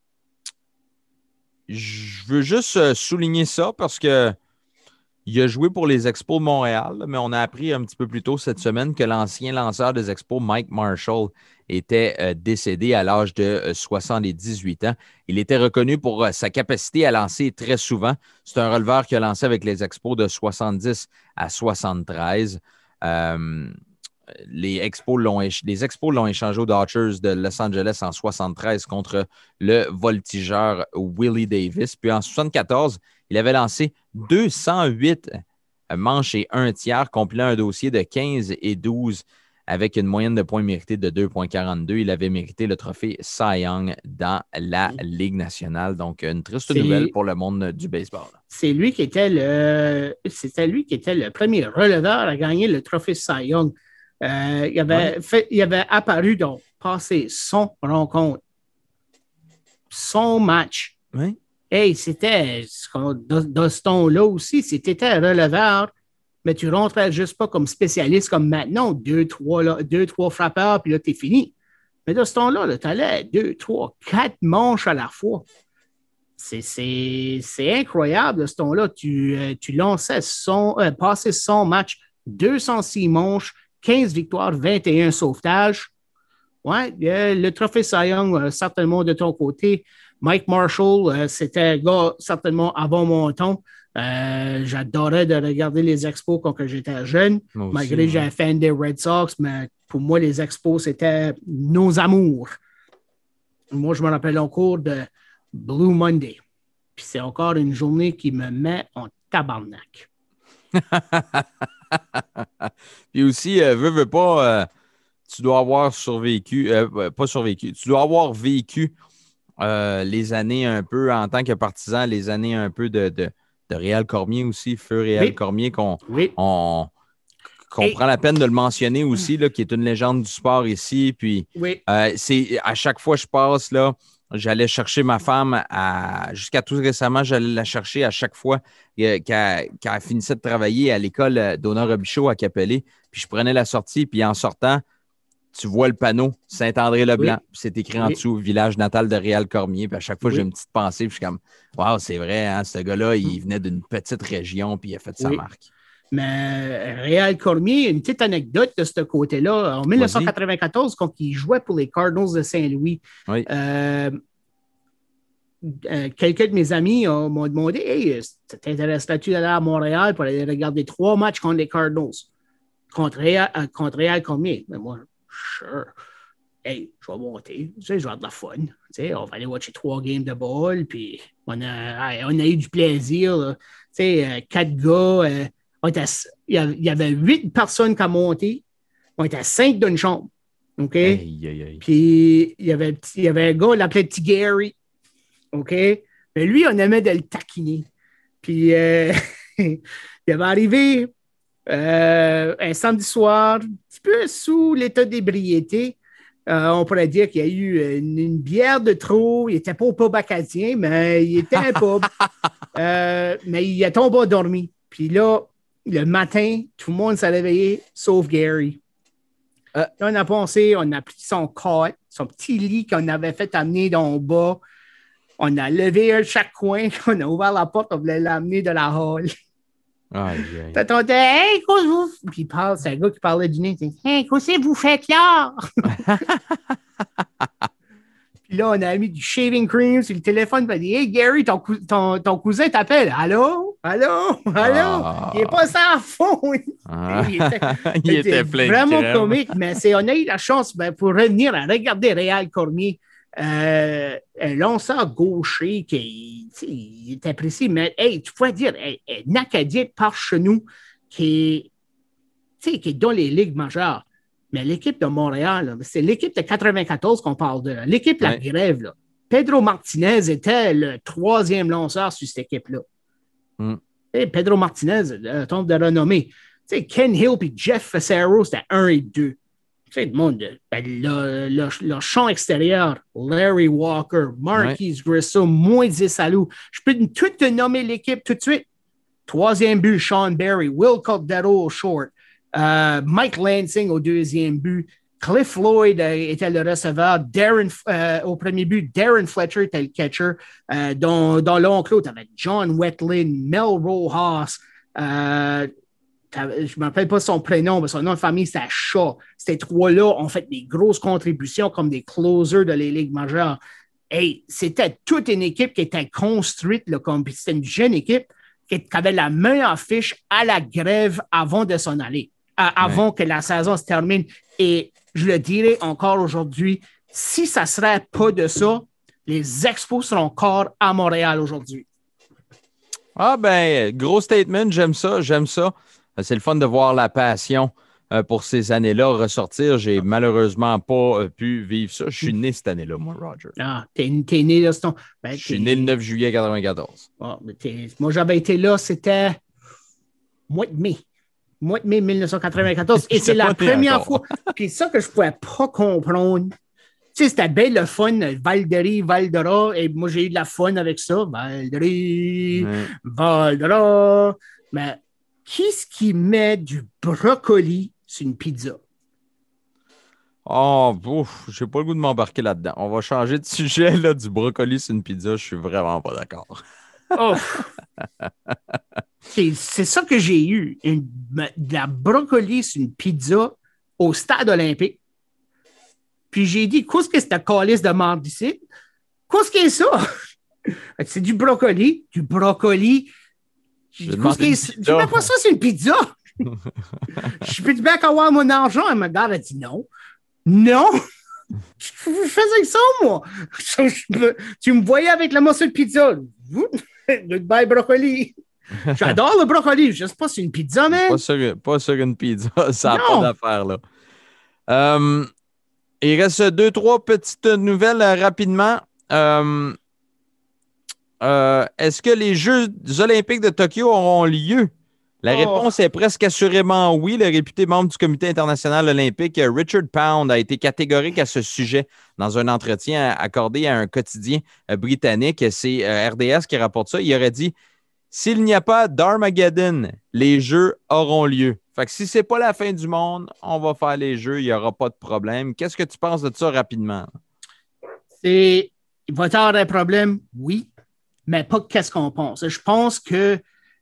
je veux juste euh, souligner ça parce que il a joué pour les Expos de Montréal, mais on a appris un petit peu plus tôt cette semaine que l'ancien lanceur des Expos, Mike Marshall, était euh, décédé à l'âge de euh, soixante-dix-huit ans. Il était reconnu pour euh, sa capacité à lancer très souvent. C'est un releveur qui a lancé avec les Expos de soixante-dix à soixante-treize. Euh, les, Expos l'ont, les Expos l'ont échangé aux Dodgers de Los Angeles en soixante-treize contre le voltigeur Willie Davis. Puis en soixante-quatorze, il avait lancé deux cent huit manches et un tiers, complétant un dossier de quinze et douze avec une moyenne de points mérités de deux virgule quarante-deux. Il avait mérité le trophée Cy Young dans la Ligue nationale. Donc, une triste C'est- nouvelle pour le monde du baseball. C'est lui qui était le, c'était lui qui était le premier releveur à gagner le trophée Cy Young. Euh, il, avait fait, il avait apparu donc passer son rencontre, son match. Oui. Hey, c'était dans, dans ce ton-là aussi, c'était un releveur, mais tu rentrais juste pas comme spécialiste comme maintenant, deux, trois, là, deux, trois frappeurs, puis là, t'es fini. Mais dans ce ton-là, -là, tu allais deux, trois, quatre manches à la fois. C'est, c'est, c'est incroyable, de ce ton-là. Tu, euh, tu lançais son, euh, passé son match, deux cent six manches, quinze victoires, vingt et un sauvetages. Ouais, euh, le trophée Cy Young, euh, certainement de ton côté. Mike Marshall, euh, c'était un gars certainement avant mon temps. Euh, j'adorais de regarder les Expos quand que j'étais jeune, Moi aussi, malgré que ouais. j'étais fan des Red Sox, mais pour moi, les Expos, c'était nos amours. Moi, je me rappelle encore de Blue Monday. Puis c'est encore une journée qui me met en tabarnak. Puis aussi, euh, veux, veux pas, euh, tu dois avoir survécu, euh, pas survécu, tu dois avoir vécu euh, les années un peu, en tant que partisan, les années un peu de, de, de Réal Cormier aussi, feu Réal Oui. Cormier, qu'on Oui. on, qu'on Et- prend la peine de le mentionner aussi, là, qui est une légende du sport ici. Puis Oui. euh, c'est à chaque fois que je passe, là, j'allais chercher ma femme à, jusqu'à tout récemment, j'allais la chercher à chaque fois euh, qu'elle, qu'elle finissait de travailler à l'école euh, d'Honneur Robichaud à Capelé. Puis je prenais la sortie, puis en sortant, tu vois le panneau Saint-André-le-Blanc, Oui. puis c'est écrit en Oui. dessous, village natal de Réal Cormier. Puis à chaque fois, Oui. j'ai une petite pensée, puis je suis comme, waouh, c'est vrai, hein, ce gars-là, il venait d'une petite région, puis il a fait sa Oui. marque. Mais Réal Cormier, une petite anecdote de ce côté-là. En dix-neuf cent quatre-vingt-quatorze, quand il jouait pour les Cardinals de Saint-Louis, Oui. euh, euh, quelqu'un de mes amis euh, m'ont demandé Hey, ça t'intéresserait-tu d'aller à Montréal pour aller regarder trois matchs contre les Cardinals, contre Réal, euh, contre Réal Cormier? Mais moi, sure. Hey, je vais monter, tu sais, je vais avoir de la fun. Tu sais, on va aller watcher trois games de ball, puis on a, hey, on a eu du plaisir. là. Tu sais, euh, quatre gars. euh, on était à- il y avait- il y avait huit personnes qui ont monté. On était à cinq d'une chambre. OK? Aïe, aïe, aïe. Puis il y avait, un petit- il y avait un gars, on l'appelait Petit Gary. OK? Mais lui, on aimait de le taquiner. Puis euh, il avait arrivé euh, un samedi soir, un petit peu sous l'état d'ébriété. Euh, on pourrait dire qu'il y a eu une, une bière de trop. Il n'était pas au pub acadien, mais il était un pub. Euh, mais il a tombé endormi. Puis là, le matin, tout le monde s'est réveillé, sauf Gary. Euh. Là, on a pensé, on a pris son cot, son petit lit qu'on avait fait amener dans le bas. On a levé chaque coin, on a ouvert la porte, on voulait l'amener de la hall. Aïe, aïe. T'attendais, hey, qu'est-ce que vous. Puis il parle, c'est un gars qui parlait du nez. Il dit, hey, qu'est-ce que vous faites là? Puis là, on a mis du shaving cream sur le téléphone. Il dit, hey, Gary, ton, cou- ton, ton cousin t'appelle. Allô? Allô? Allô? Ah. Il n'est pas ça à fond. Ah. Il était, Il était plein de vraiment crème. comique, mais c'est, on a eu la chance ben, pour revenir à regarder Réal Cormier. Euh, un lanceur gaucher qui tu sais, il est apprécié, mais hey, tu pourrais dire hey, un Acadien par chez nous qui est, tu sais, qui est dans les ligues majeures. Mais l'équipe de Montréal, là, c'est l'équipe de quatre-vingt-quatorze qu'on parle de. Là. L'équipe de Ouais. la grève, là. Pedro Martinez était le troisième lanceur sur cette équipe-là. Mm. Et Pedro Martinez, le tombe de renommée. Tu sais, Ken Hill et Jeff Facero, c'était un et deux. Tu sais, le monde, ben, le, le, le champ extérieur, Larry Walker, Marquise ouais. Grissom, Moïse Salou. Je peux tout te nommer l'équipe tout de suite. Troisième but, Sean Barry, Will Cordero au short, euh, Mike Lansing au deuxième but, Cliff Lloyd euh, était le receveur, Darren, euh, au premier but, Darren Fletcher était le catcher, euh, dans, dans l'enclos, tu avais John Wetlin, Mel Rojas, euh, je ne me rappelle pas son prénom, mais son nom de famille, c'était Shaw. Ces trois-là ont fait des grosses contributions comme des closers de les ligues majeures. Et c'était toute une équipe qui était construite, là, comme, c'était une jeune équipe qui avait la main en fiche à la grève avant de s'en aller, à, avant ouais. que la saison se termine. Et je le dirais encore aujourd'hui, si ça ne serait pas de ça, les Expos seront encore à Montréal aujourd'hui. Ah ben, gros statement, j'aime ça, j'aime ça. C'est le fun de voir la passion euh, pour ces années-là ressortir. J'ai malheureusement pas euh, pu vivre ça. Je suis né cette année-là, moi, Roger. Ah, t'es, t'es né là, c'est ton... ben, Je suis né le neuf juillet quatre-vingt-quatorze. Oh, moi, j'avais été là, c'était mois de mai. Mois de mai dix-neuf cent quatre-vingt-quatorze. Et c'est la première fois. Puis ça que je ne pouvais pas comprendre. Tu sais, c'était bien le fun, Val-de-Rie, Val-d'Ora. Et moi, j'ai eu de la fun avec ça. Val-de-Rie, ouais. Val-d'Ora. Mais qui est-ce qui met du brocoli sur une pizza? Oh, ouf, j'ai pas le goût de m'embarquer là-dedans. On va changer de sujet, là, du brocoli sur une pizza. Je suis vraiment pas d'accord. Oh. c'est, c'est ça que j'ai eu. Une, de la brocoli sur une pizza au stade olympique. Puis j'ai dit, qu'est-ce que c'est ta calice de marde ici? Qu'est-ce que c'est ça? C'est du brocoli. Du brocoli. Je dis même pas ça, c'est une pizza. Je peux bien avoir mon argent. Elle me regarde, elle dit non. Non. Je faisais ça, moi. Tu me voyais avec la morceau de pizza. Goodbye, brocoli. J'adore le brocoli. Je sais pas si c'est une pizza, mais. Pas sur, pas sur une pizza. Ça n'a pas d'affaire, là. Euh, il reste deux, trois petites nouvelles euh, rapidement. Euh, Euh, est-ce que les Jeux olympiques de Tokyo auront lieu? La oh. réponse est presque assurément oui. Le réputé membre du Comité international olympique, Richard Pound, a été catégorique à ce sujet dans un entretien accordé à un quotidien britannique. C'est R D S qui rapporte ça. Il aurait dit « S'il n'y a pas d'Armageddon, les Jeux auront lieu. » Fait que si c'est pas la fin du monde, on va faire les Jeux, il n'y aura pas de problème. Qu'est-ce que tu penses de ça rapidement? C'est... Il va y avoir un problème, oui. Mais pas qu'est-ce qu'on pense. Je pense que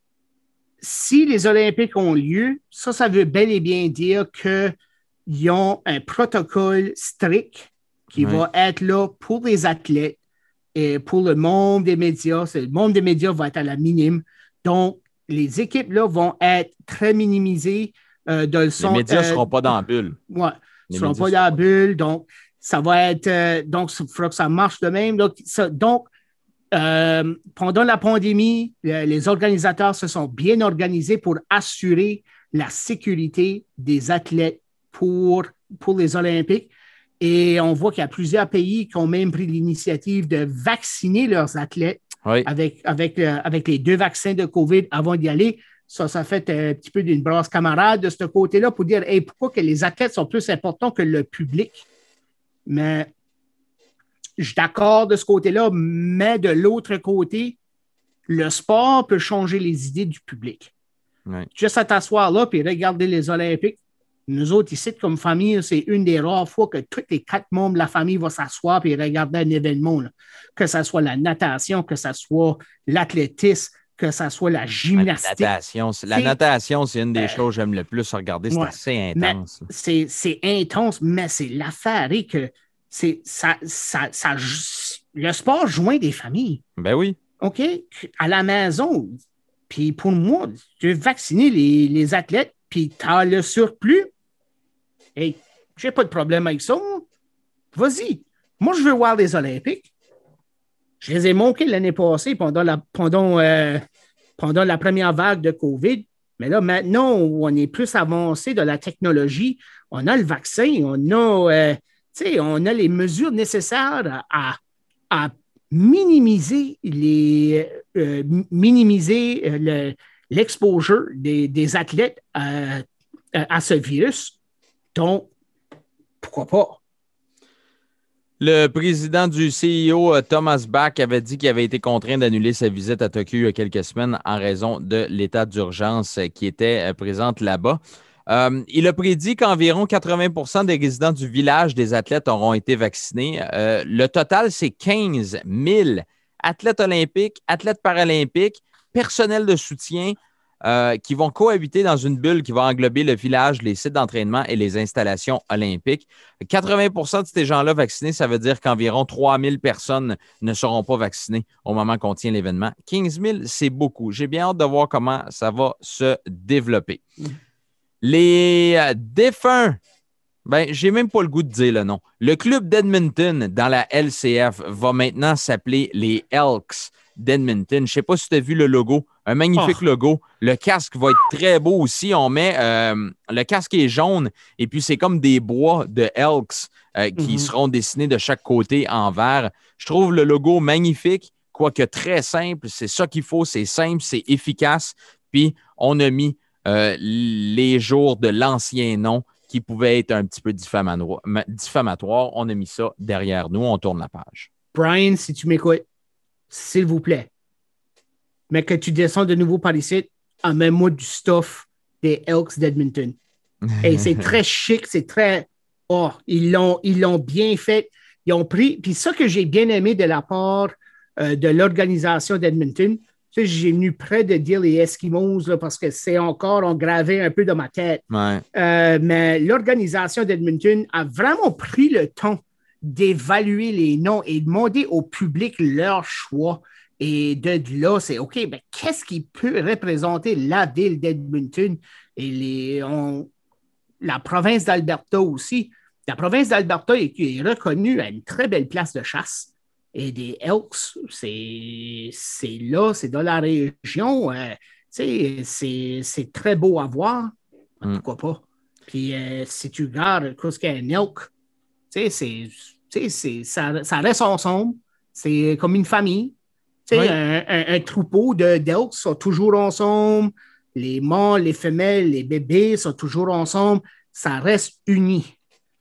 si les Olympiques ont lieu, ça, ça veut bel et bien dire qu'ils ont un protocole strict qui oui. va être là pour les athlètes et pour le monde des médias. Le monde des médias va être à la minime. Donc, les équipes-là vont être très minimisées. Euh, de le son, les médias ne euh, seront pas dans la bulle. Oui, ils ne seront pas dans la bulle. Donc, ça va être... Euh, donc, il faudra que ça marche de même. Donc, ça, donc Euh, pendant la pandémie, les organisateurs se sont bien organisés pour assurer la sécurité des athlètes pour, pour les Olympiques. Et on voit qu'il y a plusieurs pays qui ont même pris l'initiative de vacciner leurs athlètes oui. avec, avec, euh, avec les deux vaccins de COVID avant d'y aller. Ça, ça fait un petit peu d'une brasse camarade de ce côté-là pour dire hey, pourquoi que les athlètes sont plus importants que le public. Mais je suis d'accord de ce côté-là, mais de l'autre côté, le sport peut changer les idées du public. Oui. Juste à t'asseoir là et regarder les Olympiques. Nous autres, ici, comme famille, c'est une des rares fois que tous les quatre membres de la famille vont s'asseoir et regarder un événement. Là. Que ce soit la natation, que ce soit l'athlétisme, que ce soit la gymnastique. La natation, c'est, la natation, c'est une des euh, choses que j'aime le plus regarder. C'est ouais, assez intense. C'est, c'est intense, mais c'est l'affaire et que c'est, ça, ça, ça, le sport joint des familles. Ben oui. OK? À la maison. Puis pour moi, tu veux vacciner les, les athlètes, puis tu as le surplus. Et j'ai pas de problème avec ça. Moi. Vas-y. Moi, je veux voir les Olympiques. Je les ai manqués l'année passée pendant la, pendant, euh, pendant la première vague de COVID. Mais là, maintenant, on est plus avancé de la technologie. on a le vaccin, on a, euh, on a les mesures nécessaires à, à minimiser, les, euh, minimiser le, l'exposure des, des athlètes à, à ce virus. Donc, pourquoi pas? Le président du C E O, Thomas Bach, avait dit qu'il avait été contraint d'annuler sa visite à Tokyo il y a quelques semaines en raison de l'état d'urgence qui était présente là-bas. Euh, il a prédit qu'environ quatre-vingts pour cent des résidents du village des athlètes auront été vaccinés. Euh, le total, c'est quinze mille athlètes olympiques, athlètes paralympiques, personnel de soutien, Euh, qui vont cohabiter dans une bulle qui va englober le village, les sites d'entraînement et les installations olympiques. quatre-vingts pour cent de ces gens-là vaccinés, ça veut dire qu'environ trois mille personnes ne seront pas vaccinées au moment qu'on tient l'événement. quinze mille, c'est beaucoup. J'ai bien hâte de voir comment ça va se développer. Mmh. Les euh, défunts, ben, j'ai même pas le goût de dire le nom. Le club d'Edmonton dans la L C F va maintenant s'appeler les Elks d'Edmonton. Je ne sais pas si tu as vu le logo. Un magnifique oh. logo. Le casque va être très beau aussi. On met euh, le casque est jaune et puis c'est comme des bois de Elks euh, qui mm-hmm. seront dessinés de chaque côté en vert. Je trouve le logo magnifique, quoique très simple. C'est ça qu'il faut. C'est simple, c'est efficace. Puis on a mis euh, les jours de l'ancien nom qui pouvait être un petit peu diffamatoire. On a mis ça derrière nous. On tourne la page. Brian, si tu m'écoutes, s'il vous plaît, mais que tu descends de nouveau par ici, amène-moi du stuff des Elks d'Edmonton. Et c'est très chic, c'est très... Oh, ils l'ont, ils l'ont bien fait. Ils ont pris... Puis ça que j'ai bien aimé de la part euh, de l'organisation d'Edmonton, tu sais, j'ai venu près de dire les Eskimos là, parce que c'est encore engravé un peu dans ma tête. Ouais. Euh, mais l'organisation d'Edmonton a vraiment pris le temps d'évaluer les noms et demander au public leur choix. Et de là, c'est OK, ben, qu'est-ce qui peut représenter la ville d'Edmonton et les, on, la province d'Alberta aussi. La province d'Alberta est, est reconnue à une très belle place de chasse. Et des Elks, c'est, c'est là, c'est dans la région. Euh, c'est, c'est très beau à voir. Mm. Pourquoi pas? Puis euh, si tu regardes qu'est-ce qu'est un Elk, c'est, c'est, c'est, ça, ça reste ensemble. C'est comme une famille. Oui. Un, un, un troupeau de, d'elks sont toujours ensemble. Les mâles, les femelles, les bébés sont toujours ensemble. Ça reste uni.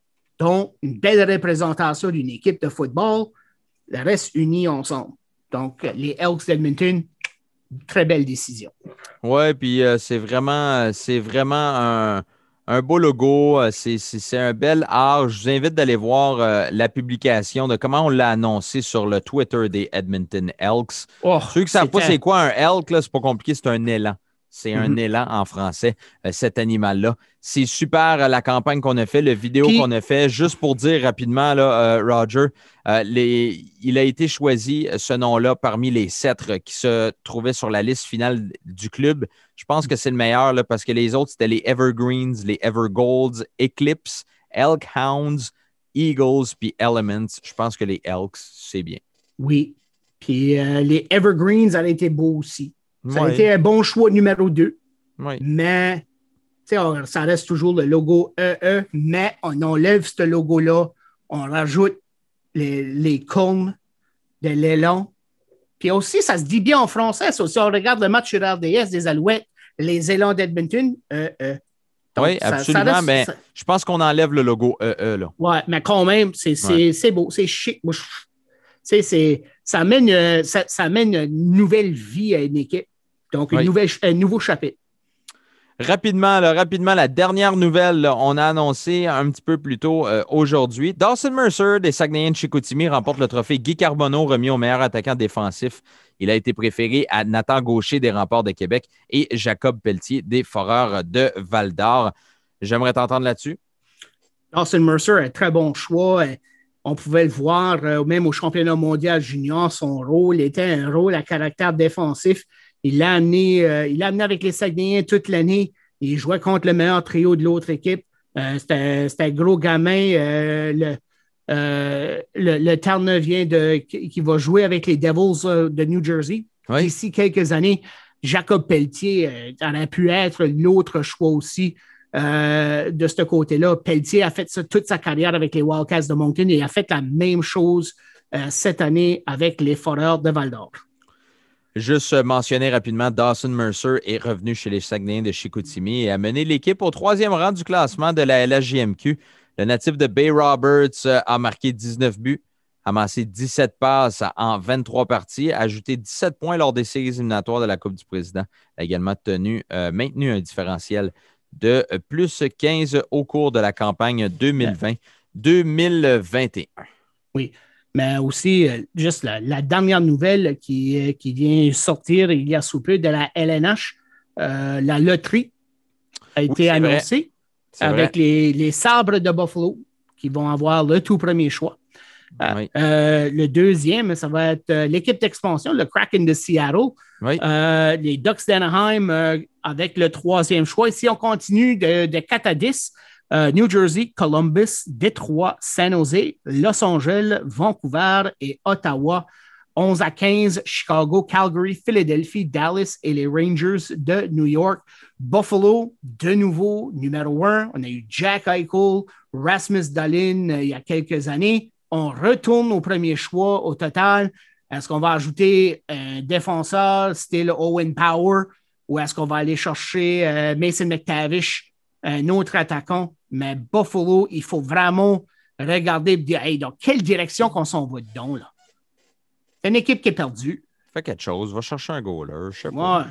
Donc, une belle représentation d'une équipe de football. Ça reste uni ensemble. Donc, les Elks d'Edmonton, très belle décision. Oui, puis euh, c'est vraiment, c'est vraiment un... Un beau logo, c'est, c'est, c'est un bel art. Je vous invite d'aller voir euh, la publication de comment on l'a annoncé sur le Twitter des Edmonton Elks. Oh, ceux qui ne savent pas c'est quoi un elk, là, c'est pas compliqué, c'est un élan. C'est mm-hmm. un élan en français, euh, cet animal-là. C'est super euh, la campagne qu'on a fait, le vidéo Puis... qu'on a fait. Juste pour dire rapidement, là, euh, Roger, euh, les, il a été choisi, ce nom-là, parmi les sept qui se trouvaient sur la liste finale du club. Je pense que c'est le meilleur là, parce que les autres, c'était les Evergreens, les Evergolds, Eclipse, Elk Hounds, Eagles, puis Elements. Je pense que les Elks, c'est bien. Oui. Puis euh, les Evergreens, ça a été beau aussi. Ça ouais. a été un bon choix numéro deux. Ouais. Mais on, ça reste toujours le logo E E, mais on enlève ce logo-là, on rajoute les, les cornes de l'élan. Puis aussi, ça se dit bien en français. Ça, si on regarde le match sur R D S des Alouettes, les élans d'Edmonton, E E. Donc, oui, ça, absolument, ça reste, mais ça... je pense qu'on enlève le logo E E. Là. Oui, mais quand même, c'est, c'est, ouais. c'est beau, c'est chic. Moi, je, c'est, c'est, ça, amène, ça, ça amène une nouvelle vie à une équipe. Donc, une oui. nouvelle, un nouveau chapitre. Rapidement, là, rapidement, la dernière nouvelle, là, on a annoncé un petit peu plus tôt euh, aujourd'hui. Dawson Mercer des Saguenayens de Chicoutimi remporte le trophée Guy Carbonneau remis au meilleur attaquant défensif. Il a été préféré à Nathan Gaucher des Remparts de Québec et Jacob Pelletier des Foreurs de Val-d'Or. J'aimerais t'entendre là-dessus. Dawson Mercer, un très bon choix. On pouvait le voir euh, même au championnat mondial junior. Son rôle était un rôle à caractère défensif. Il l'a amené, euh, il l'a amené avec les Saguenayens toute l'année. Il jouait contre le meilleur trio de l'autre équipe. Euh, c'était, c'était un gros gamin, euh, le, euh, le, le Terre-Neuvien de, qui, qui va jouer avec les Devils euh, de New Jersey. Oui. D'ici quelques années, Jacob Pelletier euh, aurait pu être l'autre choix aussi. euh, de ce côté-là. Pelletier a fait ça toute sa carrière avec les Wildcats de Moncton et a fait la même chose euh, cette année avec les Foreurs de Val-d'Or. Juste mentionner rapidement, Dawson Mercer est revenu chez les Saguenayens de Chicoutimi et a mené l'équipe au troisième rang du classement de la L H J M Q. Le natif de Bay Roberts a marqué dix-neuf buts, amassé dix-sept passes en vingt-trois parties, a ajouté dix-sept points lors des séries éliminatoires de la Coupe du Président. Il a également tenu, euh, maintenu un différentiel de plus quinze au cours de la campagne deux mille vingt deux mille vingt et un. Oui. Mais aussi, euh, juste la, la dernière nouvelle qui, euh, qui vient sortir il y a sous peu de la L N H, euh, la loterie a oui, été annoncée avec les, les Sabres de Buffalo qui vont avoir le tout premier choix. Euh, oui. euh, le deuxième, ça va être euh, l'équipe d'expansion, le Kraken de Seattle. Oui. Euh, les Ducks d'Anaheim euh, avec le troisième choix. Ici, on continue de, de quatre à dix. Uh, New Jersey, Columbus, Détroit, San Jose, Los Angeles, Vancouver et Ottawa. onze à quinze, Chicago, Calgary, Philadelphie, Dallas et les Rangers de New York. Buffalo, de nouveau, numéro un. On a eu Jack Eichel, Rasmus Dahlin euh, il y a quelques années. On retourne au premier choix au total. Est-ce qu'on va ajouter un défenseur style Owen Power ou est-ce qu'on va aller chercher euh, Mason McTavish, un autre attaquant? Mais Buffalo, il faut vraiment regarder et dire hey, dans quelle direction qu'on s'en va dedans, là. C'est une équipe qui est perdue. Fais quelque chose, va chercher un goaler, je sais Ouais. pas.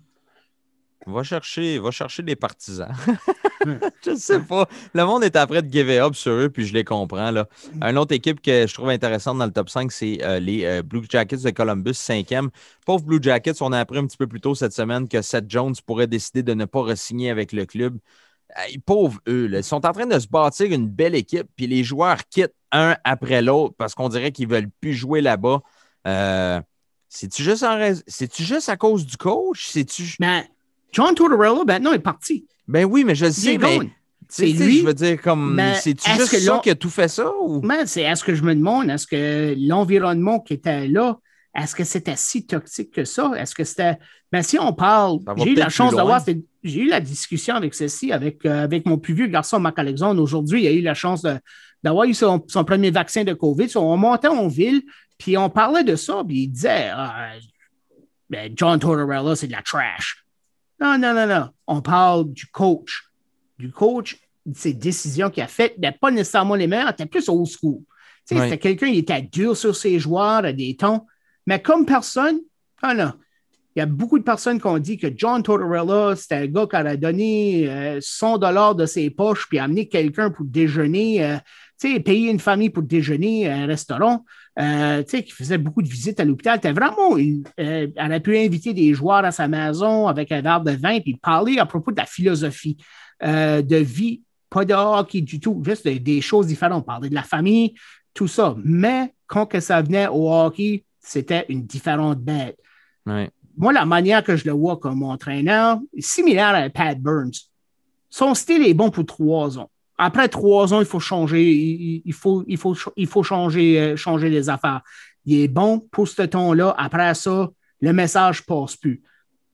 Va chercher, va chercher des partisans. Je sais pas. Le monde est après de give up sur eux, puis je les comprends. Là. Une autre équipe que je trouve intéressante dans le top cinq, c'est euh, les euh, Blue Jackets de Columbus, cinquième. Pauvre Blue Jackets, on a appris un petit peu plus tôt cette semaine que Seth Jones pourrait décider de ne pas re-signer avec le club. Hey, pauvres eux, là. Ils sont en train de se bâtir une belle équipe, puis les joueurs quittent un après l'autre parce qu'on dirait qu'ils ne veulent plus jouer là-bas. Euh, c'est-tu juste, en rais... c'est-tu juste à cause du coach? C'est-tu... Mais John Tortorella, maintenant, est parti. Ben oui, mais je le sais, mais c'est lui. lui. Je veux dire, comme, mais c'est-tu juste ça qui a tout fait ça? Ou? Mais c'est, est-ce que je me demande, est-ce que l'environnement qui était là, est-ce que c'était si toxique que ça? Est-ce que c'était... Ben, si on parle, j'ai eu la chance d'avoir... J'ai eu la discussion avec ceci, avec, euh, avec mon plus vieux garçon, Marc Alexandre. Aujourd'hui, il a eu la chance de, d'avoir eu son, son premier vaccin de COVID. So, on montait en ville, puis on parlait de ça, puis il disait ah, ben, John Tortorella, c'est de la trash. Non, non, non, non. On parle du coach. Du coach, de ses décisions qu'il a faites, ben, pas nécessairement les meilleures, c'était plus old school. Oui. C'était quelqu'un qui était dur sur ses joueurs, à des tons. Mais comme personne, ah non. Il y a beaucoup de personnes qui ont dit que John Tortorella, c'était un gars qui a donné euh, cent dollars de ses poches puis amené quelqu'un pour déjeuner, euh, tu sais, payer une famille pour déjeuner à un restaurant, euh, tu sais, qui faisait beaucoup de visites à l'hôpital. C'était vraiment, il, euh, elle a pu inviter des joueurs à sa maison avec un verre de vin puis parler à propos de la philosophie euh, de vie, pas de hockey du tout, juste de, des choses différentes, parler de la famille, tout ça. Mais quand que ça venait au hockey, c'était une différente bête. Oui. Moi, la manière que je le vois comme entraîneur est similaire à Pat Burns. Son style est bon pour trois ans. Après trois ans, il faut changer, il, il, faut, il, faut, il faut changer, euh, changer les affaires. Il est bon pour ce ton-là. Après ça, le message ne passe plus.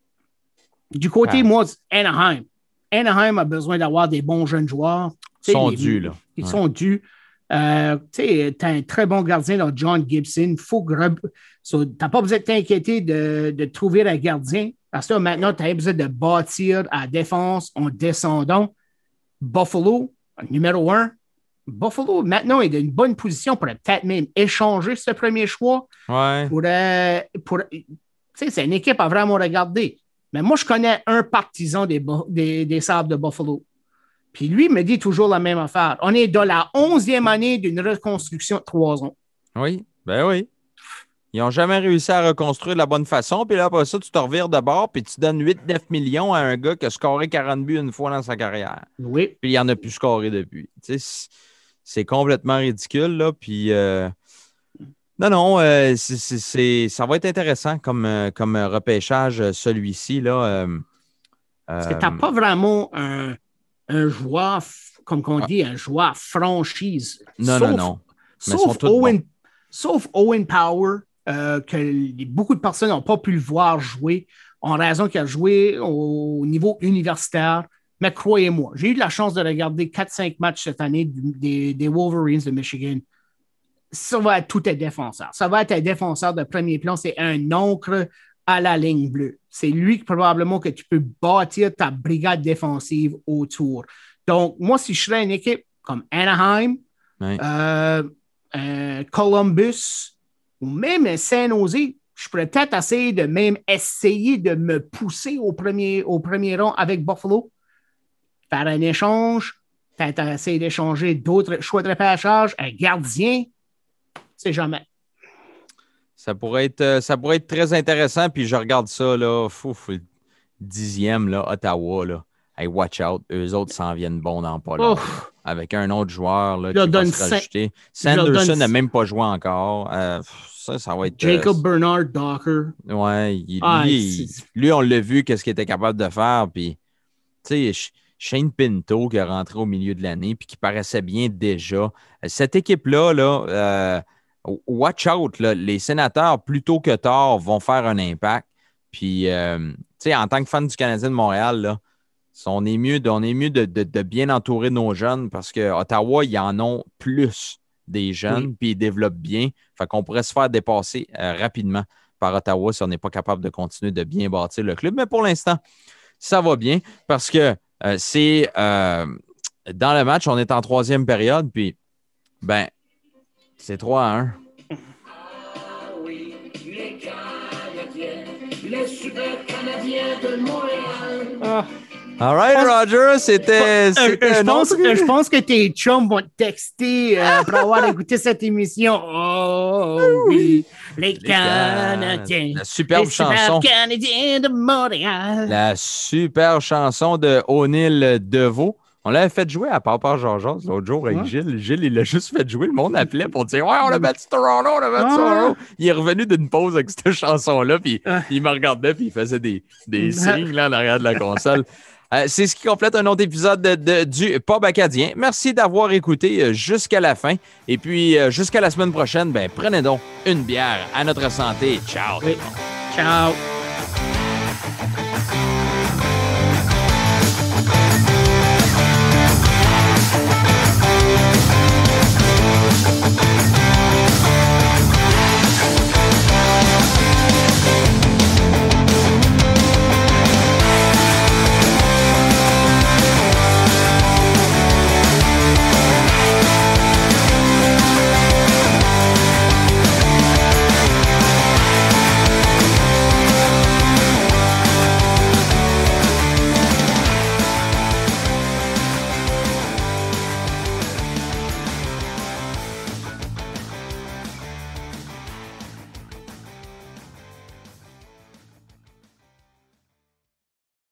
Du côté, ah. moi, Anaheim. Anaheim a besoin d'avoir des bons jeunes joueurs. Ils sont dus, là. Ils ouais. sont dus. Euh, tu as un très bon gardien dans John Gibson. Faut greb... so, tu n'as pas besoin de t'inquiéter de, de trouver un gardien. Parce que là, maintenant, tu as besoin de bâtir à la défense en descendant. Buffalo, numéro un. Buffalo, maintenant, est dans une bonne position pour peut-être même échanger ce premier choix. Ouais. Pour, euh, pour, c'est une équipe à vraiment regarder. Mais moi, je connais un partisan des, des, des Sabres de Buffalo. Puis lui me dit toujours la même affaire. On est dans la onzième année d'une reconstruction de trois ans. Oui, ben oui. Ils n'ont jamais réussi à reconstruire de la bonne façon. Puis là, après ça, tu te revires de bord puis tu donnes huit neuf millions à un gars qui a scoré quarante buts une fois dans sa carrière. Oui. Puis il n'en a plus scoré depuis. Tu sais, c'est complètement ridicule, là. Puis euh... non, non, euh, c'est, c'est, c'est... ça va être intéressant comme, euh, comme repêchage, celui-ci, là. Euh... Parce que tu n'as pas vraiment un... un joueur, comme on dit, un joueur franchise. Non, sauf, non, non. Mais sauf, Owen, bons. sauf Owen Power, euh, que beaucoup de personnes n'ont pas pu le voir jouer en raison qu'il a joué au niveau universitaire. Mais croyez-moi, j'ai eu la chance de regarder quatre cinq matchs cette année des, des Wolverines de Michigan. Ça va être tout un défenseur. Ça va être un défenseur de premier plan. C'est un oncle à la ligne bleue. C'est lui probablement que tu peux bâtir ta brigade défensive autour. Donc, moi, si je serais une équipe comme Anaheim, oui. euh, euh, Columbus ou même San Jose, je pourrais peut-être essayer de même essayer de me pousser au premier, au premier rang avec Buffalo, faire un échange, peut-être essayer d'échanger d'autres choix de repêchage, un gardien, c'est jamais. Ça pourrait être, ça pourrait être très intéressant, puis je regarde ça, là, fouf, dixième, là, Ottawa, là. Hey, watch out, eux autres s'en viennent bons dans pas long. Avec un autre joueur là, qui va se rajouter. Sanderson n'a même pas joué encore. Euh, ça, ça va être... Jacob euh, Bernard Docker. Ouais, il, ah, lui, il, lui, on l'a vu, qu'est-ce qu'il était capable de faire, puis, tu sais, Shane Pinto qui est rentré au milieu de l'année, puis qui paraissait bien déjà. Cette équipe-là, là, euh, watch out, là, les Sénateurs, plus tôt que tard, vont faire un impact. Puis, euh, tu sais, en tant que fan du Canadien de Montréal, là, on est mieux, de, on est mieux de, de, de bien entourer nos jeunes parce que Ottawa, ils en ont plus des jeunes, oui. Puis ils développent bien. Fait qu'on pourrait se faire dépasser euh, rapidement par Ottawa si on n'est pas capable de continuer de bien bâtir le club. Mais pour l'instant, ça va bien parce que euh, c'est euh, dans le match, on est en troisième période, puis ben, c'est trois à un. Ah oui, les Canadiens, les super Canadiens de Montréal. Ah. All right, Roger, c'était... c'était je, un pense, autre... je pense que tes chums vont te texter euh, pour avoir écouté cette émission. Oh oui, les, les Canadiens. La superbe les chanson. Les Canadiens de Montréal. La superbe chanson de O'Neill Deveau. On l'avait fait jouer à Papa Georges l'autre jour avec ouais. Gilles. Gilles, il l'a juste fait jouer. Le monde appelait pour dire « Ouais, on a battu Toronto, on a battu Toronto. Ah. » Il est revenu d'une pause avec cette chanson-là, puis ah. il me regardait, puis il faisait des, des signes là, en arrière de la console. Euh, c'est ce qui complète un autre épisode de, de, du Pub Acadien. Merci d'avoir écouté euh, jusqu'à la fin. Et puis, euh, jusqu'à la semaine prochaine, ben, prenez donc une bière à notre santé. Ciao. Oui. Ciao.